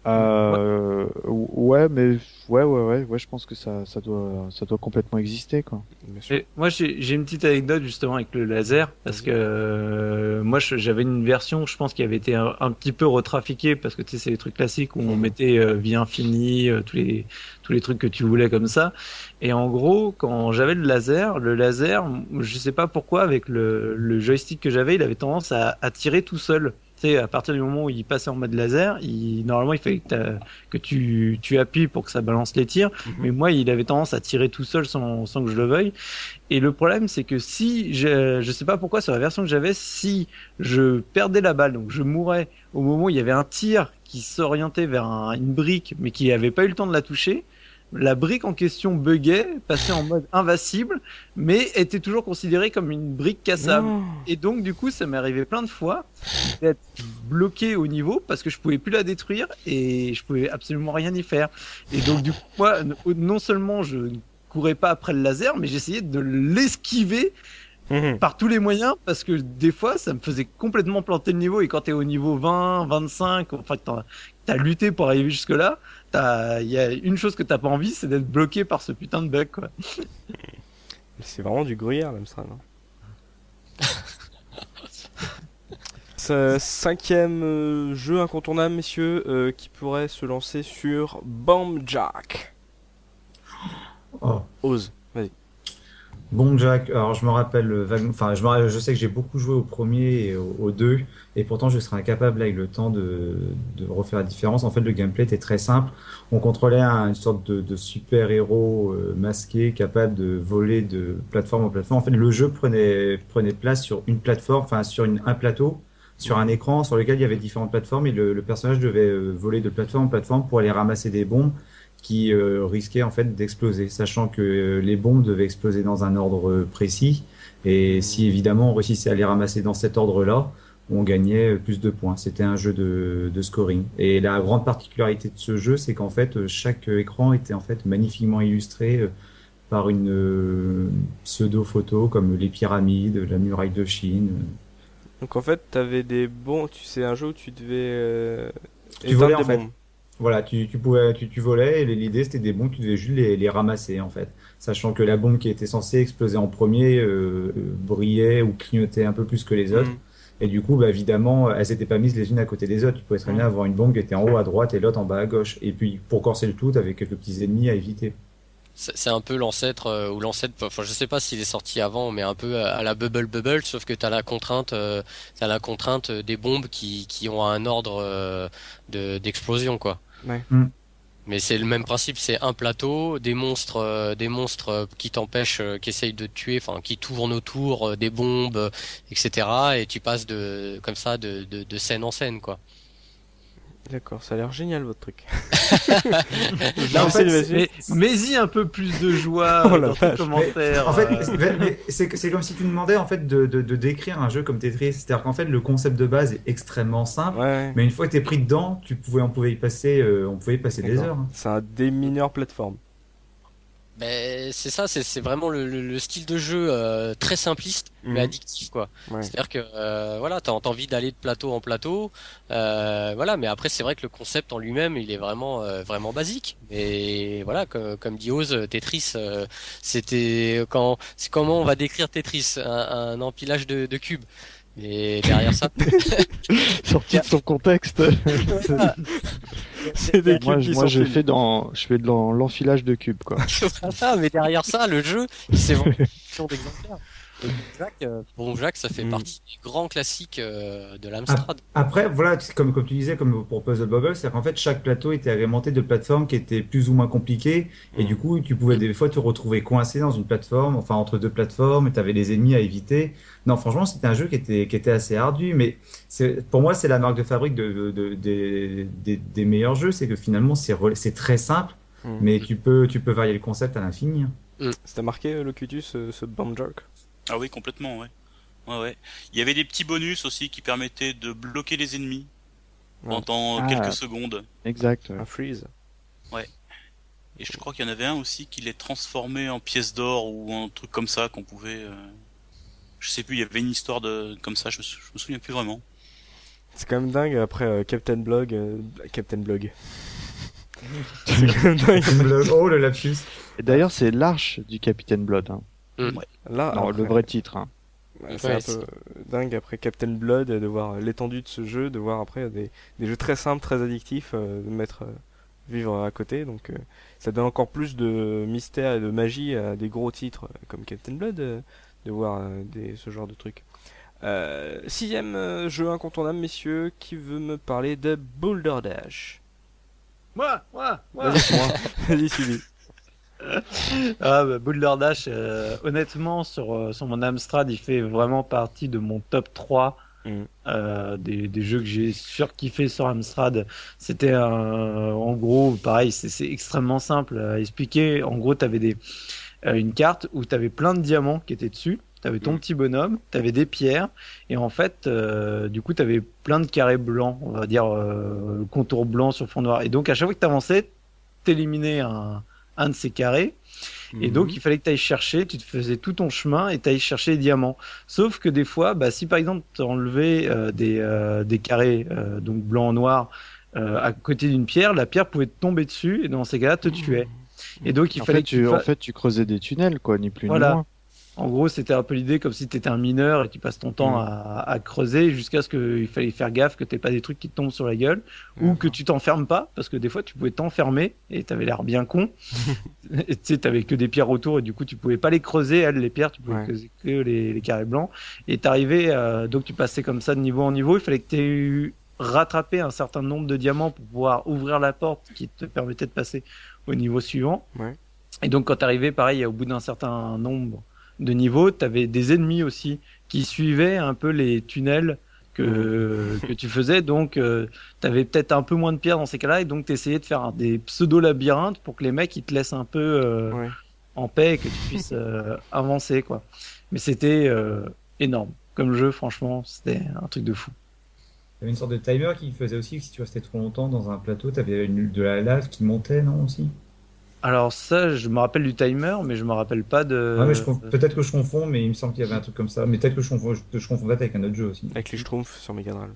Euh, ouais, mais ouais, ouais, ouais, ouais, je pense que ça, ça doit, ça doit complètement exister, quoi. Et moi, j'ai j'ai une petite anecdote justement avec le laser, parce que euh, moi, je- j'avais une version, je pense, qui avait été un, un petit peu retrafiquée, parce que tu sais, c'est les trucs classiques où on mettait euh, vie infinie, euh, tous les tous les trucs que tu voulais comme ça. Et en gros, quand j'avais le laser, le laser, je sais pas pourquoi, avec le, le joystick que j'avais, il avait tendance à, à tirer tout seul. Tu sais, à partir du moment où il passait en mode laser, il, normalement, il fallait que, t'as- que tu, tu appuies pour que ça balance les tirs. Mhm. Mais moi, il avait tendance à tirer tout seul sans, sans que je le veuille. Et le problème, c'est que si, je, je sais pas pourquoi, sur la version que j'avais, si je perdais la balle, donc je mourais au moment où il y avait un tir qui s'orientait vers un- une brique, mais qui avait pas eu le temps de la toucher, la brique en question buguait, passait en mode invincible, mais était toujours considérée comme une brique cassable. Non. Et donc, du coup, ça m'est arrivé plein de fois d'être bloqué au niveau parce que je pouvais plus la détruire et je pouvais absolument rien y faire. Et donc, du coup, moi, non seulement je ne courais pas après le laser, mais j'essayais de l'esquiver Mhm. par tous les moyens parce que des fois, ça me faisait complètement planter le niveau. Et quand t'es au niveau vingt, vingt-cinq, enfin, que t'as, t'as lutté pour arriver jusque-là, t'as, il y a une chose que t'as pas envie, c'est d'être bloqué par ce putain de bug, quoi. C'est vraiment du gruyère, l'Amstrad. Hein. Ce cinquième euh, jeu incontournable, messieurs, euh, qui pourrait se lancer sur Bomb Jack. Oh. Ose, vas-y. Bon Jack, alors je me rappelle vaguement, enfin je, me, je sais que j'ai beaucoup joué au premier et au, au deux, et pourtant je serais incapable avec le temps de, de refaire la différence. En fait, le gameplay était très simple. On contrôlait un, une sorte de, de super-héros euh, masqué capable de voler de plateforme en plateforme. En fait, le jeu prenait, prenait place sur une plateforme, enfin sur une, un plateau, sur un écran sur lequel il y avait différentes plateformes, et le, le personnage devait euh, voler de plateforme en plateforme pour aller ramasser des bombes qui euh, risquaient en fait d'exploser, sachant que euh, les bombes devaient exploser dans un ordre précis, et si évidemment on réussissait à les ramasser dans cet ordre-là, on gagnait plus de points. C'était un jeu de, de scoring. Et la grande particularité de ce jeu, c'est qu'en fait chaque écran était en fait magnifiquement illustré par une euh, pseudo-photo comme les pyramides, la muraille de Chine. Donc en fait, t'avais des bons. Tu sais, un jeu où tu devais. Euh, Tu volais, éteindre en des fait. bombes. Voilà, tu, tu pouvais, tu, tu volais, et l'idée c'était des bombes, tu devais juste les, les ramasser en fait. Sachant que la bombe qui était censée exploser en premier euh, euh, brillait ou clignotait un peu plus que les autres. Mhm. Et du coup, bah, évidemment, elles n'étaient pas mises les unes à côté des autres. Tu pouvais très bien avoir une bombe qui était en haut à droite et l'autre en bas à gauche. Et puis, pour corser le tout, tu avais quelques petits ennemis à éviter. C'est c'est un peu l'ancêtre euh, ou l'ancêtre, enfin je sais pas s'il est sorti avant, mais un peu à la Bubble Bubble, sauf que t'as la contrainte, euh, t'as la contrainte des bombes qui qui ont un ordre euh, de d'explosion quoi. Ouais. Mm. Mais c'est le même principe, c'est un plateau, des monstres, euh, des monstres euh, qui t'empêchent, euh, qui essayent de te tuer, enfin qui tournent autour, euh, des bombes, euh, et cetera. Et tu passes de comme ça de de, de scène en scène quoi. D'accord, ça a l'air génial votre truc. Là, en fait, Mais mets-y un peu plus de joie Oh la dans tes vache. commentaires. En fait, euh. mais- mais c'est que- c'est comme si tu demandais en fait de, de, de décrire un jeu comme Tetris. C'est-à-dire qu'en fait, le concept de base est extrêmement simple. Ouais, ouais. Mais une fois que t'es pris dedans, tu pouvais, on pouvait y passer, euh, on pouvait y passer des D'accord. heures. hein. C'est un démineur plateforme. Ben c'est ça, c'est c'est vraiment le, le, le style de jeu euh, très simpliste Mhm. mais addictif quoi. Ouais. C'est-à-dire que euh, voilà, t'as t'as envie d'aller de plateau en plateau, euh, voilà. Mais après, c'est vrai que le concept en lui-même, il est vraiment euh, vraiment basique. Et voilà, comme, comme dit Oz, Tetris, euh, c'était quand c'est comment on va décrire Tetris, un, un empilage de, de cubes. Et derrière ça, Sorti de son contexte. C'est des moi, cubes je- qui moi, je s'enfilent. fais dans, je fais dans l'enfilage de cubes, quoi. voilà, mais derrière ça, le jeu, il s'est vendu une million d'exemplaires. Et Bon Jack, euh, Bon Jack, ça fait Mm. partie des grands classiques euh, de l'Amstrad. Après, voilà, c'est comme, comme tu disais, comme pour Puzzle Bubble, c'est qu'en fait, chaque plateau était agrémenté de plateformes qui étaient plus ou moins compliquées. Et Mm. du coup, tu pouvais des fois te retrouver coincé dans une plateforme, enfin, entre deux plateformes, et tu avais des ennemis à éviter. Non, franchement, c'était un jeu qui était, qui était assez ardu, mais c'est, pour moi, c'est la marque de fabrique de, de, de- des, des, des meilleurs jeux, c'est que finalement, c'est, re- c'est très simple, Mm. mais tu peux, tu peux varier le concept à l'infini. C'était marqué euh, Locutus, ce, ce Bomb Jack. Ah oui, complètement, ouais. Ouais, ouais. Il y avait des petits bonus aussi qui permettaient de bloquer les ennemis Ouais. pendant Ah. quelques secondes. Exact. ouais. Un freeze. Et je crois qu'il y en avait un aussi qui les transformait en pièces d'or ou un truc comme ça qu'on pouvait. Euh... Je sais plus, il y avait une histoire de comme ça, je me, sou- je me souviens plus vraiment. C'est quand même dingue après euh, Captain Blog. Euh, Captain Blog. C'est quand même dingue. Le- Oh, le lapsus. Et d'ailleurs, c'est l'Arche du Capitaine Blood. Hein. Là, Non, après, le vrai titre. Hein. ouais, c'est Ouais, un c'est- peu euh, dingue après Captain Blood de voir l'étendue de ce jeu, de voir après des, des jeux très simples, très addictifs, euh, de mettre euh, vivre à côté. Donc euh, ça donne encore plus de mystère et de magie à des gros titres euh, comme Captain Blood, euh, de voir euh, des, ce genre de trucs. Euh, sixième euh, jeu incontournable, messieurs, qui veut me parler de Boulder Dash. Moi, moi, moi. Vas-y, c'est moi. Vas-y, Sylvie. Ah, bah, Boulder Dash, euh, honnêtement, sur, euh, sur mon Amstrad, il fait vraiment partie de mon top trois Mm. euh, des, des jeux que j'ai surkiffé sur Amstrad. C'était un, en gros, pareil, c'est c'est extrêmement simple à expliquer. En gros, tu avais des, euh, une carte où tu avais plein de diamants qui étaient dessus. Tu avais ton Mm. petit bonhomme, tu avais des pierres, et en fait, euh, du coup, tu avais plein de carrés blancs, on va dire, euh, contour blanc sur fond noir. Et donc, à chaque fois que tu avançais, tu éliminais un, un de ces carrés. Et Mhm. donc, il fallait que tu ailles chercher, tu te faisais tout ton chemin et tu ailles chercher les diamants. Sauf que des fois, bah, si par exemple tu enlevais euh, des, euh, des carrés, euh, donc blanc, noir, euh, à côté d'une pierre, la pierre pouvait te tomber dessus et dans ces cas-là, te tuer. Et donc, il En fallait fait, que tu, tu en fa- fait, tu creusais des tunnels, quoi, ni plus Voilà. ni moins. En gros, c'était un peu l'idée comme si tu étais un mineur et tu passes ton temps Mhm. à, à creuser jusqu'à ce qu'il fallait faire gaffe que t'aies pas des trucs qui te tombent sur la gueule ou que tu t'enfermes pas parce que des fois tu pouvais t'enfermer et t'avais l'air bien con. Et tu sais, t'avais que des pierres autour et du coup tu pouvais pas les creuser, elles, les pierres, tu pouvais Ouais. creuser que les, les carrés blancs. Et t'arrivais, euh, donc tu passais comme ça de niveau en niveau. Il fallait que t'aies eu rattrapé un certain nombre de diamants pour pouvoir ouvrir la porte qui te permettait de passer au niveau suivant. Ouais. Et donc quand t'arrivais, pareil, au bout d'un certain nombre de niveaux, t'avais des ennemis aussi qui suivaient un peu les tunnels que, que tu faisais. Donc, euh, t'avais peut-être un peu moins de pierres dans ces cas-là. Et donc, t'essayais de faire des pseudo-labyrinthes pour que les mecs, ils te laissent un peu euh, Ouais. en paix et que tu puisses euh, avancer, quoi. Mais c'était euh, énorme. Comme jeu, franchement, c'était un truc de fou. Il y avait une sorte de timer qui faisait aussi que si tu restais trop longtemps dans un plateau, tu avais une, de la lave qui montait, non aussi? Alors ça, je me rappelle du timer, mais je me rappelle pas de... Ah, mais je conf- peut-être que je confonds, mais il me semble qu'il y avait un truc comme ça. Mais peut-être que je confonds, que je confonds peut-être avec un autre jeu aussi. Avec les Schtroumpfs sur Mega Drive.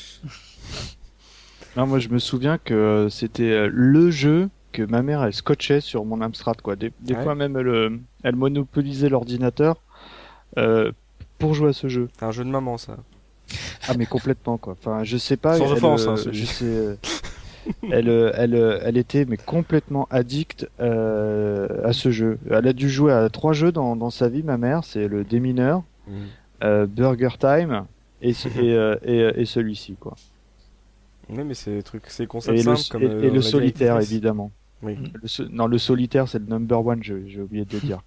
Non, moi, je me souviens que euh, c'était euh, le jeu que ma mère, elle scotchait sur mon Amstrad, quoi. Des, des Ouais. fois même, elle, euh, elle monopolisait l'ordinateur euh, pour jouer à ce jeu. C'est un jeu de maman, ça. Ah, mais complètement, quoi. Enfin, je sais pas. Sans elle, offense, euh, hein, celui. je sais. euh, elle, euh, elle, euh, elle était mais complètement addict euh, à ce jeu. Elle a dû jouer à trois jeux dans, dans sa vie, ma mère. C'est le Démineur, Mm. euh, Burger Time et, ce- et, euh, et, euh, et celui-ci, quoi. Ouais, mais c'est des trucs, c'est des concepts Et le, simples comme et, euh, et dans le la solitaire, directrice. évidemment. Oui. Le so- non, le solitaire, c'est le number one jeu, j'ai oublié de le dire.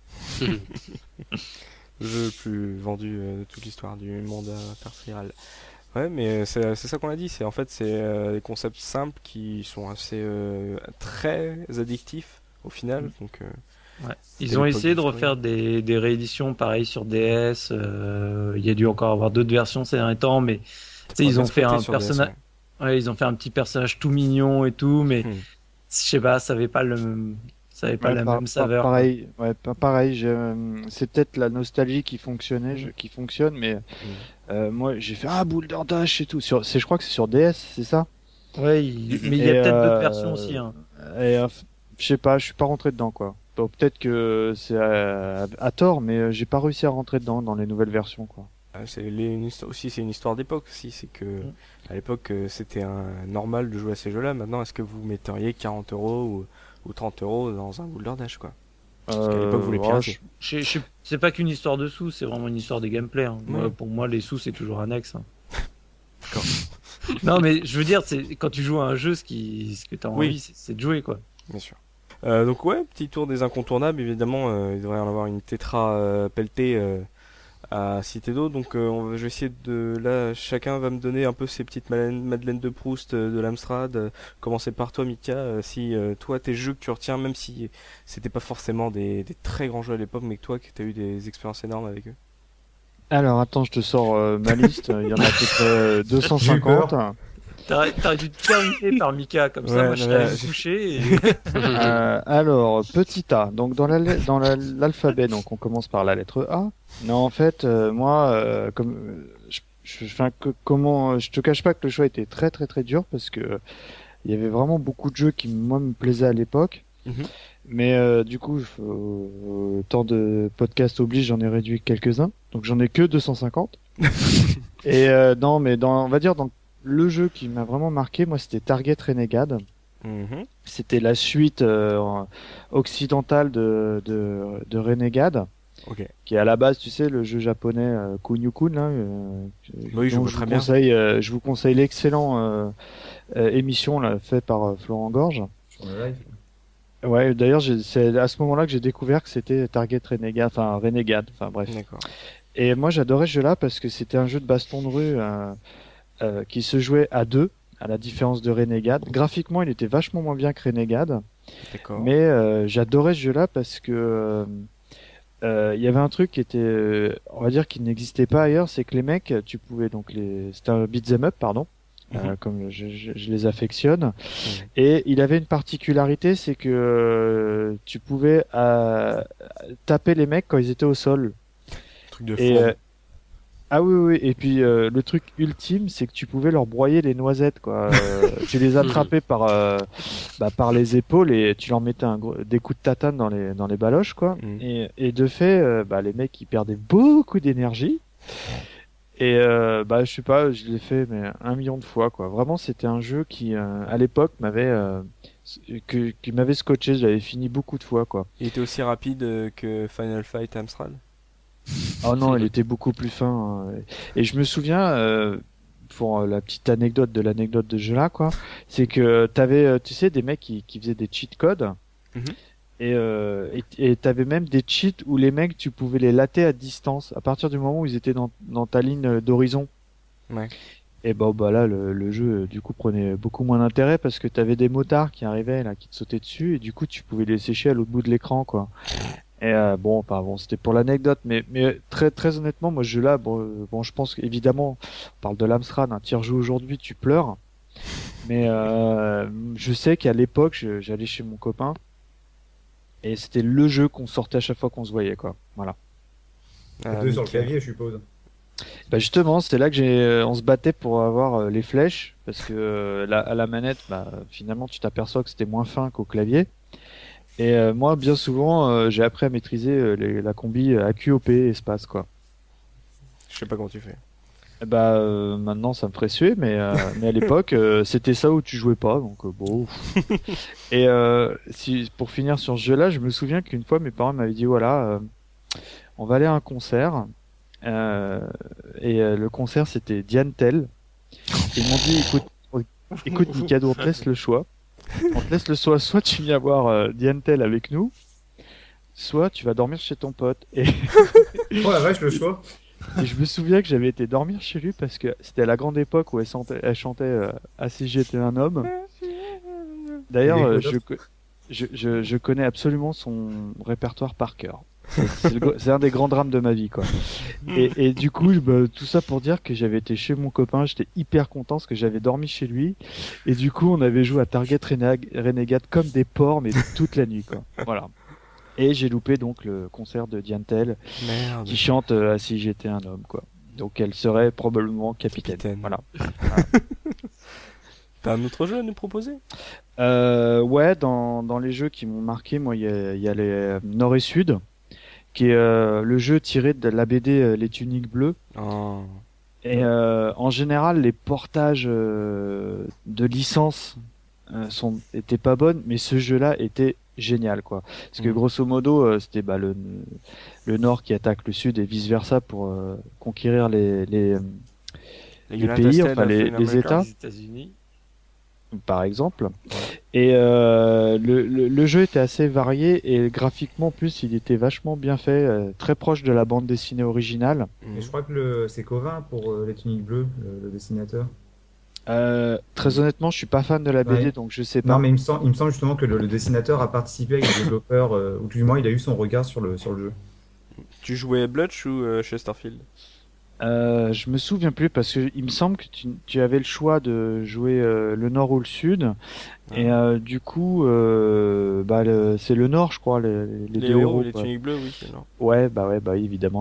Le jeu le plus vendu euh, de toute l'histoire du monde intersidéral. Ouais, mais euh, c'est c'est ça qu'on a dit. C'est en fait c'est euh, des concepts simples qui sont assez euh, très addictifs au final. Donc euh, Ouais. C'était Ils ont l'époque essayé de du refaire des, des rééditions pareil sur D S. euh, il y a dû encore avoir d'autres versions ces derniers temps, mais tu sais, ils ont fait un personnage. Ouais, ils ont fait un petit personnage tout mignon et tout, mais Hmm. je sais pas, ça avait pas le, ça avait pas Ouais, la par- même par- saveur. Pareil, ouais, pas pareil. j'ai, euh, C'est peut-être la nostalgie qui fonctionnait, je- qui fonctionne, mais euh, moi j'ai fait ah Boulder Dash et tout. Sur, c'est, je crois que c'est sur D S, c'est ça. Ouais, il- mais il y a Et, peut-être d'autres euh, versions aussi. Hein. Et euh, je sais pas, je suis pas rentré dedans, quoi. Bon, peut-être que c'est à, à tort, mais euh, j'ai pas réussi à rentrer dedans dans les nouvelles versions, quoi. Ah, c'est les- une histoire- aussi c'est une histoire d'époque aussi. C'est que à l'époque euh, c'était un normal de jouer à ces jeux-là. Maintenant est-ce que vous metteriez quarante euros ou, ou trente euros dans un Boulder Dash quoi? Parce qu'à l'époque, vous les Euh, piratez. ouais, Je- je- C'est pas qu'une histoire de sous, c'est vraiment une histoire de gameplay. Hein. Moi, Ouais. pour moi, les sous c'est toujours annexe. Hein. Non, mais je veux dire, c'est quand tu joues à un jeu, ce qui, ce que t'as Oui. envie, c'est c'est de jouer, quoi. Bien sûr. Euh, donc ouais, petit tour des incontournables, évidemment, euh, il devrait y en avoir une tétra euh, pelletée euh, à Cité d'eau, donc euh, on va, je vais essayer de... Là, chacun va me donner un peu ses petites madeleines, madeleines de Proust euh, de l'Amstrad. Euh, commencer par toi, Mika, euh, si euh, toi, tes jeux que tu retiens, même si c'était pas forcément des, des très grands jeux à l'époque, mais que toi, que t'as eu des expériences énormes avec eux. Alors attends, je te sors euh, ma liste. Il y en a à peu près euh, deux cent cinquante. T'aurais t'aurais dû te terminer par Mika, comme ça, Ouais, moi je non, serais mais allé me j'ai- coucher. Et... Euh, alors, petit A. Donc dans la le- dans la- l'alphabet, donc on commence par la lettre A. Non, en fait, euh, moi, euh, comme euh, je je, enfin, que, comment, je te cache pas que le choix était très très très dur parce que il y avait vraiment beaucoup de jeux qui moi me plaisaient à l'époque. Mhm. Mais euh, du coup, euh, temps de podcast oblige, j'en ai réduit quelques-uns. Donc j'en ai que deux cent cinquante. Et euh, non, mais dans, on va dire dans le jeu qui m'a vraiment marqué, moi, c'était Target Renegade. Mhm. C'était la suite euh, occidentale de, de, de Renegade, Ok. qui est à la base, tu sais, le jeu japonais euh, Kunio-kun, là. Euh, Oui, je dont vois je très vous bien. conseille, euh, je vous conseille l'excellent euh, euh, émission là, fait par euh, Florent Gorge. Sur le live. Ouais, d'ailleurs, j'ai- c'est à ce moment-là que j'ai découvert que c'était Target Renegade, enfin Renegade, enfin bref. D'accord. Et moi, j'adorais ce jeu-là parce que c'était un jeu de baston de rue euh, euh, qui se jouait à deux, à la différence de Renegade. Graphiquement, il était vachement moins bien que Renegade, D'accord. mais euh, j'adorais ce jeu-là parce que euh, euh, il y avait un truc qui était, euh, on va dire, qui n'existait pas ailleurs, c'est que les mecs, tu pouvais donc les, c'était un beat'em up, pardon. Euh, Mhm. comme je, je- je les affectionne. Mhm. Et il avait une particularité, c'est que euh, tu pouvais euh, taper les mecs quand ils étaient au sol. Truc de Et fond. euh, ah oui oui. Et puis euh, le truc ultime, c'est que tu pouvais leur broyer les noisettes quoi. Euh, tu les attrapais par euh, bah, par les épaules et tu leur mettais un gros, des coups de tatane dans les dans les baloches quoi. Mhm. Et, et de fait, euh, bah, les mecs ils perdaient beaucoup d'énergie. Et euh, bah je sais pas, je l'ai fait mais un million de fois quoi. Vraiment c'était un jeu qui euh, à l'époque m'avait euh, que qui m'avait scotché. Je l'avais fini beaucoup de fois quoi. Il était aussi rapide euh, que Final Fight Amstrad. Oh non, il était beaucoup plus fin. Hein. Et je me souviens euh, pour euh, la petite anecdote de l'anecdote de ce jeu là quoi, c'est que t'avais euh, tu sais des mecs qui qui faisaient des cheat codes. Mhm. Et euh, et et t'avais même des cheats où les mecs tu pouvais les latter à distance à partir du moment où ils étaient dans dans ta ligne d'horizon. Ouais. Et bon bah là le, le jeu euh, du coup prenait beaucoup moins d'intérêt parce que t'avais des motards qui arrivaient là qui te sautaient dessus et du coup tu pouvais les sécher à l'autre bout de l'écran quoi. Et euh, bon enfin bon c'était pour l'anecdote mais mais très très honnêtement moi ce jeu là bon, euh, bon je pense qu'évidemment on parle de l'Amstrad un tir jeu aujourd'hui tu pleures mais euh, je sais qu'à l'époque je- j'allais chez mon copain et c'était le jeu qu'on sortait à chaque fois qu'on se voyait quoi. Voilà. À Ah, deux sur le nickel. clavier, je suppose. Bah justement, c'était là que j'ai, euh, on se battait pour avoir euh, les flèches, parce que euh, la- à la manette, bah, finalement, tu t'aperçois que c'était moins fin qu'au clavier. Et euh, moi, bien souvent, euh, j'ai appris à maîtriser euh, les- la combi A Q O P espace, quoi. Je sais pas comment tu fais. Et bah euh, maintenant, ça me ferait suer, mais euh, mais à l'époque, euh, c'était ça où tu jouais pas, donc euh, bon. Et euh, si pour finir sur ce jeu-là, je me souviens qu'une fois, mes parents m'avaient dit voilà, euh, on va aller à un concert. Euh, et euh, le concert c'était Diane Tell. Ils m'ont dit écoute, écoute Mikado, on te laisse le choix. On te laisse le choix, soit tu viens voir euh, Diane Tell avec nous, soit tu vas dormir chez ton pote. Et, Oh la vache, le choix. et je me souviens que j'avais été dormir chez lui parce que c'était à la grande époque où elle, sentait- elle chantait euh, Ah si j'étais un homme. D'ailleurs, Il est euh, quoi je, co- je, je, je connais absolument son répertoire par cœur. C'est c'est le gr- c'est un des grands drames de ma vie, quoi. Et, et du coup, je- bah, tout ça pour dire que j'avais été chez mon copain, j'étais hyper content parce que j'avais dormi chez lui. Et du coup, on avait joué à Target Reneg- Renegade comme des porcs, mais toute la nuit, quoi. Voilà. Et j'ai loupé donc le concert de Diane Tell Merde. qui chante euh, Ah si j'étais un homme, quoi. Donc elle serait probablement capitaine. Capitaine. Voilà. T'as un autre jeu à nous proposer? Euh, ouais, dans, dans les jeux qui m'ont marqué, moi, il y a, il y a les euh, Nord et Sud, qui est euh, le jeu tiré de la B D euh, Les Tuniques Bleues. Oh. Et euh, en général, les portages euh, de licences euh, sont étaient pas bonnes, mais ce jeu-là était génial, quoi. Parce que Mhm. grosso modo, euh, c'était bah, le le Nord qui attaque le Sud et vice versa pour euh, conquérir les les, les United pays, States enfin of les, America. les États, Les États-Unis. par exemple. Et euh, le, le, le jeu était assez varié et graphiquement, en plus, il était vachement bien fait, euh, très proche de la bande dessinée originale. Mhm. Et je crois que le... c'est Covin pour euh, les tuniques bleues, le, le dessinateur. Euh, très honnêtement, je suis pas fan de la B D, Ouais. donc je sais pas. Non, mais il me semble, il me semble justement que le, le dessinateur a participé avec les développeurs, euh, ou du moins il a eu son regard sur le, sur le jeu. Tu jouais Blutch ou euh, Chesterfield? Euh, je me souviens plus parce que il me semble que tu, tu avais le choix de jouer euh, le nord ou le sud. Et euh, du coup, euh, bah, le- c'est le nord, je crois, les, les Les deux héros, héros. les quoi. tuniques bleues, oui, c'est non. Ouais, bah ouais, bah évidemment quoi.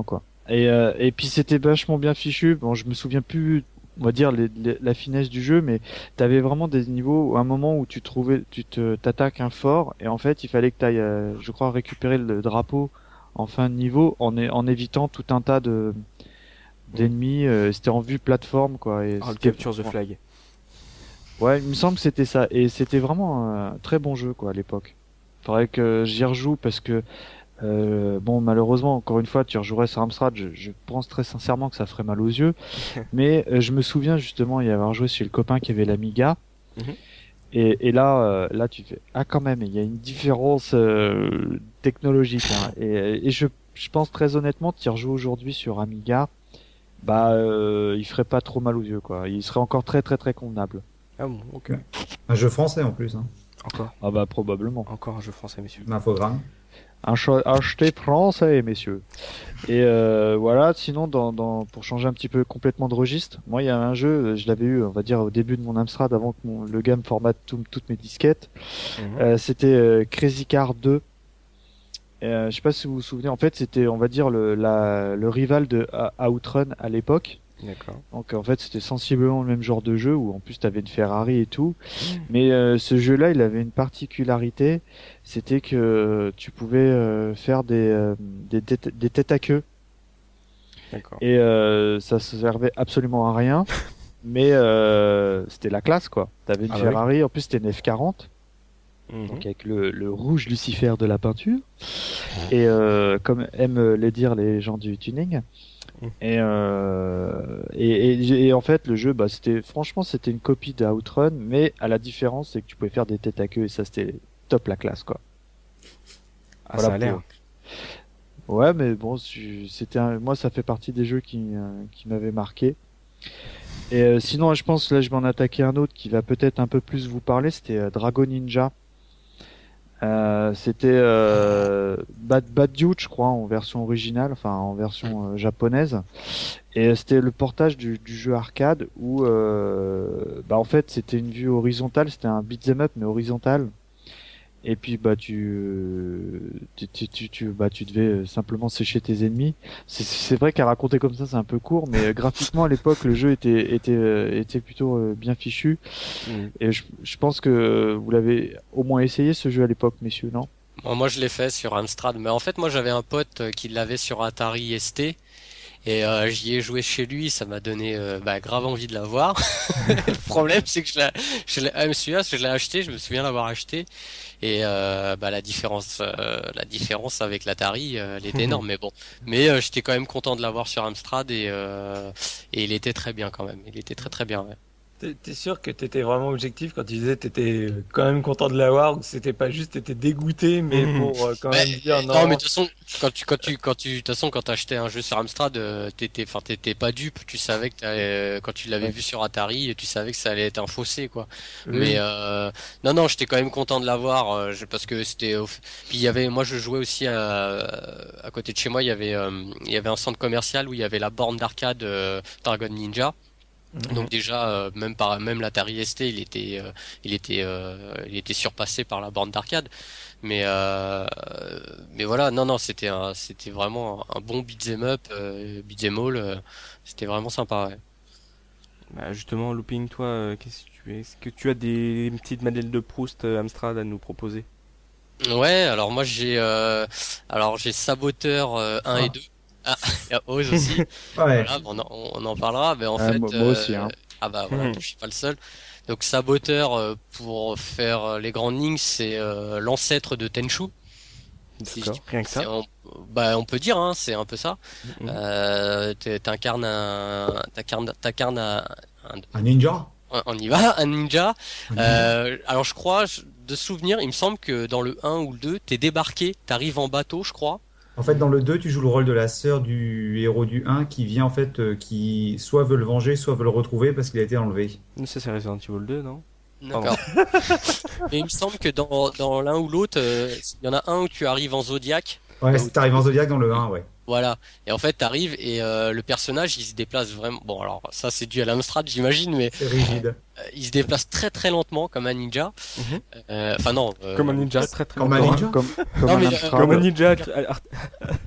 Et, euh, et puis c'était vachement bien fichu. Bon, je me souviens plus, on va dire, les, les- la finesse du jeu, mais t'avais vraiment des niveaux, un moment où tu trouvais, tu te t'attaques un fort, et en fait, il fallait que t'ailles, euh, je crois, récupérer le drapeau en fin de niveau, en, é- en évitant tout un tas de d'ennemis. euh, c'était en vue plateforme, quoi. Et Ah, le c'était- Capture the Flag. Ouais, il me semble que c'était ça. Et c'était vraiment un très bon jeu, quoi, à l'époque. Faudrait que j'y rejoue parce que, euh, bon, malheureusement, encore une fois, tu rejouerais sur Amstrad, je, je pense très sincèrement que ça ferait mal aux yeux. Mais euh, je me souviens justement y avoir joué chez le copain qui avait l'Amiga. Mhm. Et, et là, euh, là, tu fais, ah, quand même, il y a une différence euh, technologique. Hein. Et, et je, je pense très honnêtement, tu y rejoues aujourd'hui sur Amiga, bah, euh, il ferait pas trop mal aux yeux, quoi. Il serait encore très, très, très convenable. Ah bon, ok. Un jeu français en plus, hein. Encore. Ah bah probablement. Encore un jeu français, messieurs. L'infogramme. Un cho- acheté français, messieurs. Et euh, voilà, sinon, dans, dans, pour changer un petit peu complètement de registre, moi, il y a un jeu, je l'avais eu, on va dire, au début de mon Amstrad, avant que mon, le gars me formate tout- toutes mes disquettes. Mhm. Euh, c'était euh, Crazy Car deux. Euh, je sais pas si vous vous souvenez, en fait, c'était, on va dire, le, la, le rival de A- Outrun à l'époque. D'accord. Donc en fait c'était sensiblement le même genre de jeu où en plus t'avais une Ferrari et tout. Mais euh, ce jeu-là il avait une particularité, c'était que tu pouvais euh, faire des, euh, des, têtes- des têtes à queue. D'accord. Et euh, ça servait absolument à rien. Mais euh, c'était la classe quoi. T'avais une Ah bah oui. Ferrari, en plus c'était une F quarante. Mhm. Donc avec le, le rouge Lucifer de la peinture. Et euh, comme aiment le dire les gens du tuning. Et, euh, et, et, et en fait le jeu bah c'était franchement c'était une copie d'Outrun mais à la différence c'est que tu pouvais faire des têtes à queue et ça c'était top la classe quoi. Ah, Voilà ça a l'air. pour- Ouais mais bon je- c'était un- moi ça fait partie des jeux qui euh, qui m'avaient marqué. Et euh, sinon je pense là je vais en attaquer un autre qui va peut-être un peu plus vous parler, c'était euh, Dragon Ninja. Euh, c'était euh, Bad Bad Dude, je crois, en version originale, enfin en version euh, japonaise. Et c'était le portage du, du jeu arcade où, euh, bah en fait, c'était une vue horizontale, c'était un beat'em up mais horizontal. Et puis bah tu, euh, tu, tu, tu, tu- bah tu devais euh, simplement sécher tes ennemis. C'est, c'est vrai qu'à raconter comme ça, c'est un peu court, mais euh, graphiquement à l'époque, le jeu était était euh, était plutôt euh, bien fichu. Mhm. Et je, je pense que vous l'avez au moins essayé ce jeu à l'époque, messieurs, non? Bon, moi, je l'ai fait sur Amstrad, mais en fait, moi, j'avais un pote euh, qui l'avait sur Atari S T. Et euh, j'y ai joué chez lui, ça m'a donné euh, bah, grave envie de l'avoir. Le problème, c'est que je l'ai, je l'ai, ah, celui-là, je l'ai acheté, je me souviens l'avoir acheté. Et euh, bah, la différence, euh, la différence avec l'Atari, euh, elle était énorme. Mais bon, mais euh, j'étais quand même content de l'avoir sur Amstrad et euh, et il était très bien quand même. Il était très très bien. Ouais. T'es t'es sûr que t'étais vraiment objectif quand tu disais que t'étais quand même content de l'avoir ou que c'était pas juste t'étais dégoûté mais Mhm. pour euh, quand Mais, même dire euh, non. non, mais de toute façon, quand tu, quand tu, quand tu, de toute façon, quand t'achetais un jeu sur Amstrad, euh, t'étais, enfin, t'étais pas dupe. Tu savais que t'allais- euh, quand tu l'avais Ouais. vu sur Atari, tu savais que ça allait être un fossé, quoi. Oui. Mais euh, non, non, j'étais quand même content de l'avoir euh, je- parce que c'était. au- Puis il y avait, moi, je jouais aussi à, à côté de chez moi. Il y avait, euh, il y avait un centre commercial où il y avait la borne d'arcade euh, Dragon Ninja. Mhm. Donc déjà, euh, même par même l'Atari S T, il était, euh, il était, euh, il était surpassé par la borne d'arcade. Mais euh, mais voilà, non non, c'était un, c'était vraiment un bon beat'em up, euh, beat'em all. euh, c'était vraiment sympa. Ouais. Bah, justement, Looping, toi, euh, qu'est-ce que tu es Est-ce que tu as des petites Madeleines de Proust euh, Amstrad à nous proposer? Ouais, alors moi j'ai, euh, alors j'ai Saboteur euh, un Ah. et deux. Ah, il y a Oz aussi. Ouais. Voilà, bon, on, en, on en parlera, mais en Ah, fait, moi- moi aussi, hein. ah bah voilà, Mhm. je suis pas le seul. Donc Saboteur, euh, pour faire euh, les grandes lignes, c'est euh, l'ancêtre de Tenchu. Si je D'accord. dis- Rien que c'est- ça. on, bah on peut dire, hein, c'est un peu ça. Mhm. Euh, t'es- t'incarnes un, t'incarnes, t'incarnes un, un- Un ninja? on y va, un ninja. Un ninja. Euh, alors je crois, je- de souvenir, il me semble que dans le un ou le deux, t'es débarqué, t'arrives en bateau, je crois. En fait, dans le deux, tu joues le rôle de la sœur du héros du un qui vient, en fait, euh, qui soit veut le venger, soit veut le retrouver parce qu'il a été enlevé. Ça, c'est Resident Evil deux, non? D'accord. Mais il me semble que dans, dans l'un ou l'autre, euh, il y en a un où tu arrives en Zodiac. Ouais, Ah, c'est- t'arrives en Zodiac dans le un, ouais. Voilà. Et en fait, t'arrives et euh, le personnage, il se déplace vraiment. Bon, alors ça, c'est dû à l'Amstrad, j'imagine, mais C'est rigide. euh, il se déplace très très lentement comme un ninja. Mhm. Euh, Enfin non. euh, Comme un ninja, très très Comme un longtemps. ninja? Comme, comme Non, un mais, euh, Amstrad. Comme un ninja art-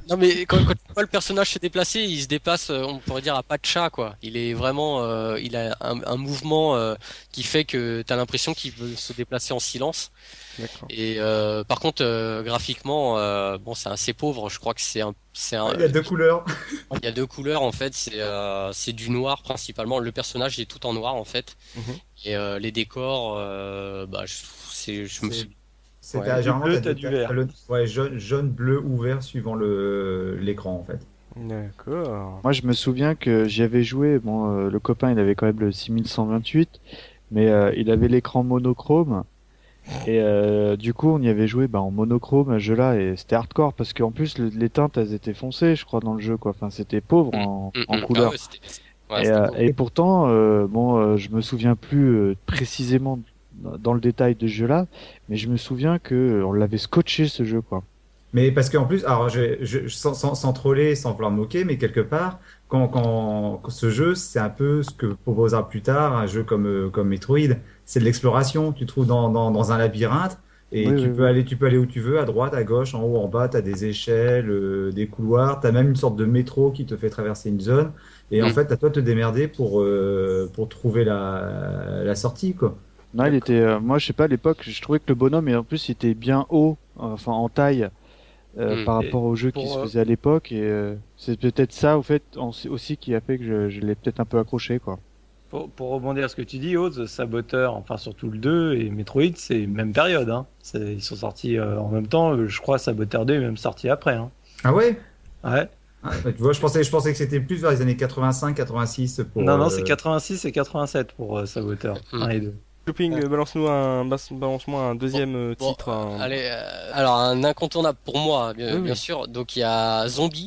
Non mais quand, quand tu vois le personnage se déplacer, il se déplace, euh, on pourrait dire à pas de chat quoi. Il est vraiment, euh, il a un, un mouvement euh, qui fait que t'as l'impression qu'il veut se déplacer en silence. D'accord. Et euh, par contre, euh, graphiquement, euh, bon, c'est assez pauvre. Je crois que c'est un, c'est un. Il y a deux couleurs. Il y a deux couleurs en fait. C'est euh, c'est du noir principalement. Le personnage est tout en noir en fait. Mhm. Et euh, les décors, euh, bah, je, c'est, je me C'est- suis. C'est Ouais. t'as- Du généralement, bleu, t'as t'as des- du t'as- vert. t'as le- ouais, jaune, jaune, bleu ou vert suivant le l'écran en fait. D'accord. Moi, je me souviens que j'y avais joué. Bon, euh, le copain, il avait quand même le six mille cent vingt-huit, mais euh, il avait l'écran monochrome. Et euh, du coup, on y avait joué bah, en monochrome à ce jeu-là, et c'était hardcore parce qu'en plus, le- les teintes, elles étaient foncées, je crois, dans le jeu, quoi. Enfin, c'était pauvre en, Mm, en mm. couleur. Ah ouais, c'était- ouais, et, c'était euh, beau. et pourtant, euh, bon, euh, je me souviens plus euh, précisément dans le détail de ce jeu-là, mais je me souviens que euh, on l'avait scotché ce jeu, quoi. Mais parce qu'en plus, alors je, je, je- sans, sans, sans troller, sans vouloir me moquer, mais quelque part, quand, quand, quand ce jeu, c'est un peu ce que proposera plus tard un jeu comme, euh, comme Metroid, c'est de l'exploration. Tu te trouves dans, dans, dans un labyrinthe et Oui, tu oui, peux oui. aller, tu peux aller où tu veux, à droite, à gauche, en haut, en bas. Tu as des échelles, euh, des couloirs. Tu as même une sorte de métro qui te fait traverser une zone. Et en Mm. fait, à toi de te démerder pour, euh, pour trouver la, la sortie, quoi. Non, il était, euh, moi, je sais pas, à l'époque, je trouvais que le bonhomme, et en plus, il était bien haut, enfin en taille, euh, Mm. par Et rapport au jeu qui pour, se euh, faisait à l'époque, et euh, c'est peut-être ça, au fait, en- aussi qui a fait que je, je l'ai peut-être un peu accroché, quoi. Pour, pour rebondir à ce que tu dis, Oz, Saboteur, enfin surtout le deux et Metroid, c'est même période. Hein. C'est- Ils sont sortis euh, en même temps. euh, Je crois Saboteur deux est même sorti après. Hein. Ah ouais? Ouais. Ah, bah, tu vois, je pensais, je pensais que c'était plus vers les années quatre-vingt-cinq, quatre-vingt-six pour. non, non, euh, c'est quatre-vingt-six et quatre-vingt-sept pour euh, Saboteur. Mm. un et deux. Shopping, euh, balance-nous un, bas- balance-moi un deuxième euh, Bon, titre. un- allez, euh, alors un incontournable pour moi, bien, Oui, oui. bien sûr. Donc il y a Zombie.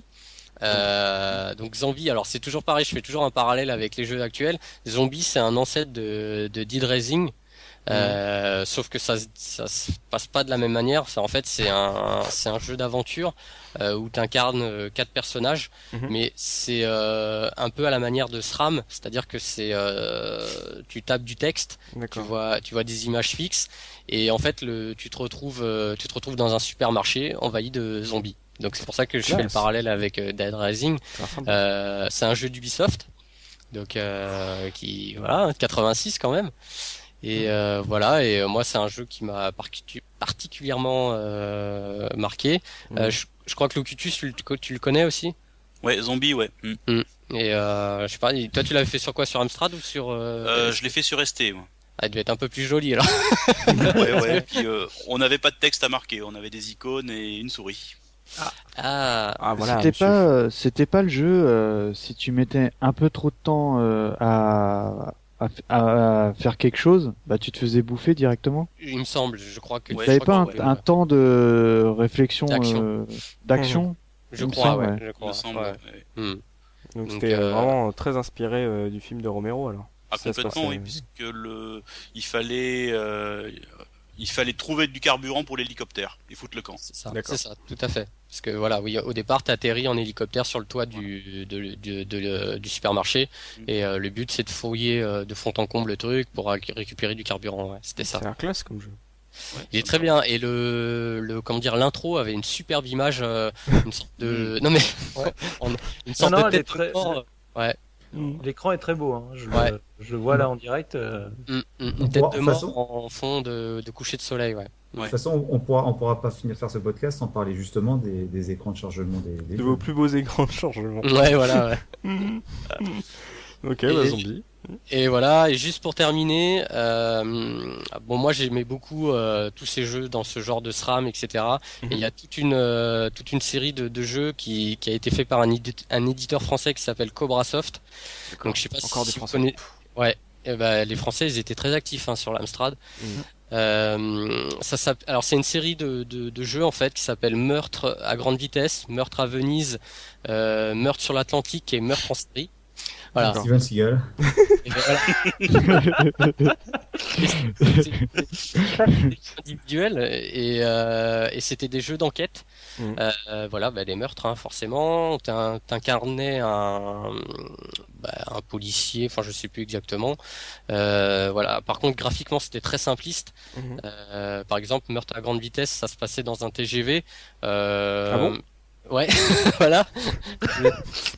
Euh, donc Zombie, alors c'est toujours pareil, je fais toujours un parallèle avec les jeux actuels. Zombie, c'est un ancêtre de, de Dead Rising. Euh, sauf que ça, ça se passe pas de la même manière. Ça, en fait, c'est un, c'est un jeu d'aventure euh, où tu incarnes quatre personnages, Mhm. mais c'est euh, un peu à la manière de SRAM, c'est-à-dire que c'est euh, tu tapes du texte, tu D'accord. vois, tu vois des images fixes, et en fait, le, tu te retrouves, euh, tu te retrouves dans un supermarché envahi de zombies. Donc c'est pour ça que je fais le Classe. parallèle avec euh, Dead Rising. Ça ressemble. Euh, c'est un jeu d'Ubisoft, donc euh, qui voilà, quatre-vingt-six quand même. Et euh, voilà, et euh, moi c'est un jeu qui m'a particu- particulièrement euh, marqué. Mhm. Euh, je, je crois que Locutus, tu, le- tu le connais aussi. Ouais, zombie, ouais. Mm. Et euh, je sais pas, toi tu l'avais fait sur quoi, sur Amstrad ou sur euh... Euh, je l'ai fait sur S T, moi. Ah, il devait être un peu plus joli alors. Ouais, ouais. Et puis, euh, on n'avait pas de texte à marquer, on avait des icônes et une souris. Ah, Ah voilà. c'était monsieur. pas, euh, c'était pas le jeu, euh, si tu mettais un peu trop de temps euh, à, à, à faire quelque chose, bah tu te faisais bouffer directement. il me semble, je crois que. Ouais, T'avais je pas un, crois que un temps de réflexion, D'action. euh, d'action. Je il me crois, semble, ouais, ouais. je Il me crois. semble. ouais. ouais. Hmm. Donc Donc, c'était euh, euh, vraiment très inspiré euh, du film de Romero alors. Ah, Ça se complètement, passait- oui, puisque le, il fallait, euh, il fallait trouver du carburant pour l'hélicoptère et foutre le camp. C'est ça, D'accord. c'est ça, tout à fait. Parce que voilà, oui, au départ, t'atterris en hélicoptère sur le toit du, de, de- de- du supermarché, Mm. et euh, le but c'est de fouiller euh, de fond en comble le truc pour réc- récupérer du carburant. Ouais, c'était ça. C'est un classe comme jeu. Il est très bien. Et le, le comment dire, l'intro avait une superbe image, euh, une sorte de, non mais, ouais, en- une sorte non, de elle est tête très- de mort. Ouais, L'écran est très beau. Hein. Je, Ouais. le, je le vois là en direct. euh, Mm, mm, On une tête pourra- de de mort toute façon- en fond de, de coucher de soleil. Ouais. De toute façon, on pourra, on pourra pas finir de faire ce podcast sans parler justement des, des écrans de chargement des, des De jeux. vos plus beaux écrans de chargement. Ouais, voilà. Ouais. Ok, Et- bah zombie. Et voilà, et juste pour terminer, euh, bon moi j'aimais beaucoup euh, tous ces jeux dans ce genre de SRAM, et cetera. Et il y a toute une euh, toute une série de, de jeux qui, qui a été fait par un, édi- un éditeur français qui s'appelle Cobrasoft. Donc je sais pas Encore si des vous Français. connaissez- Ouais, et ben les Français ils étaient très actifs hein, sur l'Amstrad. Mhm. Euh, ça s'app- alors c'est une série de, de, de jeux en fait qui s'appelle Meurtre à grande vitesse, Meurtre à Venise, euh, Meurtre sur l'Atlantique et Meurtre en série. Voilà. D'accord. Steven Seagal. Et ben voilà. Et c'est- c'est- c'est individuel et, euh, et c'était des jeux d'enquête. Mhm. Euh, voilà, bah, des meurtres hein, forcément. T'in- T'incarnais un, bah, un policier, enfin je sais plus exactement. Euh, voilà. Par contre, graphiquement, c'était très simpliste. Mhm. Euh, par exemple, Meurtre à grande vitesse, ça se passait dans un T G V. Euh, Ah bon Ouais, voilà. Le,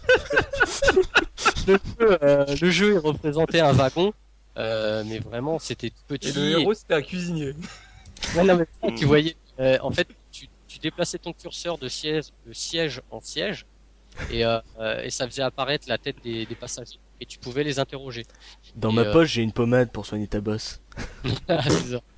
le jeu, euh, le jeu il représentait un wagon, euh, mais vraiment c'était petit. Et le héros, c'était un cuisinier. Ouais, non, mais tu voyais, euh, en fait, tu, tu déplaçais ton curseur de siège, de siège en siège, et, euh, euh, et ça faisait apparaître la tête des, des passagers, et tu pouvais les interroger. Dans Et, ma euh, poche, j'ai une pommade pour soigner ta bosse. C'est ça.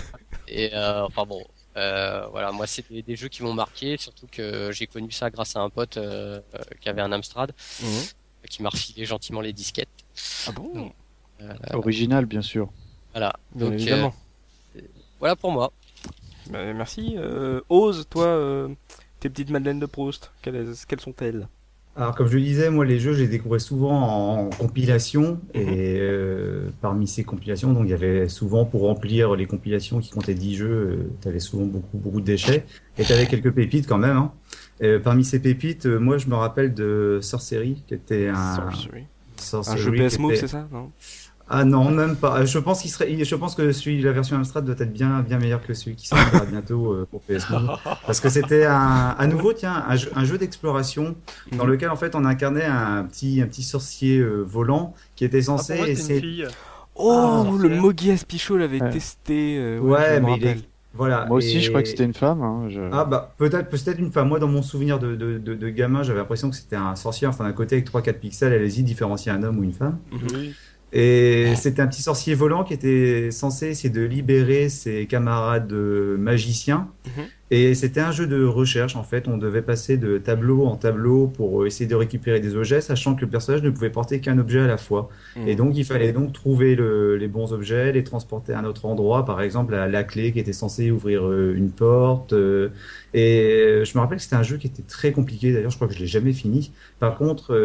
Et euh, enfin bon, euh, voilà, moi c'est des, des jeux qui m'ont marqué, surtout que j'ai connu ça grâce à un pote euh, euh, qui avait un Amstrad, Mhm. qui m'a refilé gentiment les disquettes. Ah bon? Euh, Original, bien sûr. voilà. Bien Donc évidemment. euh, voilà pour moi. Bah, merci. Euh, Ose, toi, euh, tes petites Madeleines de Proust, quelles, quelles sont-elles? Alors, comme je le disais, moi, les jeux, je les découvrais souvent en compilation. Mhm. Et euh, parmi ces compilations, donc, il y avait souvent, pour remplir les compilations qui comptaient dix jeux, tu avais souvent beaucoup, beaucoup de déchets. Et tu avais quelques pépites quand même. Hein. Euh, parmi ces pépites, euh, moi, je me rappelle de Sorcery, qui était un, Sorcery. Un Sorcery jeu P S qui Move, était- c'est ça, non? Ah non, même pas. Je pense qu'il serait, je pense que celui, la version Amstrad doit être bien, bien meilleur que celui qui sortira bientôt euh, pour P S Move. Parce que c'était un, à nouveau, tiens, un jeu, un jeu d'exploration dans Mhm. lequel en fait on incarnait un petit, un petit sorcier euh, volant qui était Ah, pour censé moi, c'était une essayer. fille. Oh, Ah, le sorcière. Mogi Aspichot l'avait Ouais. testé. euh, ouais, Ouais, je me mais il est, rappelle. voilà. Moi aussi, et- je crois que c'était une femme. Hein, je- Ah bah peut-être, peut-être une femme. Moi, dans mon souvenir de, de, de, de gamin, j'avais l'impression que c'était un sorcier. Enfin, d'un côté avec trois quatre pixels, allez-y, différencier un homme ou une femme. Mhm. Oui. Et c'était un petit sorcier volant qui était censé essayer de libérer ses camarades euh, magiciens. Mhm. Et c'était un jeu de recherche, en fait. On devait passer de tableau en tableau pour essayer de récupérer des objets, sachant que le personnage ne pouvait porter qu'un objet à la fois. Mhm. Et donc, il fallait donc trouver le- les bons objets, les transporter à un autre endroit. Par exemple, la, la clé qui était censée ouvrir euh, une porte. euh, et je me rappelle que c'était un jeu qui était très compliqué. D'ailleurs, je crois que je l'ai jamais fini. Par contre,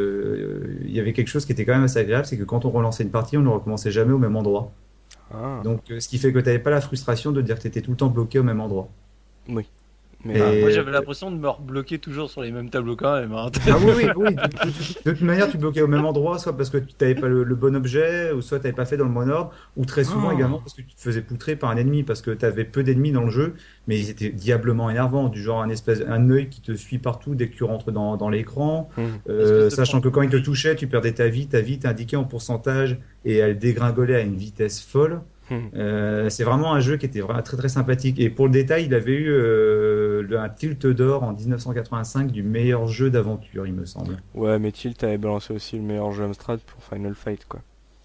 euh, il y avait quelque chose qui était quand même assez agréable, c'est que quand on relançait une partie, on ne recommençait jamais au même endroit. Ah, Donc, euh, ce qui fait que tu n'avais pas la frustration de dire que tu étais tout le temps bloqué au même endroit. mais Et- Ah, moi, j'avais l'impression de me rebloquer toujours sur les mêmes tableaux quand même. Hein. Ah oui, oui, oui. De, de- de toute manière, tu bloquais au même endroit, soit parce que tu n'avais pas le, le bon objet, ou soit tu n'avais pas fait dans le bon ordre, ou très souvent Oh. également parce que tu te faisais poutrer par un ennemi, parce que tu avais peu d'ennemis dans le jeu, mais ils étaient diablement énervants, du genre un espèce, un œil qui te suit partout dès que tu rentres dans, dans l'écran, Mhm. euh, Espèce de sachant que quand il te fantôme. touchait, tu perdais ta vie, ta vie était indiquée en pourcentage, et elle dégringolait à une vitesse folle. Mhm. Euh, c'est vraiment un jeu qui était vraiment très très sympathique. Et pour le détail, il avait eu euh, le- un tilt d'or en dix-neuf cent quatre-vingt-cinq du meilleur jeu d'aventure, il me semble. Ouais, mais Tilt avait balancé aussi le meilleur jeu Amstrad pour Final Fight, quoi.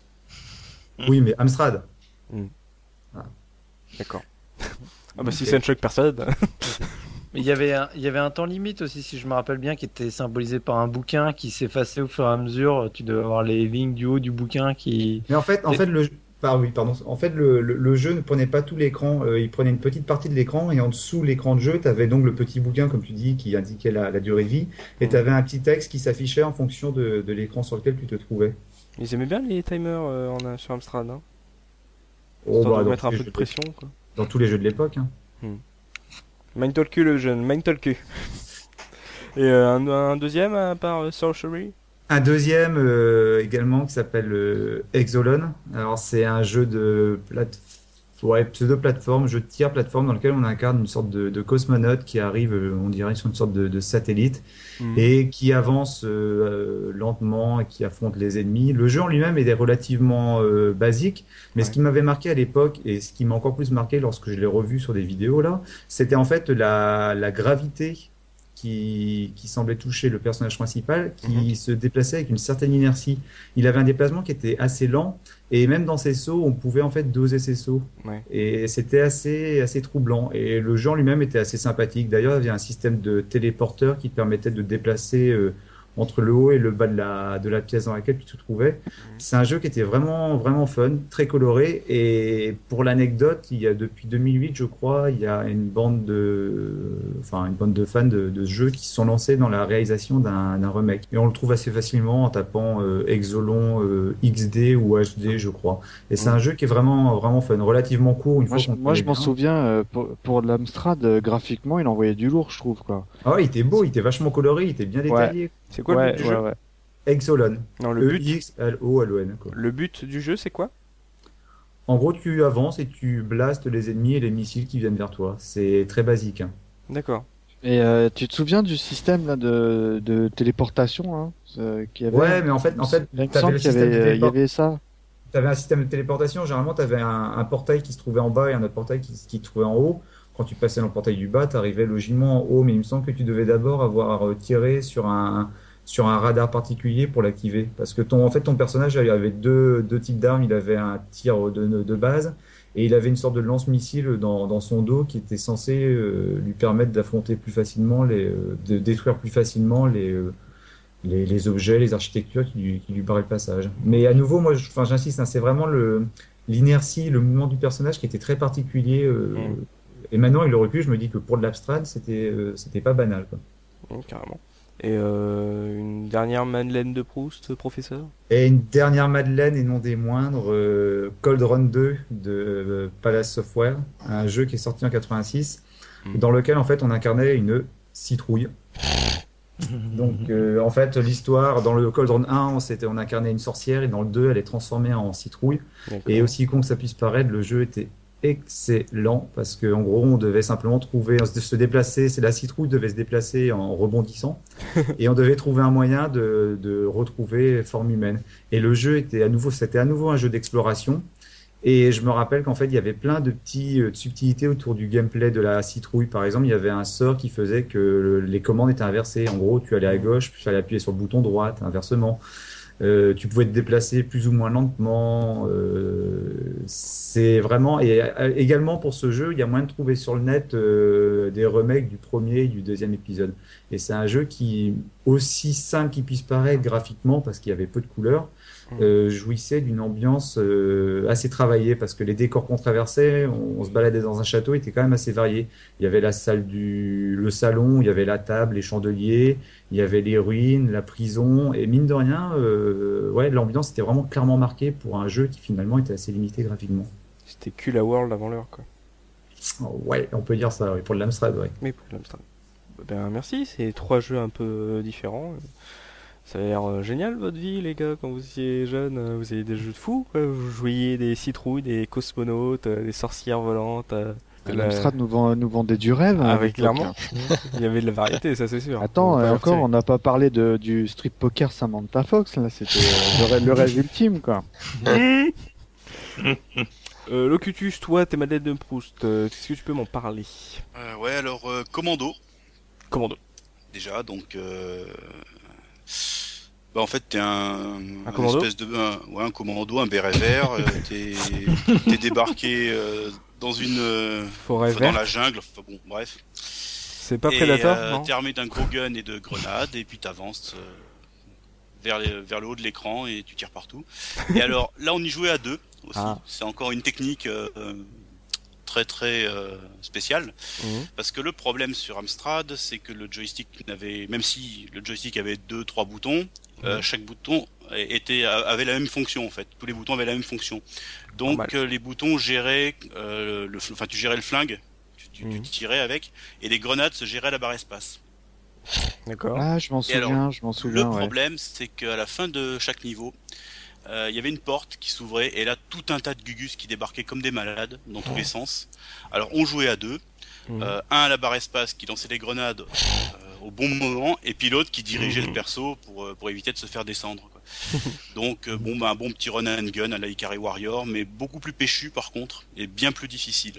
Oui, mais Amstrad. D'accord. Ah bah si ça ne choque personne. Mais il y avait un, il y avait un temps limite aussi, si je me rappelle bien, qui était symbolisé par un bouquin qui s'effaçait au fur et à mesure. Tu devais avoir les lignes du haut du bouquin qui. Mais en fait, en Et- fait le, ah oui, pardon. En fait, le, le, le jeu ne prenait pas tout l'écran. Euh, il prenait une petite partie de l'écran et en dessous l'écran de jeu, tu avais donc le petit bouquin, comme tu dis, qui indiquait la, la durée de vie. Et tu avais un petit texte qui s'affichait en fonction de, de l'écran sur lequel tu te trouvais. Ils aimaient bien les timers euh, en, sur Amstrad, hein. Oh, Histoire bah, de dans, mettre tous un les peu jeux de pression, quoi. dans tous les jeux de l'époque. Hein. Mindtalku le jeune, Mindtalku. Et euh, un, un deuxième à part euh, Sorcery? Un deuxième euh, également qui s'appelle euh, Exolon. Alors c'est un jeu de plate... ouais, pseudo-plateforme, jeu de tir plateforme dans lequel on incarne une sorte de, de cosmonaute qui arrive, euh, on dirait, sur une sorte de, de satellite Mhm. et qui avance euh, euh, lentement et qui affronte les ennemis. Le jeu en lui-même est relativement euh, basique, mais Ouais. ce qui m'avait marqué à l'époque et ce qui m'a encore plus marqué lorsque je l'ai revu sur des vidéos là, c'était en fait la, la gravité qui, qui semblait toucher le personnage principal, qui Mhm. se déplaçait avec une certaine inertie. Il avait un déplacement qui était assez lent, et même dans ses sauts, on pouvait en fait doser ses sauts. Ouais. Et c'était assez, assez troublant. Et le jeu en lui-même était assez sympathique. D'ailleurs, il y avait un système de téléporteur qui te permettait de te déplacer euh, entre le haut et le bas de la, de la pièce dans laquelle tu te trouvais. C'est un jeu qui était vraiment, vraiment fun, très coloré. Et pour l'anecdote, il y a depuis deux mille huit, je crois, il y a une bande de, enfin, une bande de fans de, de ce jeu qui se sont lancés dans la réalisation d'un d'un remake. Et on le trouve assez facilement en tapant euh, Exolon euh, X D ou H D, je crois. Et c'est Mm. un jeu qui est vraiment, vraiment fun, relativement court une Moi, fois je, qu'on le moi, je connaît m'en bien. souviens, euh, pour, pour l'Amstrad, euh, graphiquement, il envoyait du lourd, je trouve, quoi. Ah ouais, il était beau, il était vachement coloré, il était bien détaillé. C'est quoi le ouais, but du ouais, jeu? ouais. Exolon. Non, le but, E X L O L O N. quoi. le but du jeu, c'est quoi? En gros, tu avances et tu blastes les ennemis et les missiles qui viennent vers toi. C'est très basique. hein. D'accord. Et euh, tu te souviens du système là de, de téléportation hein, euh, qu'il y avait Ouais, mais en fait, en fait, Il me t'avais semble le qu'il y système de avait, il y téléport- avait ça. t'avais un système de téléportation. Généralement, t'avais un, un portail qui se trouvait en bas et un autre portail qui, qui se trouvait en haut. Quand tu passais dans le portail du bas, tu arrivais logiquement en haut, mais il me semble que tu devais d'abord avoir euh, tiré sur un, sur un radar particulier pour l'activer. Parce que ton, en fait, ton personnage il avait deux, deux types d'armes. Il avait un tir de, de base et il avait une sorte de lance-missile dans, dans son dos qui était censé euh, lui permettre d'affronter plus facilement, les, euh, de détruire plus facilement les, euh, les, les objets, les architectures qui lui, qui lui barraient le passage. Mais à nouveau, moi, je- enfin, j'insiste, hein, c'est vraiment le, l'inertie, le mouvement du personnage qui était très particulier. euh, Mm. Et maintenant, avec le recul, je me dis que pour de l'abstrait, c'était euh, c'était pas banal, quoi. Mm, carrément. Et euh, une dernière Madeleine de Proust, professeur? Et une dernière Madeleine, et non des moindres, euh, Cold Run deux de euh, Palace Software, un jeu qui est sorti en quatre-vingt-six, Mm. dans lequel en fait on incarnait une citrouille. Donc euh, en fait l'histoire, dans le Cold Run un, on, s'était- on incarnait une sorcière, et dans le deux, elle est transformée en citrouille. D'accord. Et aussi con que ça puisse paraître, le jeu était excellent parce que en gros on devait simplement trouver se se déplacer, c'est la citrouille devait se déplacer en rebondissant et on devait trouver un moyen de, de retrouver forme humaine. Et le jeu était à nouveau, c'était à nouveau un jeu d'exploration. Et je me rappelle qu'en fait, il y avait plein de petites euh, subtilités autour du gameplay de la citrouille. Par exemple, il y avait un sort qui faisait que le- les commandes étaient inversées. En gros, tu allais à gauche, puis il fallait appuyer sur le bouton droite, inversement. Euh, tu pouvais te déplacer plus ou moins lentement. Euh, c'est vraiment et euh, également pour ce jeu, il y a moyen de trouver sur le net euh, des remakes du premier et du deuxième épisode. Et c'est un jeu qui, aussi simple qu'il puisse paraître graphiquement, parce qu'il y avait peu de couleurs, euh, jouissait d'une ambiance euh, assez travaillée, parce que les décors qu'on traversait, on, on se baladait dans un château, étaient quand même assez variés. Il y avait la salle du, le salon, il y avait la table, les chandeliers. Il y avait les ruines, la prison, et mine de rien, euh, ouais, l'ambiance était vraiment clairement marquée pour un jeu qui finalement était assez limité graphiquement. C'était cul à World avant l'heure, quoi. Oh, ouais, on peut dire ça, oui, pour de l'Amstrad, ouais. Mais pour l'Amstrad. Ben merci, c'est trois jeux un peu différents. Ça a l'air euh, génial votre vie, les gars, quand vous étiez jeunes. euh, Vous avez des jeux de fous, quoi. Vous jouiez des citrouilles, des cosmonautes, euh, des sorcières volantes. euh, de la- L'Amstrad nous, vend- nous vendait du rêve. Ah, hein, oui, à l'époque, clairement. hein. Il y avait de la variété, ça c'est sûr. Attends, Faut pas et le encore, retirer. on n'a pas parlé de, du strip poker Samantha Fox. Là, c'était euh, le, rêve, le rêve ultime, quoi. Euh, Locutus, toi, t'es Madeleine de Proust. euh, Qu'est-ce que tu peux m'en parler? Euh, ouais, alors euh, Commando, Commando. déjà, donc. Euh... Bah, en fait, t'es un, Un commando espèce de, un, ouais, un commando, un béret vert. euh, t'es, t'es débarqué euh, dans une, euh, Forêt enfin, dans verte. la jungle. Enfin bon, bref. C'est pas Et, Predator, euh, non? t'es armé d'un gros gun et de grenades, et puis t'avances euh, vers, les- vers le haut de l'écran et tu tires partout. Et alors, là, on y jouait à deux aussi. Ah. C'est encore une technique euh, très très euh, spéciale. Mhm. Parce que le problème sur Amstrad, c'est que le joystick n'avait, même si le joystick avait deux, trois boutons, euh, chaque bouton était avait la même fonction en fait. Tous les boutons avaient la même fonction. Donc Normal. euh, les boutons géraient euh, le, enfin tu gérais le flingue, tu, tu, tu Mhm. tirais avec, et les grenades se géraient à la barre espace. D'accord. Ah, je m'en Et souviens, alors, je m'en Le souviens. ouais. problème, c'est qu'à la fin de chaque niveau, euh, il y avait une porte qui s'ouvrait et là tout un tas de gugus qui débarquaient comme des malades dans tous les sens. Alors on jouait à deux, Mhm. euh, un à la barre espace qui lançait les grenades euh, au bon moment et puis l'autre qui dirigeait le perso pour euh, pour éviter de se faire descendre, quoi. Donc euh, bon bah un bon petit run and gun à la Ikari Warrior, mais beaucoup plus péchu par contre et bien plus difficile.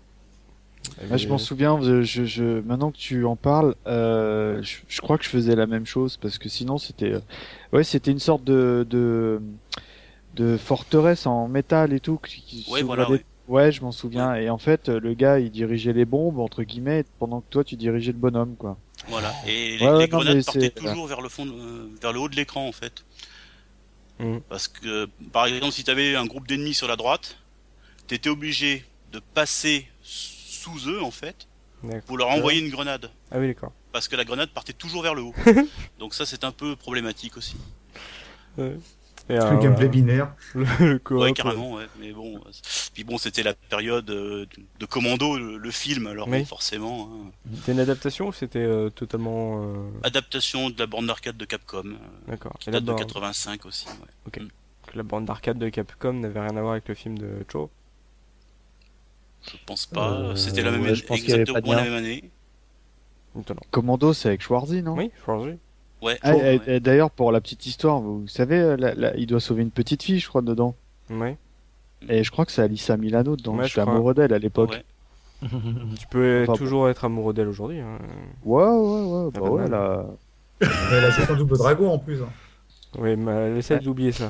Ah, je m'en souviens, je, je, je- maintenant que tu en parles, euh, je, je crois que je faisais la même chose parce que sinon c'était, euh, ouais, c'était une sorte de, de, de forteresse en métal et tout qui, qui Ouais, s'ouvrait voilà, des- ouais. Ouais, je m'en souviens. Et en fait, le gars, il dirigeait les bombes entre guillemets pendant que toi, tu dirigeais le bonhomme, quoi. Voilà. Et les, Ouais, ouais, les non, grenades mais partaient c'est- toujours vers le fond, de- vers le haut de l'écran en fait. Mhm. Parce que, par exemple, si tu avais un groupe d'ennemis sur la droite, t'étais obligé de passer sous eux, en fait, D'accord. pour leur envoyer une grenade. Ah oui, d'accord. Parce que la grenade partait toujours vers le haut. Donc ça, c'est un peu problématique aussi. Ouais. Et, Le euh, gameplay binaire. le, le coop, Ouais, euh, carrément, ouais. Mais bon, euh, puis bon, c'était la période euh, de Commando, le, le film, alors Oui. bon, forcément. Hein. C'était une adaptation ou c'était euh, totalement. euh, Adaptation de la borne d'arcade de Capcom, euh, D'accord. qui Et la, date de borne- quatre-vingt-cinq aussi. Ouais. la borne d'arcade de Capcom n'avait rien à voir avec le film de Cho. Je pense pas. Euh, C'était la même ouais, année, je pense qu'il y avait exactement pas de la lien. même année. Étonnant. Commando, c'est avec Schwarzy, non? Oui, Schwarzy. Ouais. Ah, et, ouais. et d'ailleurs, pour la petite histoire, vous savez, là, là, il doit sauver une petite fille, je crois, dedans. Ouais. Et je crois que c'est Alyssa Milano dedans. Ouais, je J'étais crois. amoureux d'elle à l'époque. Ouais. Tu peux Enfin, toujours être amoureux d'elle aujourd'hui. Hein. Ouais, ouais, ouais. Ah, Bah pas ouais, mal. là. Elle a joué en double dragon en plus. Hein. Oui, mais essaie Ouais. d'oublier ça.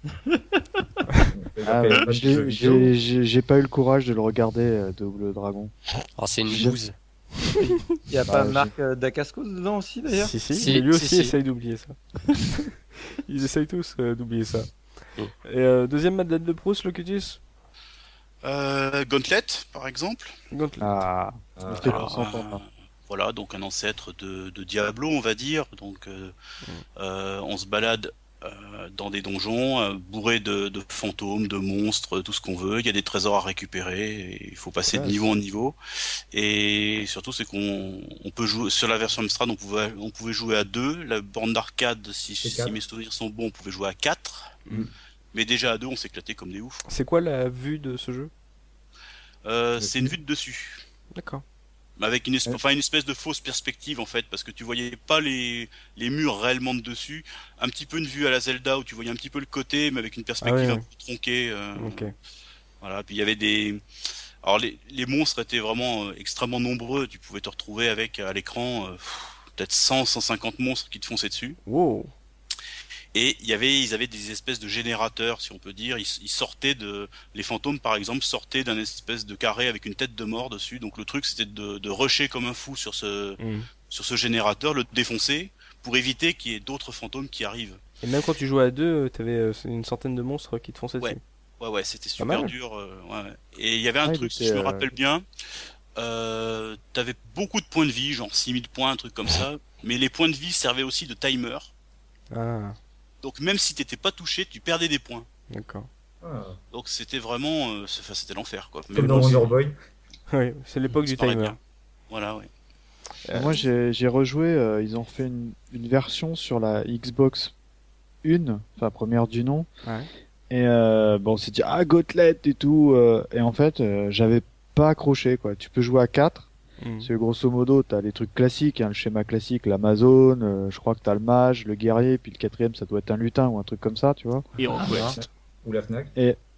Ah, Elle a ouais, pas de jeux j'ai- vidéo. j'ai j'ai- j'ai pas eu le courage de le regarder, euh, Double Dragon. Alors c'est une Je- bouse. Il y a Bah, pas j'ai- Marc euh, Dacascos dedans aussi d'ailleurs? Si, si, Si, mais lui si, aussi si. essaye d'oublier ça. Ils essayent tous euh, d'oublier ça. Mm. Et euh, deuxième Madeleine de Proust, Locutus Euh, Gauntlet, par exemple. Gauntlet. Ah, Ah, Peut-être Alors, qu'on s'entend un- pas. voilà, donc un ancêtre de, de Diablo, on va dire. Donc, euh, euh, on se balade euh, dans des donjons euh, bourrés de, de fantômes, de monstres, tout ce qu'on veut. Il y a des trésors à récupérer. Et il faut passer de Ouais. niveau en niveau. Et surtout, c'est qu'on on peut jouer sur la version Amstrad. On pouvait, on pouvait jouer à deux. La borne d'arcade, si, C'est si quatre. mes souvenirs sont bons, on pouvait jouer à quatre. Mm. Mais déjà à deux, on s'éclatait comme des oufs. C'est quoi la vue de ce jeu Euh, c'est une vue de dessus. D'accord. Avec une, esp- Ouais. enfin, une espèce de fausse perspective en fait, parce que tu voyais pas les, les murs réellement de dessus. Un petit peu une vue à la Zelda où tu voyais un petit peu le côté, mais avec une perspective Ah ouais, un ouais. peu tronquée. euh, Ok. Voilà. Puis il y avait des. Alors les, les monstres étaient vraiment euh, extrêmement nombreux. Tu pouvais te retrouver avec à l'écran euh, pff, peut-être cent, cent cinquante monstres qui te fonçaient dessus. Wow. Et il y avait, ils avaient des espèces de générateurs, si on peut dire. Ils, ils sortaient de, les fantômes par exemple sortaient d'un espèce de carré avec une tête de mort dessus. Donc le truc c'était de, de rusher comme un fou sur ce, Mm. sur ce générateur, le défoncer pour éviter qu'il y ait d'autres fantômes qui arrivent. Et même quand tu jouais à deux, euh, t'avais euh, une centaine de monstres qui te fonçaient Ouais. dessus. Ouais, ouais, c'était Pas super mal. dur. euh, ouais. Et il y avait un Ouais, il truc, si était, je me euh, rappelle bien, euh, t'avais beaucoup de points de vie, genre six mille points, un truc comme ça. Mais les points de vie servaient aussi de timer. Ah, Donc même si t'étais pas touché, tu perdais des points. d'accord. Ah. Donc c'était vraiment, euh, c'est- enfin, c'était l'enfer quoi. Mais Comme bon, dans c'est- Wonder Boy. Oui, c'est l'époque Ça du paraît timer. bien. Voilà, ouais. Euh, Moi, j'ai j'ai rejoué, euh, ils ont fait une, une version sur la Xbox un, enfin première du nom. Ouais. Et euh, bon, on s'est dit, ah, Gauntlet et tout. euh, et en fait, euh, j'avais pas accroché, quoi. Tu peux jouer à quatre. Mm. C'est grosso modo, t'as les trucs classiques, hein, le schéma classique, l'Amazon, euh, je crois que t'as le mage, le guerrier, puis le quatrième, ça doit être un lutin ou un truc comme ça, tu vois. Et en Ah, Quest. Ou la Fnac.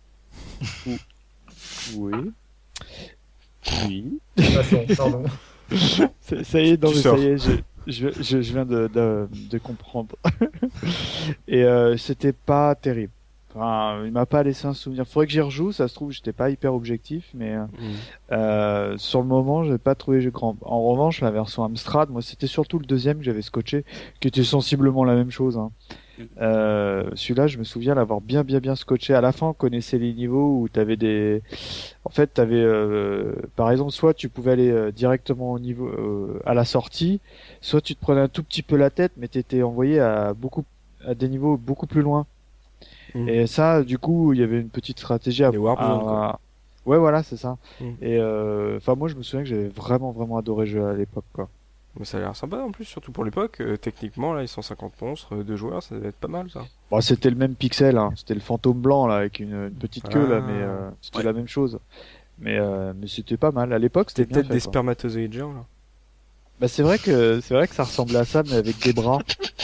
Oui. Oui. Passons, pardon. Ça ça y est, non, Tu mais sors. ça y est, je, je, je, je viens de, de, de comprendre. Et euh, c'était pas terrible. Enfin, il m'a pas laissé un souvenir. Faudrait que j'y rejoue, ça se trouve, j'étais pas hyper objectif, mais euh, Mm. euh, sur le moment, j'ai pas trouvé jeu grand. En revanche, la version Amstrad, moi, c'était surtout le deuxième que j'avais scotché, qui était sensiblement la même chose. Hein. Euh, celui-là, je me souviens l'avoir bien, bien, bien scotché. À la fin, on connaissait les niveaux où t'avais des. En fait, t'avais, euh, par exemple, soit tu pouvais aller euh, directement au niveau, euh, à la sortie, soit tu te prenais un tout petit peu la tête, mais t'étais envoyé à beaucoup, à des niveaux beaucoup plus loin. Mm. Et ça, du coup, il y avait une petite stratégie à. Des warp zones, à- quoi. Ouais, voilà, c'est ça. Mm. Et euh, enfin, moi, je me souviens que j'avais vraiment, vraiment adoré le jeu à l'époque, quoi. Mais ça a l'air sympa en plus, surtout pour l'époque. Euh, techniquement, là, ils sont cinquante monstres, euh, deux joueurs, ça devait être pas mal ça. Bon, c'était le même pixel, hein. C'était le fantôme blanc là avec une, une petite queue là, Ah. mais euh, c'était Ouais. la même chose. Mais euh, mais c'était pas mal. À l'époque, c'était C'était bien peut-être fait, des quoi. spermatozoïdes géants là. Bah c'est vrai que c'est vrai que ça ressemblait à ça, mais avec des bras.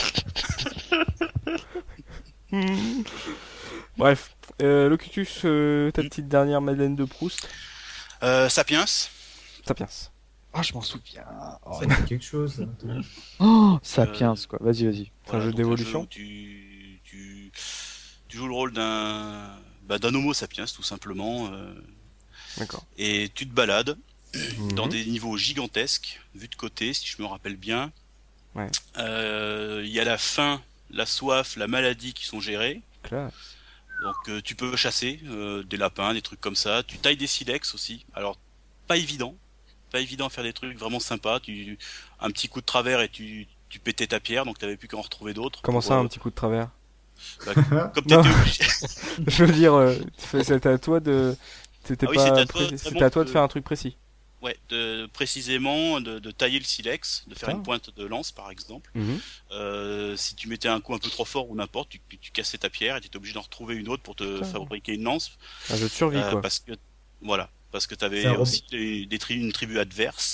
Bref, euh, Locutus, euh, ta petite dernière Madeleine de Proust. Euh, Sapiens. Sapiens. Ah, je m'en souviens. Oh, Ça dit quelque chose. oh, Sapiens Euh, quoi. Vas-y, vas-y. C'est un jeu donc d'évolution. où tu, tu, tu joues le rôle d'un bah, d'un Homo sapiens tout simplement. euh, D'accord. et tu te balades dans Mhm. des niveaux gigantesques, vus de côté, si je me rappelle bien. Ouais. Euh, Il y a la faim, la soif, la maladie qui sont gérées. Classe. Donc euh, tu peux chasser euh, des lapins, des trucs comme ça. Tu tailles des silex aussi. Alors pas évident, pas évident à faire des trucs vraiment sympas. Tu un petit coup de travers et tu tu pétais ta pierre, donc t'avais plus qu'à en retrouver d'autres. Comment pour, ça, euh, un petit coup de travers? Comme Non. t'étais obligé. Je veux dire, euh, c'était à toi de. C'était Ah oui, pas c'était à toi, pré- vraiment, c'était à toi de de- faire un truc précis. Ouais, de, précisément de, de tailler le silex, de faire Ah. une pointe de lance par exemple. Mhm. Euh, si tu mettais un coup un peu trop fort ou n'importe, tu, tu cassais ta pierre et tu étais obligé d'en retrouver une autre pour te Putain. fabriquer une lance. Un jeu de survie Euh, quoi. parce que voilà, parce que t'avais C'est un aussi des, des tri- une tribu adverse.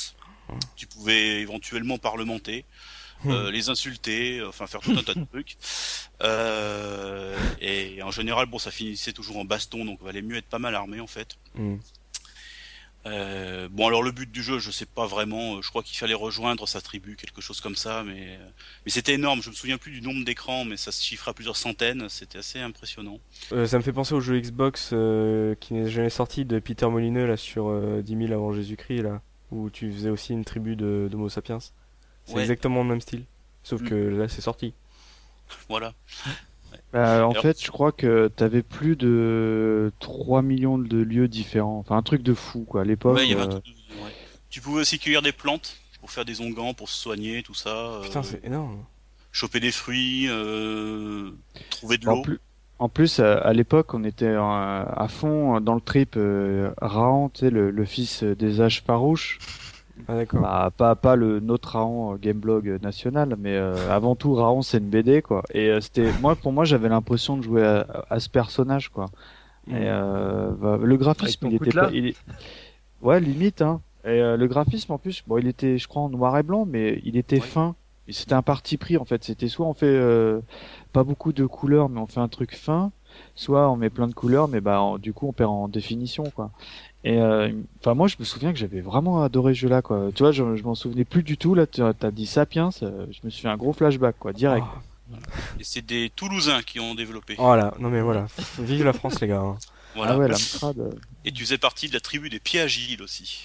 Tu pouvais éventuellement parlementer, euh, les insulter, enfin faire tout un tas de trucs. Euh, et en général, bon, ça finissait toujours en baston, donc il valait mieux être pas mal armé en fait. Mm. Euh, bon, alors le but du jeu, je sais pas vraiment. Je crois qu'il fallait rejoindre sa tribu, quelque chose comme ça, mais mais c'était énorme. Je me souviens plus du nombre d'écrans, mais ça se chiffre à plusieurs centaines. C'était assez impressionnant. Euh, ça me fait penser au jeu Xbox euh, qui n'est jamais sorti de Peter Molineux là sur euh, dix mille avant Jésus-Christ là, où tu faisais aussi une tribu de d'Homo sapiens. C'est Ouais. exactement le même style, sauf Mm. que là c'est sorti. Voilà. Bah, en Alors- fait, je crois que t'avais plus de trois millions de lieux différents. Enfin, un truc de fou, quoi. À l'époque, Ouais, il y avait un euh, truc de- ouais. Tu pouvais aussi cueillir des plantes pour faire des onguents, pour se soigner, tout ça. euh, Putain, c'est énorme. choper des fruits, euh, trouver de en l'eau. plus, en plus, à, à l'époque, on était euh, à fond dans le trip euh, Rahan, tu sais, le, le fils des âges farouches. Ah d'accord. Bah, pas pas le notre Rahan euh, Gameblog national, mais euh, avant tout Rahan c'est une B D quoi. Et euh, c'était moi pour moi j'avais l'impression de jouer à, à ce personnage quoi. Mm. Et euh, bah, le graphisme Avec il ton était coutelas. pas, il est... ouais limite hein. Et euh, le graphisme en plus bon il était je crois en noir et blanc mais il était Ouais. fin. Et c'était un parti pris en fait. C'était soit on fait euh, pas beaucoup de couleurs mais on fait un truc fin, soit on met plein de couleurs mais bah en- du coup on perd en définition quoi. Et euh, enfin moi je me souviens que j'avais vraiment adoré ce jeu-là quoi. Tu vois je, je m'en souvenais plus du tout là. Tu as dit Sapiens, euh, je me suis fait un gros flashback quoi direct. Ah. Et c'est des Toulousains qui ont développé. Voilà, non mais voilà, vive la France les gars. hein. Voilà. Ah ouais l'Amstrad. euh, Et tu faisais partie de la tribu des pieds agiles aussi.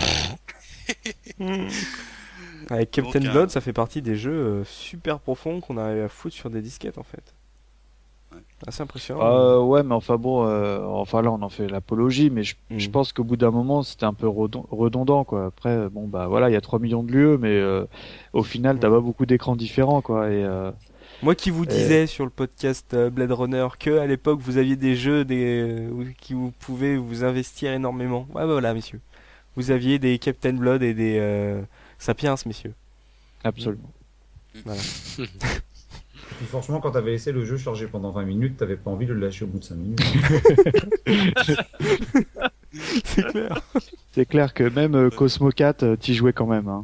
Avec Captain Donc, euh, Blood, ça fait partie des jeux euh, super profonds qu'on arrive à foutre sur des disquettes en fait. Ouais. Assez impressionnant. Euh, ouais, mais enfin bon, euh, enfin là on en fait l'apologie, mais je, Mm. je pense qu'au bout d'un moment c'était un peu redon- redondant quoi. Après, bon bah voilà, il y a trois millions de lieux, mais euh, au final t'as Mm. pas beaucoup d'écrans différents quoi. Et euh, Moi qui vous Euh. disais sur le podcast euh, Blade Runner que à l'époque vous aviez des jeux des euh, où- qui vous pouvaient vous investir énormément. Ouais bah voilà messieurs. Vous aviez des Captain Blood et des euh, Sapiens messieurs. absolument. Voilà. Et franchement, quand t'avais laissé le jeu charger pendant vingt minutes, t'avais pas envie de le lâcher au bout de cinq minutes. C'est clair. C'est clair que même euh, Cosmo quatre, euh, t'y jouais quand même. Hein.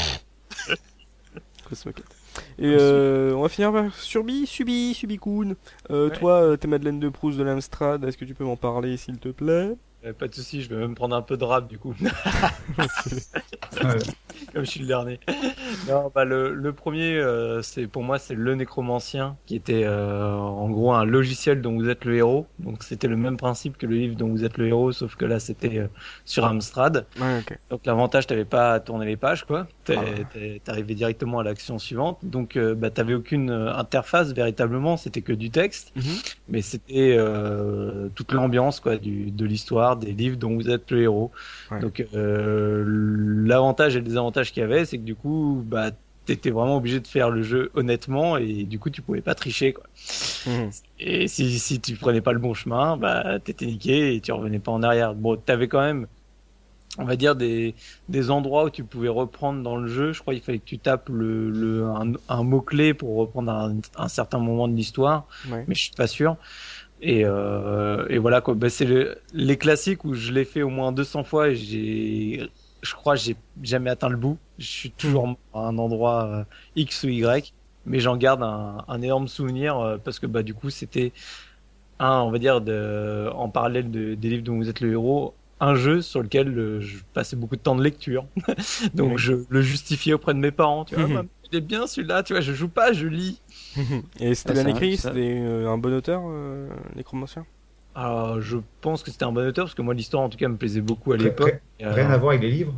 Cosmo quatre. Et euh, on va finir par Surbi, Subi, Subikun. Euh, Ouais. Toi, euh, t'es Madeleine de Proust de l'Amstrad, est-ce que tu peux m'en parler s'il te plaît? Euh, pas de soucis, je vais même prendre un peu de rap du coup, Ouais. comme je suis le dernier. Non, bah le, le premier, euh, c'est pour moi c'est le Nécromancien, qui était euh, en gros un logiciel dont vous êtes le héros. Donc c'était le même principe que le livre dont vous êtes le héros, sauf que là c'était euh, sur Amstrad. Ouais, ok. Donc l'avantage, t'avais pas à tourner les pages, quoi. T'es- Ah ouais. t'es- T'arrivais directement à l'action suivante. Donc euh, bah t'avais aucune euh, interface véritablement, c'était que du texte. Mhm. Mais c'était euh, toute l'ambiance quoi du, de l'histoire, des livres dont vous êtes le héros. Ouais. Donc euh, l'avantage et le désavantage qu'il y avait, c'est que du coup, bah t'étais vraiment obligé de faire le jeu honnêtement et du coup tu pouvais pas tricher quoi. Mhm. Et si si tu prenais pas le bon chemin, bah t'étais niqué et tu revenais pas en arrière. Bon, t'avais quand même, on va dire des des endroits où tu pouvais reprendre dans le jeu. Je crois qu'il fallait que tu tapes le le un, un mot clé pour reprendre un, un certain moment de l'histoire, Ouais. mais je suis pas sûr. Et, euh, et voilà quoi. Bah, c'est le, les classiques où je l'ai fait au moins deux cents fois et j'ai, je crois, j'ai jamais atteint le bout. Je suis toujours à un endroit euh, X ou Y, mais j'en garde un, un énorme souvenir euh, parce que bah du coup c'était un, on va dire, de, en parallèle de, des livres dont vous êtes le héros, un jeu sur lequel euh, je passais beaucoup de temps de lecture. Donc Oui. je le justifiais auprès de mes parents. Tu vois, Mhm. Maman, il est bien celui-là. Tu vois, je joue pas, je lis. Et c'était Ah, bien ça- écrit, ça- c'était euh, un bon auteur, euh, Nécromancien? Alors, je pense que c'était un bon auteur parce que moi l'histoire en tout cas me plaisait beaucoup à Rien- l'époque. Et, Rien euh, à voir avec les livres.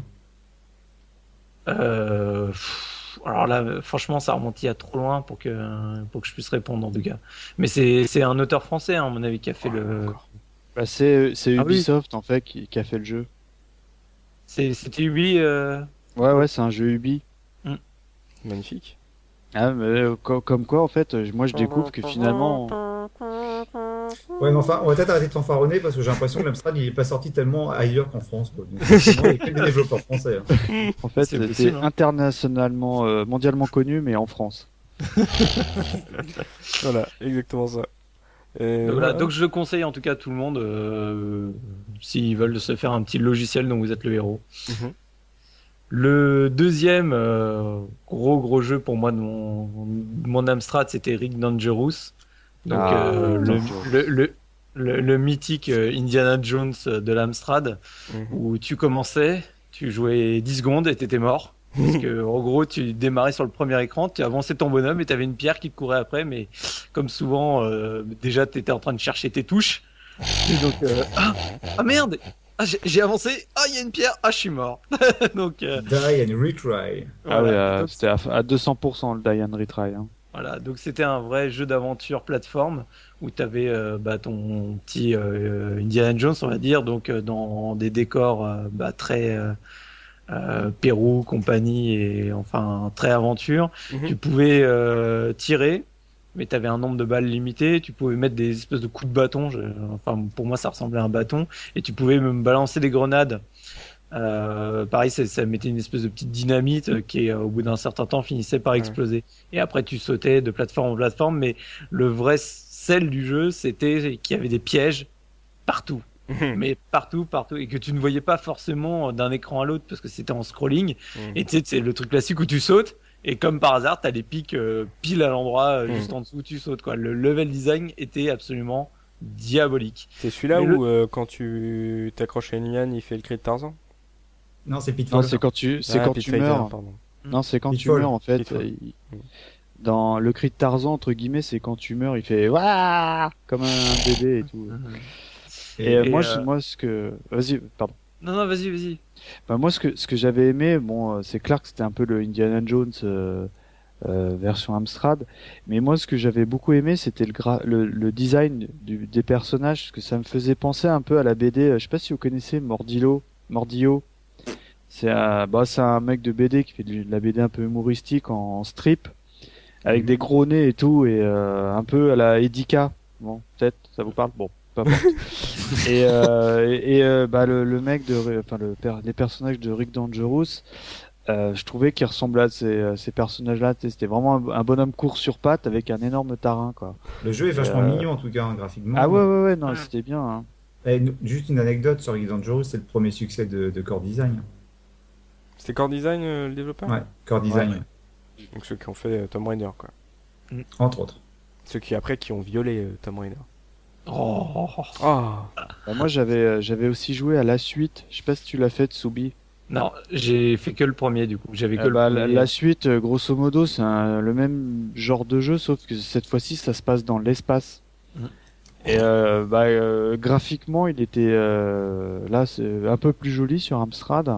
euh, pff, alors là, euh, franchement, ça remonte il y a trop loin pour que pour que je puisse répondre en tout cas. Mais c'est c'est un auteur français, hein, à mon avis, qui a fait le. Encore. Bah, c'est c'est Ah oui. Ubisoft en fait qui, qui a fait le jeu. C'est c'était Ubi. Euh... Ouais ouais, c'est un jeu Ubi. Magnifique. Ah, mais euh, co- comme quoi en fait, euh, moi je découvre que finalement. Ouais, mais enfin, on va peut-être arrêter de fanfaronner parce que j'ai l'impression que l'Amstrad il est pas sorti tellement ailleurs qu'en France. Quoi. Donc, forcément, il y a que des développeurs français. hein. En fait, C'est c'est possible, hein. internationalement, euh, mondialement connu, mais en France. Voilà, exactement ça. Et Donc, voilà, donc je le conseille en tout cas à tout le monde euh, s'ils veulent se faire un petit logiciel dont vous êtes le héros. Mhm. Le deuxième euh, gros gros jeu pour moi de mon, de mon Amstrad, c'était Rick Dangerous. Donc Ah, euh, le, Dangerous. le, le, le, le mythique euh, Indiana Jones de l'Amstrad, Mhm. où tu commençais, tu jouais dix secondes et t'étais mort. Parce que en gros, tu démarrais sur le premier écran, tu avançais ton bonhomme et t'avais une pierre qui te courait après, mais comme souvent, euh, déjà t'étais en train de chercher tes touches. Et donc, euh, ah, ah merde, ah, j'ai, j'ai avancé, ah il y a une pierre, ah je suis mort. donc euh, Die and retry. Ah oui, voilà. euh, Donc, c'était à, à deux cents pour cent le Die and Retry. Hein. Voilà, donc c'était un vrai jeu d'aventure plateforme où tu avais euh, bah, ton petit euh, Indiana Jones, on va dire, donc euh, dans des décors euh, bah, très euh, euh, Pérou, compagnie, et enfin très aventure. Mhm. Tu pouvais euh, tirer, mais tu avais un nombre de balles limité. Tu pouvais mettre des espèces de coups de bâton. Je- enfin, pour moi, ça ressemblait à un bâton. Et tu pouvais même balancer des grenades. Euh, pareil, ça, ça mettait une espèce de petite dynamite euh, qui, euh, au bout d'un certain temps, finissait par Ouais. exploser. Et après, tu sautais de plateforme en plateforme. Mais le vrai sel du jeu, c'était qu'il y avait des pièges partout. Mhm. Mais partout, partout. Et que tu ne voyais pas forcément d'un écran à l'autre parce que c'était en scrolling. Mhm. Et tu sais, c'est le truc classique où tu sautes. Et comme par hasard, t'as des pics euh, pile à l'endroit euh, Mm. juste en dessous où tu sautes, quoi. Le level design était absolument diabolique. C'est celui-là Mais le- où euh, quand tu t'accroches à une liane, il fait le cri de Tarzan. Non, c'est Non, Pitfall. c'est quand tu, c'est Ah, quand Pit tu Fighter, meurs. pardon. Non, c'est quand tu Pitfall. meurs en fait. Pitfall. euh, il- Dans le cri de Tarzan entre guillemets, c'est quand tu meurs, il fait waouh comme un bébé et tout. Et, Et, euh, et, moi, euh, je- moi, ce que, vas-y, pardon. Non, non, vas-y, vas-y. Bah, moi, ce que, ce que j'avais aimé, bon, euh, c'est clair que c'était un peu le Indiana Jones euh, euh, version Amstrad, mais moi, ce que j'avais beaucoup aimé, c'était le, gra- le, le design du, des personnages, parce que ça me faisait penser un peu à la B D. euh, Je sais pas si vous connaissez Mordillo, Mordillo. C'est un, bah, c'est un mec de B D qui fait de la B D un peu humoristique en, en strip, avec Mhm. des gros nez et tout, et euh, un peu à la Edika. Bon, peut-être, ça vous parle. Bon. Peu importe. et euh, et, et, euh, bah le, le mec de enfin le per- les personnages de Rick Dangerous, euh, je trouvais qu'ils ressemblaient à ces, à ces personnages-là. Tu sais, c'était vraiment un, un bonhomme court sur pattes avec un énorme tarin, quoi. le jeu est vachement euh, mignon en tout cas, hein, graphiquement. Ah ouais ouais ouais non Ouais. c'était bien. Hein. Et nous- juste une anecdote sur Rick Dangerous, c'est le premier succès de, de Core Design. C'était Core Design euh, le développeur. Ouais, Core Design, Ouais. Donc ceux qui ont fait euh, Tomb Raider, quoi. entre autres. Ceux qui après qui ont violé euh, Tomb Raider. Oh, oh, oh. Ah. Bah, moi j'avais euh, j'avais aussi joué à la suite. Je sais pas si tu l'as fait, Tsubi. Non, j'ai fait que le premier, du coup. J'avais que Euh, bah, le la, premier. la suite, euh, grosso modo, c'est un- le même genre de jeu, sauf que cette fois-ci, ça se passe dans l'espace. Mhm. Et euh, bah, euh, graphiquement, il était euh, là, c'est un peu plus joli sur Amstrad.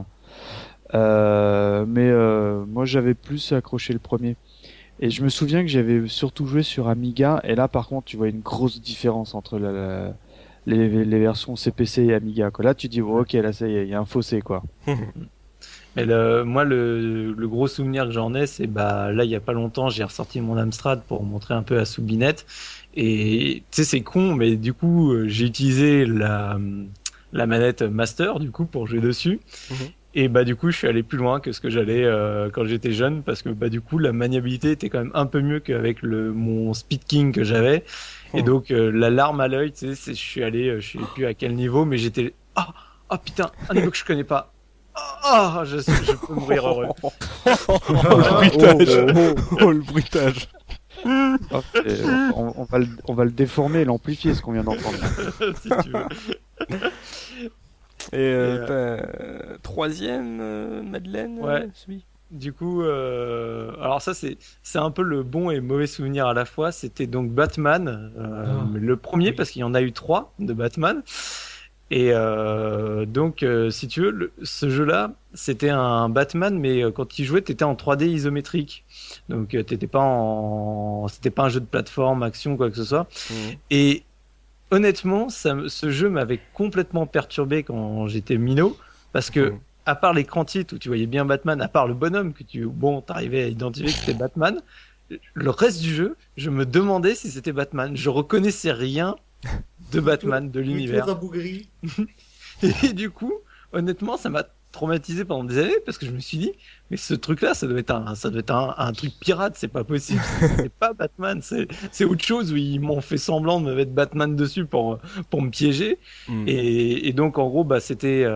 Euh, mais euh, moi, j'avais plus accroché le premier. Et je me souviens que j'avais surtout joué sur Amiga. Et là, par contre, tu vois une grosse différence entre la, la- les, les versions C P C et Amiga, quoi. Là, tu dis, oh, ok, là, ça y est, il y a un fossé, quoi. Mais le, moi, le, le gros souvenir que j'en ai, c'est bah là, il y a pas longtemps, j'ai ressorti mon Amstrad pour montrer un peu à Soubinette. Et tu sais, c'est con, mais du coup, euh, j'ai utilisé la, la manette Master, du coup, pour jouer dessus. Mhm. Et bah du coup, je suis allé plus loin que ce que j'allais euh, quand j'étais jeune, parce que bah du coup, la maniabilité était quand même un peu mieux qu'avec le mon Speed King que j'avais. Et Oh. donc euh, la larme à l'œil, tu sais, c'est- je suis allé, euh, je sais plus à quel niveau, mais j'étais ah ah putain, un niveau que je connais pas. Ah, ah, je, je peux mourir heureux. Oh, le bruitage. Oh, le bruitage. Oh, c'est- on, on va le, on va le déformer et l'amplifier, ce qu'on vient d'entendre. si tu veux. Et euh, t'as, euh, troisième, euh, Madeleine. Ouais. euh, celui Du coup, euh, alors ça c'est c'est un peu le bon et mauvais souvenir à la fois. C'était donc Batman, euh, Ah. le premier parce qu'il y en a eu trois de Batman. Et euh, donc, euh, si tu veux, le- ce jeu-là, c'était un Batman, mais euh, quand tu jouais, t'étais en trois D isométrique. Donc, euh, t'étais pas en, c'était pas un jeu de plateforme, action, quoi que ce soit. Mhm. Et honnêtement, ça, me- ce jeu m'avait complètement perturbé quand j'étais minot, parce que Mhm. à part l'écran titre où tu voyais bien Batman, à part le bonhomme que tu, bon, t'arrivais à identifier que c'était Batman, le reste du jeu, je me demandais si c'était Batman. Je reconnaissais rien de Batman, de l'univers. rabougri. Et du coup, honnêtement, ça m'a traumatisé pendant des années parce que je me suis dit, mais ce truc-là, ça doit être un, ça doit être un, un truc pirate, c'est pas possible, c'est c'est pas Batman, c'est, c'est autre chose où ils m'ont fait semblant de me mettre Batman dessus pour, pour me piéger. Mhm. Et, et donc, en gros, bah, c'était euh,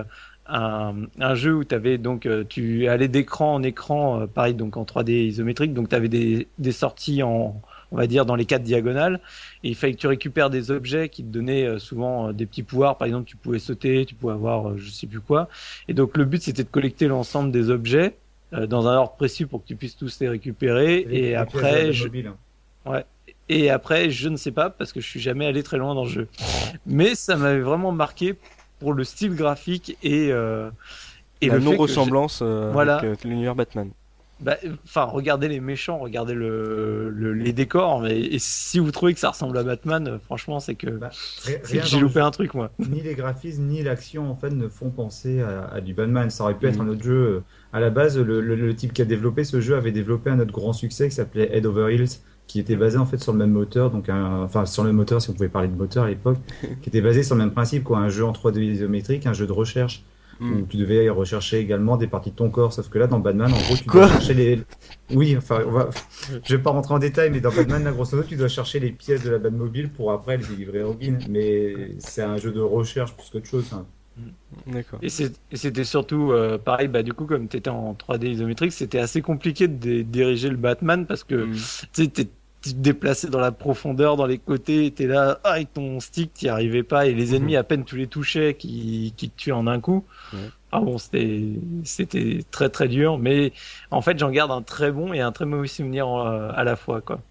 un, un jeu où t'avais donc euh, tu allais d'écran en écran, euh, pareil donc en trois D isométrique, donc tu avais des, des sorties en, on va dire dans les quatre diagonales, et il fallait que tu récupères des objets qui te donnaient euh, souvent euh, des petits pouvoirs. Par exemple, tu pouvais sauter, tu pouvais avoir euh, je sais plus quoi, et donc le but c'était de collecter l'ensemble des objets euh, dans un ordre précis pour que tu puisses tous les récupérer. Les- Et les après, pièces je... mobiles, hein. ouais. Et après, je ne sais pas parce que je suis jamais allé très loin dans le jeu. Mais ça m'avait vraiment marqué pour le style graphique et euh, et la le fait que non-ressemblance euh, Voilà. avec euh, l'univers Batman. bah, enfin, regardez les méchants, regardez le, le les décors. Mais et si vous trouvez que ça ressemble à Batman, euh, franchement, c'est que Bah, ri- c'est rien que j'ai dans le loupé jeu, un truc, moi. ni les graphismes ni l'action en fait ne font penser à, à du Batman. Ça aurait pu être Mhm. un autre jeu. euh, À la base, le, le- le type qui a développé ce jeu avait développé un autre grand succès qui s'appelait Head Over Heels, qui était basé en fait sur le même moteur, donc un- enfin sur le même moteur si on pouvait parler de moteur à l'époque, qui était basé sur le même principe, quoi, un jeu en trois D isométrique, un jeu de recherche Mm. où tu devais rechercher également des parties de ton corps, sauf que là dans Batman, en gros, tu Quoi dois chercher les. Oui, enfin, on va... je vais pas rentrer en détail, mais dans Batman, là, grosso modo, tu dois chercher les pièces de la Batmobile pour après les délivrer à Robin. Mais c'est un jeu de recherche plus qu'autre chose, hein. D'accord. Et c'est- et c'était surtout euh, pareil, bah du coup comme tu étais en trois D isométrique, c'était assez compliqué de dé- diriger le Batman parce que Mm. tu sais, t'es tu te déplaçais dans la profondeur, dans les côtés, t'es là ah, avec ton stick, t'y arrivais pas, et les ennemis à peine tu les touchais, qui, qui te tuaient en un coup. Ouais. Ah bon, c'était c'était très très dur, mais en fait j'en garde un très bon et un très mauvais souvenir euh, à la fois, quoi.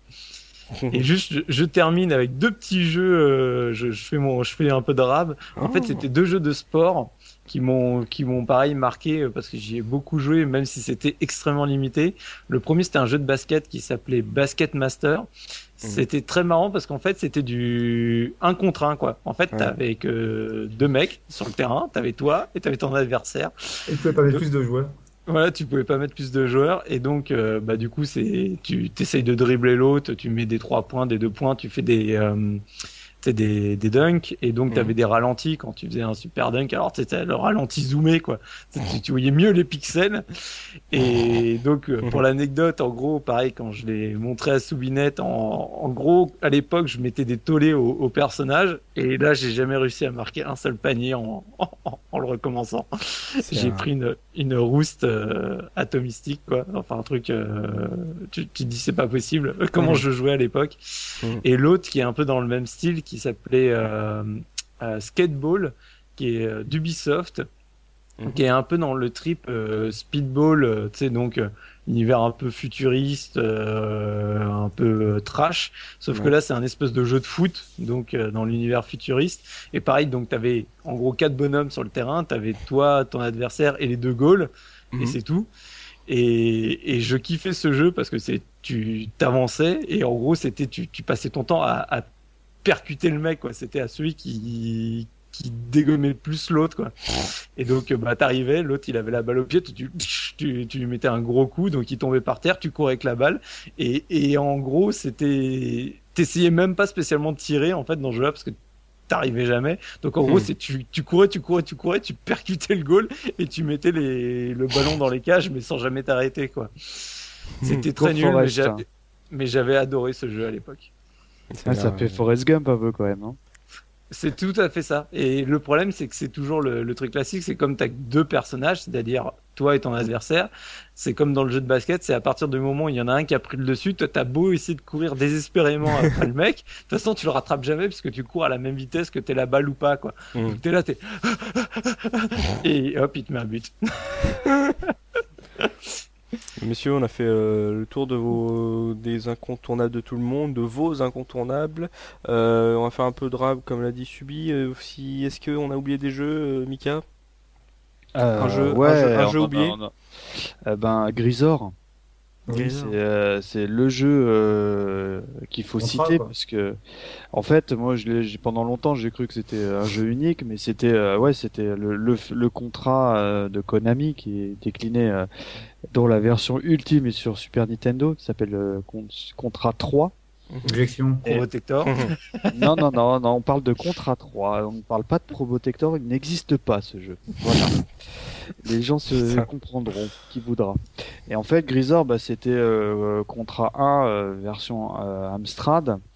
Et juste, je, je termine avec deux petits jeux. euh, je, je fais mon, je fais un peu de rab. En Oh. fait, c'était deux jeux de sport qui m'ont, qui m'ont pareil marqué euh, parce que j'y ai beaucoup joué, même si c'était extrêmement limité. Le premier, c'était un jeu de basket qui s'appelait Basket Master. C'était très marrant parce qu'en fait, c'était du un contre un, quoi. En fait, Ouais. t'avais que deux mecs sur le terrain. T'avais toi et t'avais ton adversaire. Et tu pouvais pas mettre Donc- plus de joueurs. Voilà, tu pouvais pas mettre plus de joueurs et donc euh, bah du coup c'est tu t'essayes de dribbler l'autre, tu mets des trois points, des deux points, tu fais des euh, tu sais, des des dunks et donc t'avais Mhm. des ralentis quand tu faisais un super dunk. Alors c'était le ralenti zoomé, quoi. Tu, tu- tu voyais mieux les pixels et donc euh, pour Mhm. l'anecdote, en gros pareil quand je l'ai montré à Soubinette, en, en gros à l'époque je mettais des tollés au, au personnage et là j'ai jamais réussi à marquer un seul panier en en, en le recommençant. C'est J'ai un- pris une, une rouste euh, atomistique, quoi. Enfin, un truc, euh, tu, tu te dis c'est pas possible. Comment Mhm. je jouais à l'époque. Mhm. Et l'autre qui est un peu dans le même style, qui s'appelait euh, euh, Skateball, qui est euh, d'Ubisoft, Mhm. qui est un peu dans le trip euh, Speedball, euh, tu sais, donc euh, univers un peu futuriste, euh, un peu euh, trash. Sauf Ouais. que là, c'est un espèce de jeu de foot, donc euh, dans l'univers futuriste. Et pareil, donc t'avais en gros quatre bonhommes sur le terrain, t'avais toi, ton adversaire et les deux goals, Mhm. et c'est tout. Et, et je kiffais ce jeu parce que c'est tu t'avançais et en gros c'était tu, tu passais ton temps à, à percuter le mec, quoi. C'était à celui qui qui dégommait le plus l'autre, quoi. Et donc bah t'arrivais, l'autre il avait la balle au pied, tu, tu tu tu lui mettais un gros coup, donc il tombait par terre, tu courais avec la balle et et en gros c'était t'essayais même pas spécialement de tirer en fait dans ce jeu-là parce que t'arrivais jamais. Donc en gros, Hmm. c'est tu, tu courais, tu courais, tu courais, tu percutais le goal et tu mettais les, le ballon dans les cages, mais sans jamais t'arrêter, quoi. C'était très Pour nul, mais Forest, hein. j'avais, mais j'avais adoré ce jeu à l'époque. Ah, ça a- fait Forrest Gump un peu quand même. Hein. C'est tout à fait ça. Et le problème, c'est que c'est toujours le, le truc classique, c'est comme t'as que deux personnages, c'est-à-dire toi et ton adversaire. C'est comme dans le jeu de basket, c'est à partir du moment où il y en a un qui a pris le dessus, toi t'as beau essayer de courir désespérément après le mec, de toute façon tu le rattrapes jamais puisque tu cours à la même vitesse que t'es la balle ou pas, quoi. Mhm. Donc t'es là, t'es et hop, il te met un but. Messieurs, on a fait euh, le tour de vos des incontournables de tout le monde, de vos incontournables. Euh, on va faire un peu de rap, comme l'a dit Subi. Euh, si, est-ce qu'on a oublié des jeux, euh, Mika? Un jeu- un jeu- un on jeu en a- oublié. on a- Eh ben, Grisor. Oui, Grisor. C'est euh, c'est le jeu euh, qu'il faut Contrat, citer quoi. parce que en fait moi je l'ai j'ai- pendant longtemps j'ai cru que c'était un jeu unique mais c'était euh, ouais c'était le, le le contrat euh, de Konami qui est décliné euh, dans la version ultime et sur Super Nintendo qui s'appelle euh, Con- Contra trois. Objection. Pro Protector. Non non non non on parle de Contra trois, on ne parle pas de Probotector, il n'existe pas ce jeu. Voilà. Les gens se Ça. comprendront, qui voudra. Et en fait, Grisor, bah, c'était euh, Contra un euh, version euh, Amstrad.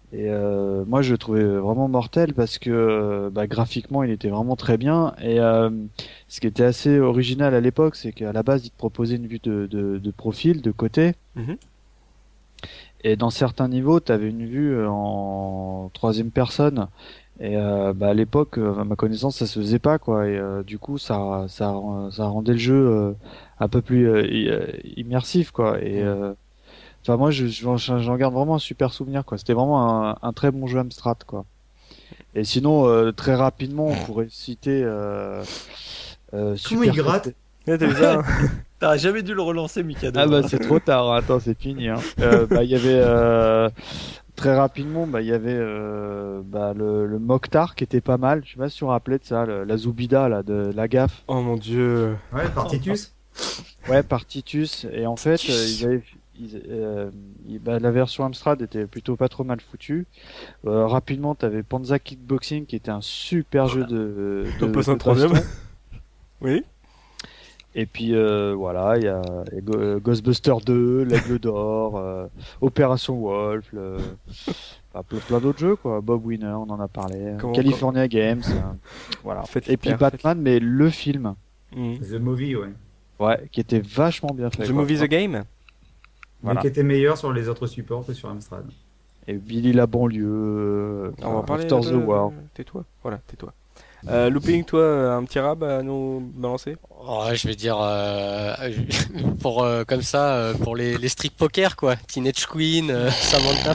Et euh, moi, je le trouvais vraiment mortel parce que euh, bah, graphiquement, il était vraiment très bien. Et euh, ce qui était assez original à l'époque, c'est qu'à la base, il te proposait une vue de, de, de profil, de côté. Mhm. Et dans certains niveaux, tu avais une vue en troisième personne. Et euh, bah, à l'époque, à ma connaissance, ça se faisait pas, quoi. Et euh, du coup, ça, ça, ça rendait le jeu euh, un peu plus euh, i- euh, immersif, quoi. Et euh, enfin, moi, je, j'en j'en garde vraiment un super souvenir, quoi. C'était vraiment un, un très bon jeu Amstrad, quoi. Et sinon, euh, très rapidement, on pourrait citer euh, euh, Comment Super il gratte Coaster- Ouais, t'as vu ça, hein. T'as jamais dû le relancer, Mikado. Ah bah c'est trop tard, hein. Attends, c'est fini. Hein. Euh, bah il y avait euh, très rapidement, bah il y avait euh, bah, le, le Mokhtar qui était pas mal. Je sais pas si tu te rappelais de ça, le- la Zoubida là de la gaffe. Oh mon dieu. Ouais, Partitus. Ouais, par Titus. Et en fait, euh, ils avaient, ils- euh, ils- bah, la version Amstrad était plutôt pas trop mal foutue. Euh, rapidement, t'avais Panza Kickboxing qui était un super jeu de. de On passe un de troisième. baston. Oui. Et puis euh, voilà, il y a, il y a Go- Ghostbusters deux, l'Aigle d'Or, euh, Opération Wolf, le... enfin, plein, plein d'autres jeux quoi. Bob Winner, on en a parlé. Comment- California Games, euh, voilà. Faites Et puis hyper, Batman, mais le film, Mhm. The Movie, ouais. ouais, qui était vachement bien fait. The quoi. Movie The Game. Voilà. Mais qui était meilleur sur les autres supports que sur Amstrad. Et Billy la banlieue, euh, On va en parler. After the de- War. Tais-toi. Voilà, tais-toi. Euh, Looping, toi, un petit rab à nous balancer. Ouais, je vais dire euh, pour euh, comme ça euh, pour les, les street poker quoi, Teenage Queen, euh, Samantha.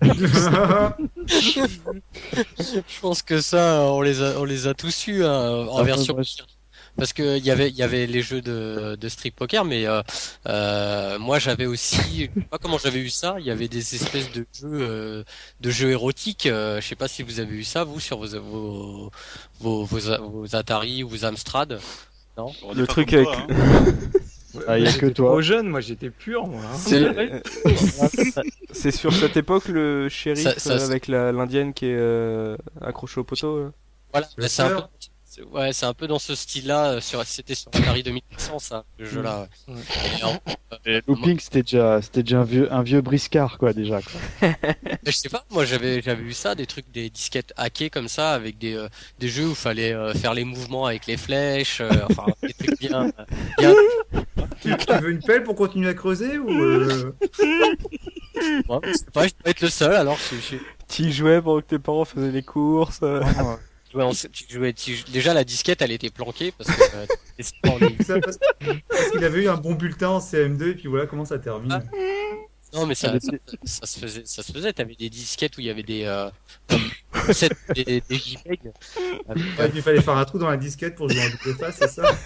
Je pense que ça on les a on les a tous eu hein, en Ah, version ouais, parce que il y avait il y avait les jeux de de street poker mais euh, euh, moi j'avais aussi je sais pas comment j'avais eu ça, il y avait des espèces de jeux euh, de jeux érotiques, euh, je sais pas si vous avez eu ça vous sur vos vos vos, vos, vos Atari ou vos Amstrad. Non. On Le est pas truc comme avec- toi, hein. Ah, y a que J'étais toi. trop jeune, moi j'étais pur, moi. hein. C'est Euh, C'est sur cette époque le shérif Ça- ça- euh, avec la l'indienne qui est euh, accrochée au poteau. euh. Voilà, Le c'est un peu, sœur. c'est- ouais, c'est un peu dans ce style-là. euh, Sur, c'était sur Atari deux mille six cents, ça, ce jeu-là. ouais. Et en- Et Looping, c'était déjà, c'était déjà un vieux, un vieux briscard quoi déjà. Quoi. mais je sais pas, moi j'avais, j'avais eu ça, des trucs, des disquettes hackées comme ça, avec des, euh, des jeux où il fallait euh, faire les mouvements avec les flèches, euh, enfin des trucs bien, bien. tu, tu veux une pelle pour continuer à creuser ou euh, Ouais, je sais pas, je dois être le seul. Alors, je, je, Tu y jouais pendant que tes parents faisaient les courses. euh. je jouais en- tu jouais- tu- déjà la disquette, elle était planquée parce que euh, c'est dans les- ça parce, parce qu'il avait eu un bon bulletin en C M deux et puis voilà comment ça termine. Ah. Non, mais ça, Elle ça, était- ça se faisait, ça se faisait. T'avais des disquettes où il y avait des, euh, comme sept- des, des JPEG. Avec, Ouais, puis il fallait faire un trou dans la disquette pour jouer en double face, c'est ça?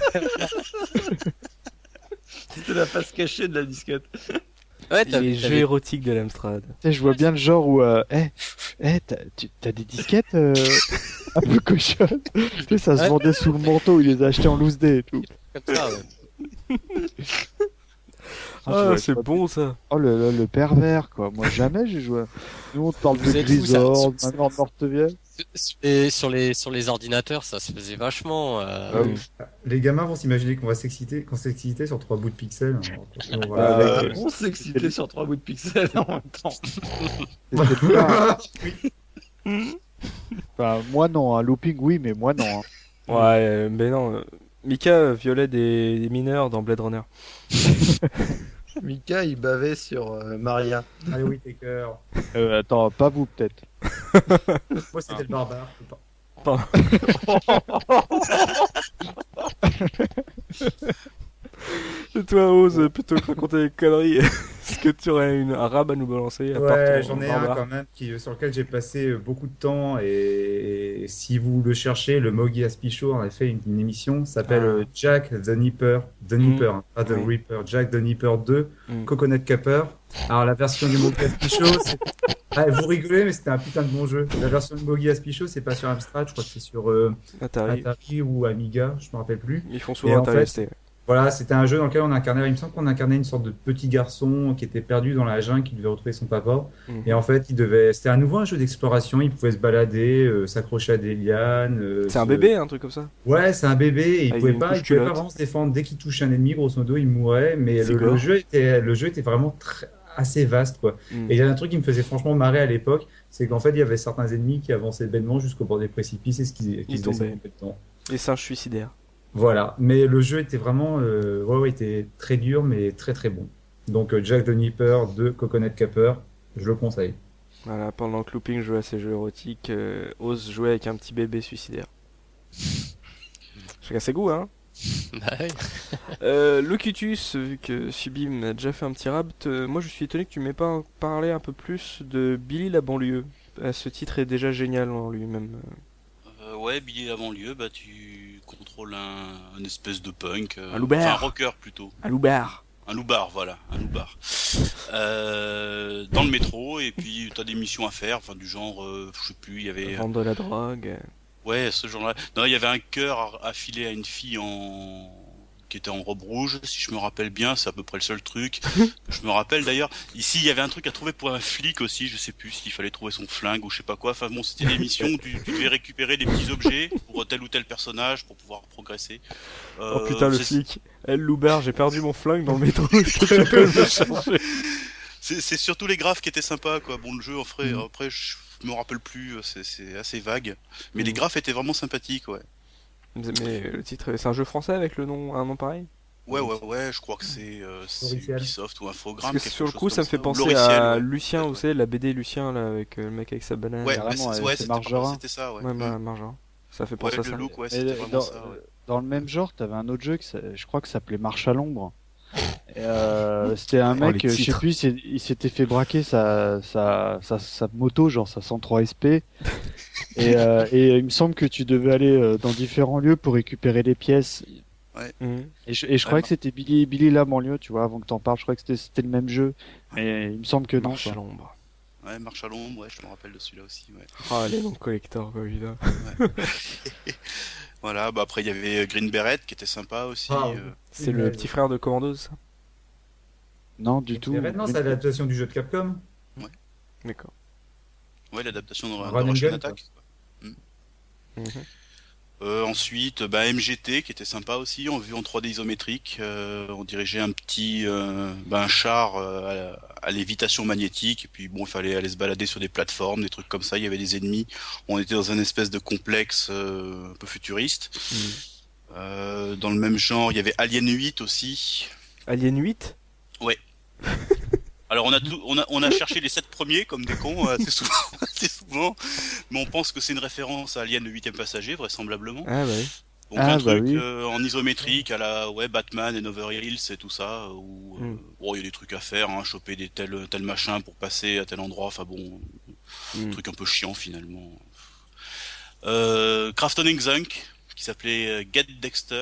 C'était la face cachée de la disquette. ouais, Les t'avais, jeux t'avais- érotiques de l'Amstrad. Tu sais, je vois bien le genre où, euh, eh, eh, t'as, tu- t'as des disquettes euh, un peu cochonnes. Tu sais, ça se Ouais. vendait sous le manteau, il les achetait en loose day et tout. comme ça. Ouais. Ah, je Ah, vois- c'est bon ça. Oh le, le, le pervers quoi. Moi jamais j'ai joué. Nous on te parle Vous de êtes fous, ça. Grisord, maintenant Nortevielle. Et sur les, sur les ordinateurs, ça se faisait vachement. Euh, Ah oui. Les gamins vont s'imaginer qu'on va s'exciter, qu'on s'exciter sur trois bouts de pixels. Alors, on va- Bah, avec- avec- On s'excitait sur trois bouts de pixels en même temps. C'était pas- Enfin, moi non, un looping oui, mais moi non. hein. Ouais, euh, mais non. euh, Mika euh, violait des, des mineurs dans Blade Runner. Mika, il bavait sur euh, Maria. Allez, oui, Taker. Euh, attends, pas vous peut-être. Moi, c'était le barbare. je sais pas. Et toi, Ose, plutôt que raconter des conneries, est-ce que tu aurais une, un rab à nous balancer à part Ouais, ton j'en ai barbare un quand même qui, sur lequel j'ai passé beaucoup de temps et, et si vous le cherchez, le Mogi Aspicho en a fait une, une émission, ça s'appelle Ah. euh, Jack the Nipper, The Mm. Nipper, hein, pas The Oui. Reaper, Jack the Nipper deux, Mm. Coconut Capper. Alors la version du Mogi Aspicho, c'est... Ah, vous rigolez, mais c'était un putain de bon jeu. La version du Mogi Aspicho, c'est pas sur Amstrad, je crois que c'est sur euh, Atari. Atari ou Amiga, je me rappelle plus. Ils font Et souvent en Atari fait, S T. Voilà, c'était un jeu dans lequel on incarnait, il me semble qu'on incarnait une sorte de petit garçon qui était perdu dans la jungle, qui devait retrouver son papa. Mhm. Et en fait, il devait, c'était à nouveau un jeu d'exploration, il pouvait se balader, euh, s'accrocher à des lianes. euh, C'est un se- bébé, un truc comme ça. Ouais, c'est un bébé, et il Avec pouvait une pas, couche il pouvait pas culotte. vraiment se défendre. Dès qu'il touchait un ennemi, grosso modo, il mourait, mais C'est le, le gore. jeu était, le jeu était vraiment très, assez vaste, quoi. Mm. Et il y a un truc qui me faisait franchement marrer à l'époque, c'est qu'en fait, il y avait certains ennemis qui avançaient bêtement jusqu'au bord des précipices et ce qui, qui Ils se tombaient. laissaient complètement. Les singes suicidaires. Voilà. Mais le jeu était vraiment, euh, ouais, ouais, était très dur, mais très très bon. Donc euh, Jack the Nipper de Coconut Capper, je le conseille. Voilà, pendant que Looping joue à ses jeux érotiques, euh, ose jouer avec un petit bébé suicidaire. Chacun ses goûts, hein. Bah ouais. Euh, Locutus, vu que Subim a déjà fait un petit rabt, euh, moi je suis étonné que tu m'aies pas parlé un peu plus de Billy la banlieue. Euh, ce titre est déjà génial en lui-même. Euh, ouais, Billy la banlieue, bah tu contrôles un, un espèce de punk, euh, Un loupard. enfin un rocker plutôt, Un loupard. un loupard, voilà, un loupard. Euh, dans le métro, et puis t'as des missions à faire, enfin du genre, euh, je sais plus, il y avait, Vendre de la drogue. ouais, ce genre-là. Non, il y avait un cœur affilé à une fille en qui était en robe rouge, si je me rappelle bien, c'est à peu près le seul truc. Je me rappelle d'ailleurs, ici il y avait un truc à trouver pour un flic aussi, je sais plus s'il fallait trouver son flingue ou je sais pas quoi. Enfin bon, c'était des missions où tu, tu devais récupérer des petits objets pour tel ou tel personnage pour pouvoir progresser. Euh, Oh putain, le c'est- flic. Eh, le loupard, j'ai perdu mon flingue dans le métro. Est-ce que tu peux me chercher? C'est c'est surtout les graphes qui étaient sympas, quoi. Bon, le jeu, après, Mm. après je me rappelle plus, c'est c'est assez vague. Mais Mm. les graphes étaient vraiment sympathiques, ouais. Mais le titre, c'est un jeu français avec le nom, un nom pareil? Ouais, ouais, ouais, je crois que c'est euh, c'est Logiciel. Ubisoft ou Parce Infogrames. que quelque sur le chose coup, ça comme me fait ou penser Logiciel, à ouais. Lucien, vous Ouais, savez, la B D Lucien, là, avec euh, le mec avec sa banane. ouais, Carrément, ouais, c'est- ouais, ouais, c'est c'était Margerin. c'était ça, ouais. Ouais, Mm. ma- Margerin. Ça fait Ouais, penser à le ça. look, ouais, Et c'était vraiment dans, ça, ouais. dans le même genre, t'avais un autre jeu, que ça- je crois que ça s'appelait Marche à l'ombre. Et, euh, c'était un Oh, mec, les euh, je sais titres. plus, il il s'était fait braquer sa, sa, sa, sa moto, genre sa cent trois S P. Et, euh, et il me semble que tu devais aller euh, dans différents lieux pour récupérer les pièces. Mhm. Et je, et je Ouais, croyais que c'était Billy, Billy la banlieue, tu vois, avant que t'en parles, je croyais que c'était c'était le même jeu. Mais il me semble que non. Marche quoi. à l'ombre. Ouais, Marche à l'ombre, ouais, je me rappelle de celui-là aussi, ouais. Ah, les noms collector, quoi, évidemment. Voilà, bah après il y avait Green Beret qui était sympa aussi. Ah, euh, C'est le Ouais. petit frère de Commandos, ça? Non, du tout. Non, c'est l'adaptation du jeu de Capcom. D'accord. Ouais, l'adaptation de, de Run and Russian Gun, Attack. Mhm. Euh, ensuite, bah, M G T qui était sympa aussi, en vue en trois D isométrique. Euh, on dirigeait un petit euh, bah, un char euh, à, à lévitation magnétique, et puis bon, il fallait aller se balader sur des plateformes, des trucs comme ça. Il y avait des ennemis. On était dans un espèce de complexe euh, un peu futuriste. Mhm. Euh, dans le même genre, il y avait Alien huit aussi. Alien huit? Alors on a, tout, on a on a cherché les sept premiers comme des cons euh, assez souvent, assez souvent, mais on pense que c'est une référence à Alien le huitième passager vraisemblablement. Ah, bah oui. Donc Ah, un bah truc oui. euh, en isométrique à la ouais Batman et Over Hills et tout ça, où euh, Mm. bon il y a des trucs à faire, hein, choper des tels tel machin pour passer à tel endroit, enfin bon, un Mm. truc un peu chiant finalement. Euh, Krafton Zunk qui s'appelait euh, Get Dexter,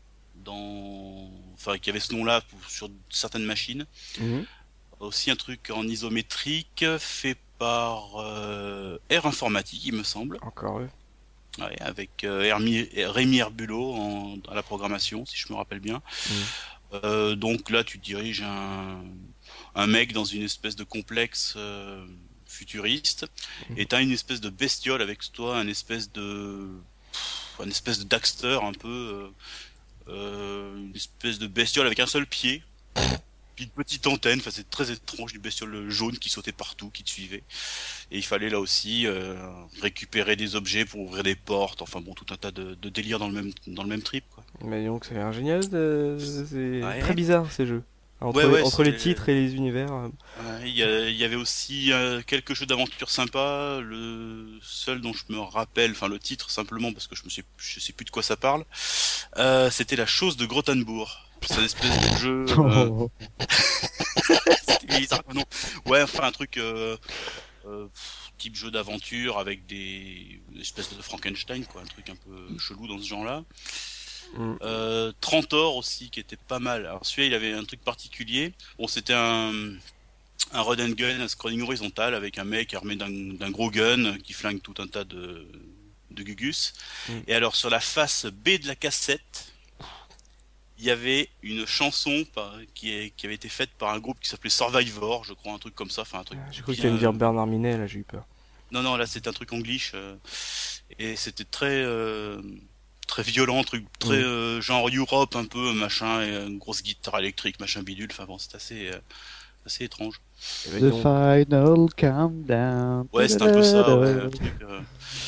dans enfin qui avait ce nom-là pour- sur certaines machines. Mhm. Aussi un truc en isométrique fait par euh, Air Informatique, il me semble. Encore eux. Ouais, avec euh, Hermi- Rémi Herbulot en, à la programmation, si je me rappelle bien. Mm. Euh, donc là, tu diriges un, un mec dans une espèce de complexe euh, futuriste, Mm. et t'as une espèce de bestiole avec toi, un espèce de, pff, un espèce de Daxter un peu, euh, euh, une espèce de bestiole avec un seul pied. Puis une petite antenne, enfin c'est très étrange, une bestiole jaune qui sautait partout, qui te suivait. Et il fallait là aussi euh, récupérer des objets pour ouvrir des portes, enfin bon, tout un tas de, de délires dans le même dans le même trip, quoi. Mais donc, ça a l'air génial. de- C'est Ouais. très bizarre, ces jeux. Entre, Ouais, ouais, entre les c'est- titres et les univers. euh, Ouais, Il y, a- il y avait aussi euh, quelques jeux d'aventure sympas. Le seul dont je me rappelle, enfin le titre simplement parce que je me sais, je sais plus de quoi ça parle. Euh, c'était La Chose de Grothenburg. C'est une espèce de jeu. euh, C'était bizarre, non. Ouais, enfin un truc euh, euh, pff, type jeu d'aventure avec des une espèce de Frankenstein, quoi, un truc un peu chelou dans ce genre-là. Mm. Euh, Trantor aussi qui était pas mal. Alors celui-là il avait un truc particulier. Bon, c'était un un run and gun, un scrolling horizontal avec un mec armé d'un d'un gros gun qui flingue tout un tas de de gugus. Mm. Et alors sur la face B de la cassette, il y avait une chanson par, qui, est, qui avait été faite par un groupe qui s'appelait Survivor, je crois, un truc comme ça, enfin un truc. J'ai cru que bien- tu allais me dire Bernard Minet, là, j'ai eu peur. Non, non, là c'est un truc anglish, euh, et c'était très, euh, très violent, truc très Mm. euh, genre Europe un peu, machin, et une grosse guitare électrique, machin bidule. Enfin bon, c'est assez, euh, assez étrange. Et The donc, final countdown. Ouais, c'est un peu ça, ouais, un truc, euh,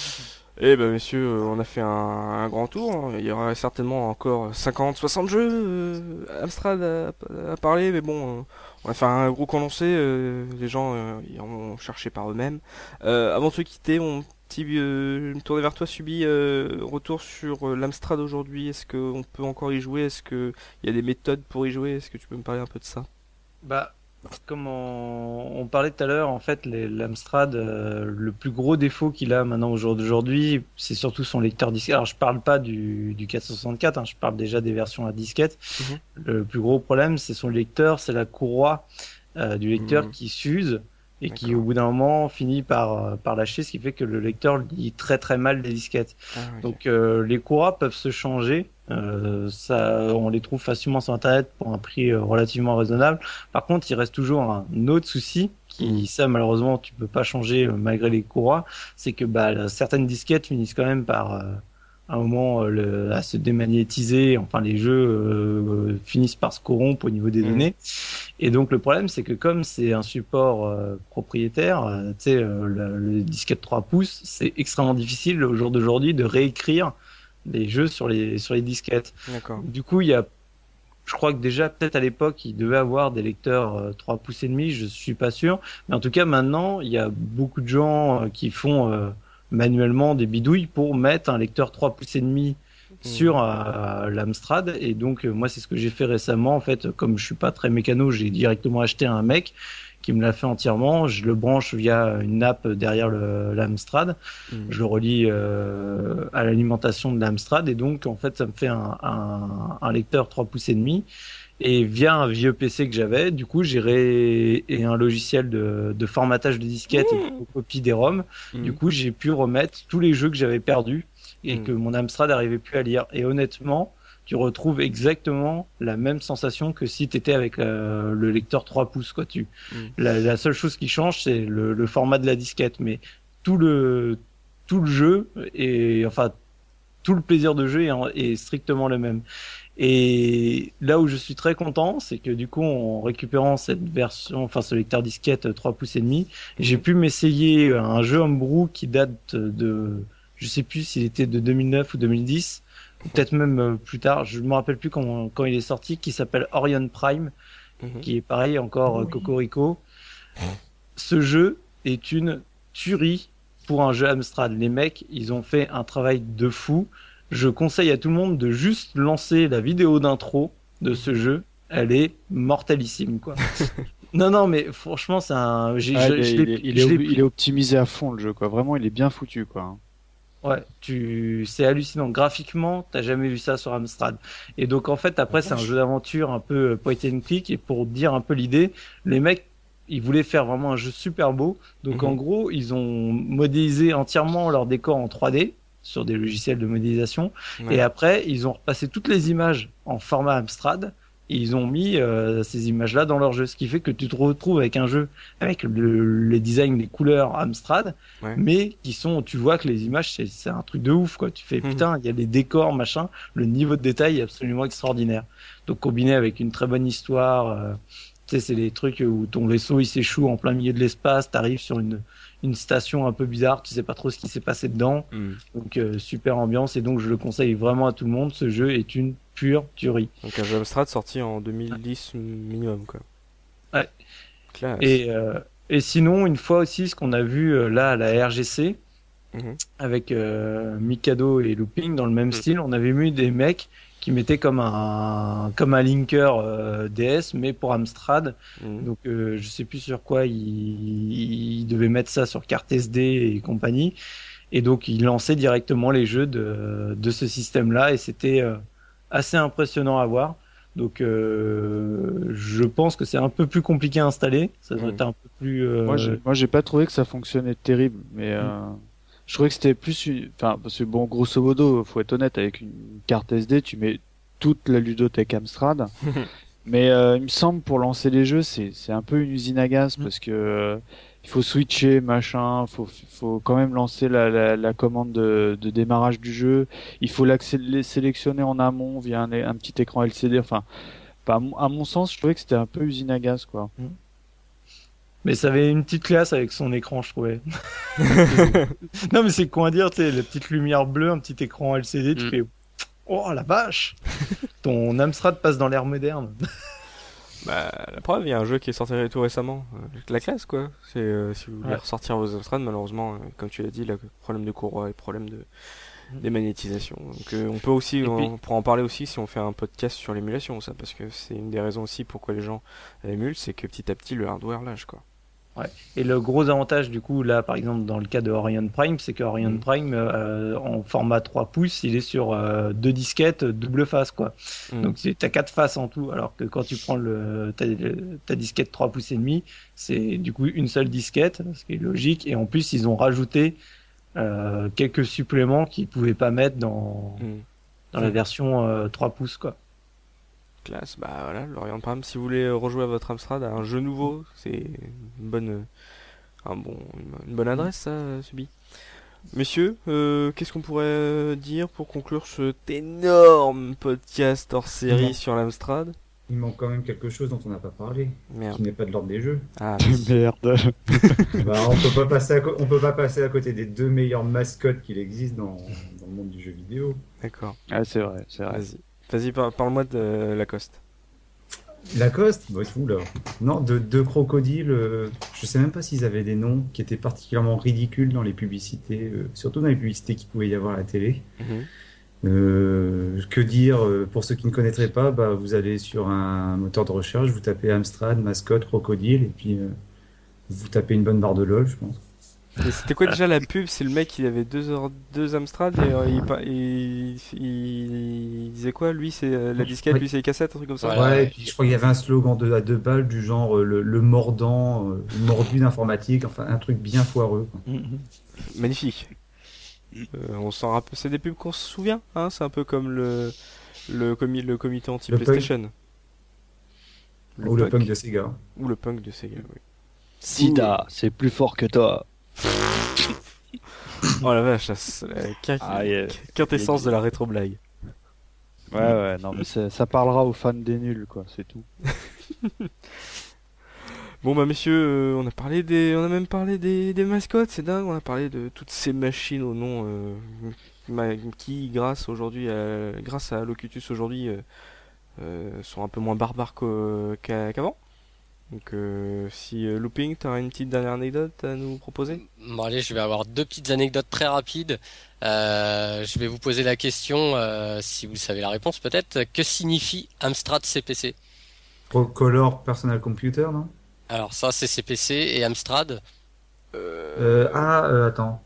eh ben messieurs, euh, on a fait un, un grand tour, hein. Il y aura certainement encore cinquante soixante jeux euh, Amstrad à, à parler, mais bon, euh, on va faire un gros condensé, euh, les gens euh, iront chercher par eux-mêmes. Euh, avant de se quitter, mon petit, euh, je me tournais vers toi, Subi, euh, retour sur euh, l'Amstrad aujourd'hui, est-ce qu'on peut encore y jouer? Est-ce qu'il y a des méthodes pour y jouer? Est-ce que tu peux me parler un peu de ça? Bah, comme on, on parlait tout à l'heure, en fait, les- l'Amstrad, euh, le plus gros défaut qu'il a maintenant au jour d'aujourd'hui, c'est surtout son lecteur disquette. Alors, je parle pas du, du quatre cent soixante-quatre, hein, je parle déjà des versions à disquette. Mhm. Le plus gros problème, c'est son lecteur, c'est la courroie euh, du lecteur Mhm. qui s'use et qui, D'accord. au bout d'un moment, finit par, euh, par lâcher, ce qui fait que le lecteur lit très très mal les disquettes. Ah, ok. Donc euh, les courroies peuvent se changer, euh, ça, on les trouve facilement sur internet pour un prix euh, relativement raisonnable. Par contre, il reste toujours un autre souci qui, Mm. ça malheureusement, tu peux pas changer euh, malgré les courroies, c'est que bah, là, certaines disquettes finissent quand même par euh, à un moment euh, le, à se démagnétiser. Enfin, les jeux euh, finissent par se corrompre au niveau des Mm. données. Et donc le problème, c'est que comme c'est un support euh, propriétaire, euh, tu sais, euh, le, le disquette trois pouces, c'est extrêmement difficile au jour d'aujourd'hui de réécrire des jeux sur les sur les disquettes. D'accord. Du coup, il y a, je crois que déjà peut-être à l'époque, il devait avoir des lecteurs euh, trois pouces et demi, je suis pas sûr, mais en tout cas maintenant, il y a beaucoup de gens euh, qui font euh, manuellement des bidouilles pour mettre un lecteur trois pouces et demi sur euh, l'Amstrad. Et donc euh, moi c'est ce que j'ai fait récemment, en fait, comme je suis pas très mécano, j'ai directement acheté un mec qui me l'a fait entièrement, je le branche via une nappe derrière le- l'Amstrad, Mm. je le relie euh, à l'alimentation de l'Amstrad, et donc en fait ça me fait un, un, un lecteur trois pouces et demi, et via un vieux P C que j'avais, du coup j'ai ré... et un logiciel de, de formatage de disquettes et de copie des ROM, Mm. du coup j'ai pu remettre tous les jeux que j'avais perdus et Mm. que mon Amstrad n'arrivait plus à lire. Et honnêtement, tu retrouves exactement la même sensation que si tu étais avec euh, le lecteur trois pouces, quoi. Tu... Mm. La, la seule chose qui change, c'est le, le format de la disquette, mais tout le, tout le jeu et enfin tout le plaisir de jeu est, en- est strictement le même. Et là où je suis très content, c'est que du coup, en récupérant cette version, enfin ce lecteur disquette trois pouces et demi, j'ai pu m'essayer à un jeu homebrew qui date de, je sais plus s'il était de deux mille neuf ou deux mille dix, ou peut-être même euh, plus tard, je me rappelle plus quand, quand il est sorti, qui s'appelle Orion Prime, Mhm. qui est pareil encore euh, Oui. Cocorico. Ce jeu est une tuerie pour un jeu Amstrad. Les mecs, ils ont fait un travail de fou. Je conseille à tout le monde de juste lancer la vidéo d'intro de ce jeu. Elle est mortellissime, quoi. Non, non, mais franchement, c'est un. j'ai- Ah, je- il, est, je il, l'ai- est, il, je est, l'ai il pris. est optimisé à fond le jeu, quoi. Vraiment, il est bien foutu, quoi. Ouais, tu, c'est hallucinant. Graphiquement, t'as jamais vu ça sur Amstrad. Et donc, en fait, après, c'est un jeu d'aventure un peu euh, point and click. Et pour dire un peu l'idée, les mecs, ils voulaient faire vraiment un jeu super beau. Donc, Mhm. en gros, ils ont modélisé entièrement leur décor en trois D sur des logiciels de modélisation. Ouais. Et après, ils ont repassé toutes les images en format Amstrad. Et ils ont mis euh, ces images-là dans leur jeu. Ce qui fait que tu te retrouves avec un jeu avec le, les designs, les couleurs Amstrad, Ouais. mais qui sont, tu vois que les images, c'est, c'est un truc de ouf, quoi. Tu fais, Mhm. putain, il y a des décors, machin, le niveau de détail est absolument extraordinaire. Donc, combiné avec une très bonne histoire, euh, tu sais, c'est des trucs où ton vaisseau, il s'échoue en plein milieu de l'espace, t'arrives sur une, une station un peu bizarre, tu sais pas trop ce qui s'est passé dedans. Mm. Donc, euh, super ambiance, et donc, je le conseille vraiment à tout le monde. Ce jeu est une pure tuerie. Donc un jeu Amstrad sorti en deux mille dix minimum, quoi. Ouais. Classe. Et, euh, et sinon, une fois aussi, ce qu'on a vu euh, là à la R G C, Mhm. avec euh, Mikado et Looping dans le même Mm. style, on avait vu des mecs qui mettaient comme un comme un linker euh, D S mais pour Amstrad. Mhm. Donc euh, je sais plus sur quoi ils, ils devaient mettre ça, sur carte S D et compagnie, et donc ils lançaient directement les jeux de de ce système-là, et c'était euh, assez impressionnant à voir. Donc euh, je pense que c'est un peu plus compliqué à installer, ça doit Mm. être un peu plus euh, Moi, j'ai, moi, j'ai pas trouvé que ça fonctionnait terrible, mais euh, je trouvais que c'était plus, une- enfin, parce que bon, grosso modo, faut être honnête, avec une carte S D, tu mets toute la ludothèque Amstrad, mais euh, il me semble pour lancer les jeux, c'est c'est un peu une usine à gaz Mm. parce que euh, il faut switcher, machin, faut faut quand même lancer la la, la commande de, de démarrage du jeu, il faut l'accé- les sélectionner en amont via un, un petit écran L C D, enfin, bah, à mon- à mon sens, je trouvais que c'était un peu usine à gaz, quoi. Mais ça avait une petite classe avec son écran, je trouvais. Non, mais c'est con à dire, tu sais, la petite lumière bleue, un petit écran L C D, tu Mm. fais oh la vache, ton Amstrad passe dans l'ère moderne. Bah, la preuve, il y a un jeu qui est sorti tout récemment, euh, la classe quoi. C'est euh, si vous voulez Ouais. ressortir vos Amstrad, malheureusement, euh, comme tu l'as dit, le problème de courroie et problème de Mm. démagnétisation. Donc euh, on peut aussi, Et on, puis- pourra en parler aussi si on fait un podcast sur l'émulation, ça, parce que c'est une des raisons aussi pourquoi les gens émulent, c'est que petit à petit le hardware lâche quoi. Et le gros avantage, du coup, là, par exemple, dans le cas de Orion Prime, c'est que Orion Mm. Prime, euh, en format trois pouces, il est sur euh, deux disquettes double face, quoi. Mm. Donc, tu as quatre faces en tout, alors que quand tu prends le, ta, ta disquette trois pouces et demi, c'est du coup une seule disquette, ce qui est logique. Et en plus, ils ont rajouté euh, quelques suppléments qu'ils pouvaient pas mettre dans, Mm. dans la Mm. version euh, trois pouces, quoi. Classe, bah voilà, l'Orient Prime, si vous voulez rejouer à votre Amstrad à un jeu nouveau, c'est une bonne, un bon, une bonne adresse ça, euh, Subi. Messieurs, euh, qu'est-ce qu'on pourrait euh, dire pour conclure cet énorme podcast hors série Non. sur l'Amstrad? Il manque quand même quelque chose dont on n'a pas parlé, qui Merde. n'est pas de l'ordre des jeux. Ah, vas-y. Merde. Bah, on peut pas passer à co- on peut pas passer à côté des deux meilleures mascottes qu'il existe dans, dans le monde du jeu vidéo. D'accord, Ah, c'est vrai, c'est vrai. vas-y. Vas-y, par- parle-moi de euh, Lacoste. Lacoste, bah, fou là. Non, de deux crocodiles, euh, je sais même pas s'ils avaient des noms qui étaient particulièrement ridicules dans les publicités, euh, surtout dans les publicités qu'il pouvait y avoir à la télé. Mhm. Euh, que dire, euh, pour ceux qui ne connaîtraient pas, bah, vous allez sur un moteur de recherche, vous tapez Amstrad, mascotte, crocodile, et puis euh, vous tapez une bonne barre de LOL, je pense. Et c'était quoi déjà la pub? C'est le mec, il avait deux, or- deux Amstrad et euh, il, pa- il, il- il disait quoi? Lui, c'est euh, la disquette, lui, c'est les cassettes, un truc comme ça? Voilà. Ouais, et puis je crois qu'il y avait un slogan de, à deux balles du genre euh, le, le mordant, euh, le mordu d'informatique, enfin un truc bien foireux, quoi. Mhm. Magnifique. Mm. Euh, on s'en rappelle, c'est des pubs qu'on se souvient, hein, c'est un peu comme le le, comi- le comité Le anti-PlayStation. Ou le punk de Sega. Ou le punk de Sega, oui. Sida, c'est plus fort que toi. Oh la vache, ça, c'est la quin- Ah, yeah. quintessence de la rétro-blague. Ouais, ouais, non, mais ça, ça parlera aux fans des nuls, quoi, c'est tout. Bon bah messieurs, euh, on a parlé des, on a même parlé des, des mascottes, c'est dingue. On a parlé de toutes ces machines au nom euh, ma- qui, grâce aujourd'hui, à, grâce à Locutus aujourd'hui, euh, euh, sont un peu moins barbares qu'au- qu'a- qu'avant. Donc euh, si euh, Looping, t'auras une petite dernière anecdote à nous proposer? Bon, allez, je vais avoir deux petites anecdotes très rapides. Euh, je vais vous poser la question, euh, si vous savez la réponse peut-être. Que signifie Amstrad C P C? Pro- Color Personal Computer, non? Alors ça, c'est C P C et Amstrad. Euh, ah, euh, attends.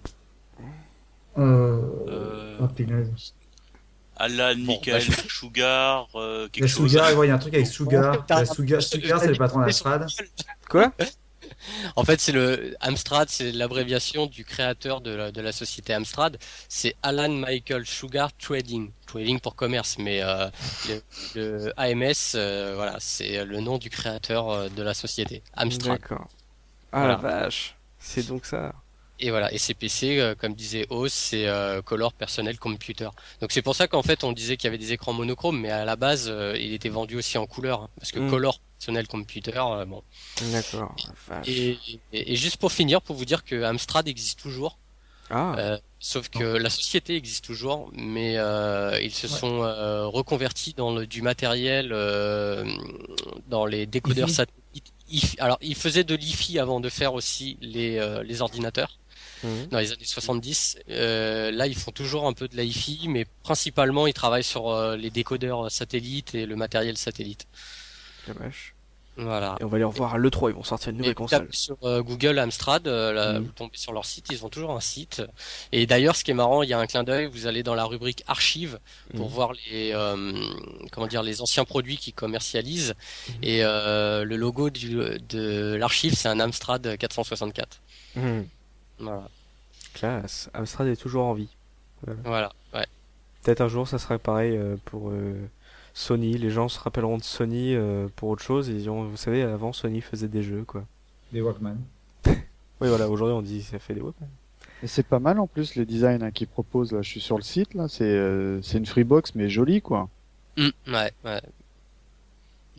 Euh... Euh, Oh, punaise. Alan, Bon, Michael, bah, Sugar, euh, La quelque chose. Sugar, ouais, il y a un truc avec Sugar. Bon, La Sugar, Sugar, c'est le patron d'Amstrad. Quoi? En fait, c'est le Amstrad, c'est l'abréviation du créateur de la, de la société Amstrad. C'est Alan Michael Sugar Trading, Trading pour commerce, mais euh, le, le A M S, euh, voilà, c'est le nom du créateur euh, de la société Amstrad. D'accord. Ah la Voilà. vache, c'est donc ça. Et voilà, et C P C, euh, comme disait Oz, c'est euh, Color Personnel Computer. Donc c'est pour ça qu'en fait on disait qu'il y avait des écrans monochromes, mais à la base euh, il était vendu aussi en couleur, hein, parce que Mm. Color Personnel Computer, euh, bon. D'accord. la vache. Et, et, et juste pour finir, pour vous dire que Amstrad existe toujours, Ah. euh, sauf que la société existe toujours, mais euh, ils se Ouais. sont euh, reconvertis dans le, du matériel, euh, dans les décodeurs I F I. satellites. I F I. Alors ils faisaient de l'I F I avant de faire aussi les, euh, les ordinateurs. Mhm. Dans les années soixante-dix, euh, là ils font toujours un peu de l'I F I, mais principalement ils travaillent sur euh, les décodeurs satellites et le matériel satellite. La vache. Voilà. Et on va les revoir à l'E trois, ils vont sortir une Et nouvelle vous console. tapez sur euh, Google Amstrad, euh, là, Mhm. vous tombez sur leur site, ils ont toujours un site. Et d'ailleurs, ce qui est marrant, il y a un clin d'œil, vous allez dans la rubrique archives pour Mhm. voir les euh, comment dire les anciens produits qu'ils commercialisent. Mhm. Et euh, le logo du, de l'archive, c'est un Amstrad quatre cent soixante-quatre. Mhm. Voilà. Classe. Amstrad est toujours en vie. Voilà. Ouais. Peut-être un jour ça sera pareil euh, pour euh, Sony. Les gens se rappelleront de Sony euh, pour autre chose. Ils diront, vous savez, avant Sony faisait des jeux quoi. Des Walkman. Oui voilà, aujourd'hui on dit ça fait des Walkman. Et c'est pas mal en plus les designs hein, qu'ils proposent, là, je suis sur le site, là, c'est euh, c'est une Freebox mais jolie, quoi. Mm, ouais. Ouais.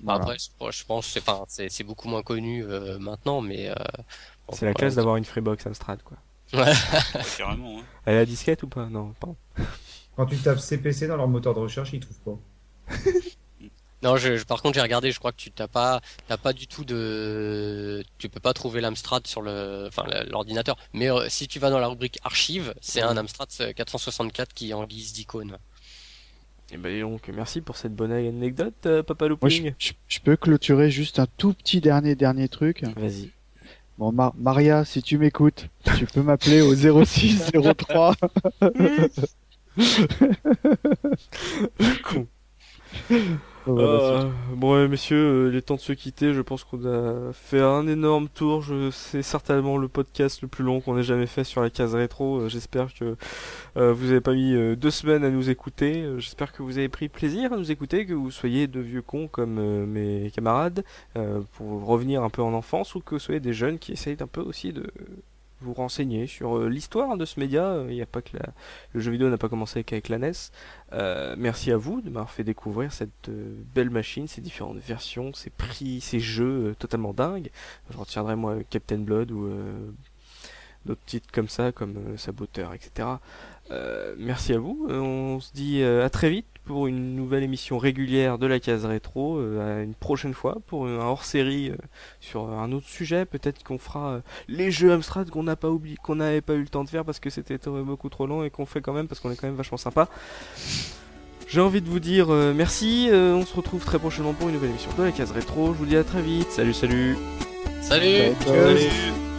Bah, après, je, je pense, c'est, enfin, c'est, c'est beaucoup moins connu euh, maintenant, mais euh, bon, C'est la ouais, classe d'avoir une Freebox Amstrad, quoi. Ouais. Ouais, carrément. Hein. Elle a la disquette ou pas? Non, pardon. Quand tu tapes C P C dans leur moteur de recherche, ils trouvent pas. Non, je, je- par contre, j'ai regardé, je crois que tu t'as pas, t'as pas du tout de, tu peux pas trouver l'Amstrad sur le, enfin, le- l'ordinateur. Mais euh, si tu vas dans la rubrique archives, c'est un Amstrad quatre cent soixante-quatre qui est en guise d'icône. Et ben donc, merci pour cette bonne anecdote, euh, Papa Moi, je, Looping. je- je peux clôturer juste un tout petit dernier dernier truc. Vas-y. Bon, Mar- Maria, si tu m'écoutes, tu peux m'appeler au zéro six zéro trois. Con. Voilà, Euh, bon, ouais, messieurs, euh, il est temps de se quitter. Je pense qu'on a fait un énorme tour. Je... C'est certainement le podcast le plus long qu'on ait jamais fait sur la case rétro. Euh, j'espère que euh, vous avez pas mis euh, deux semaines à nous écouter. Euh, j'espère que vous avez pris plaisir à nous écouter, que vous soyez de vieux cons comme euh, mes camarades euh, pour revenir un peu en enfance, ou que vous soyez des jeunes qui essayent un peu aussi de vous renseigner sur euh, l'histoire de ce média. Il n'y a pas que la... le jeu vidéo n'a pas commencé qu'avec la N E S. Euh, merci à vous de m'avoir fait découvrir cette euh, belle machine, ces différentes versions, ces prix, ces jeux euh, totalement dingues. Je retiendrai moi Captain Blood ou euh, d'autres titres comme ça, comme euh, Saboteur, et cetera. Euh, merci à vous. Euh, on se dit euh, à très vite pour une nouvelle émission régulière de la case rétro, euh, à une prochaine fois pour un hors-série euh, sur un autre sujet. Peut-être qu'on fera euh, les jeux Amstrad qu'on n'a pas oublié, qu'on n'avait pas eu le temps de faire parce que c'était euh, beaucoup trop long, et qu'on fait quand même parce qu'on est quand même vachement sympa. J'ai envie de vous dire euh, merci. Euh, on se retrouve très prochainement pour une nouvelle émission de la case rétro. Je vous dis à très vite. Salut, salut. Salut! Ciao. Salut.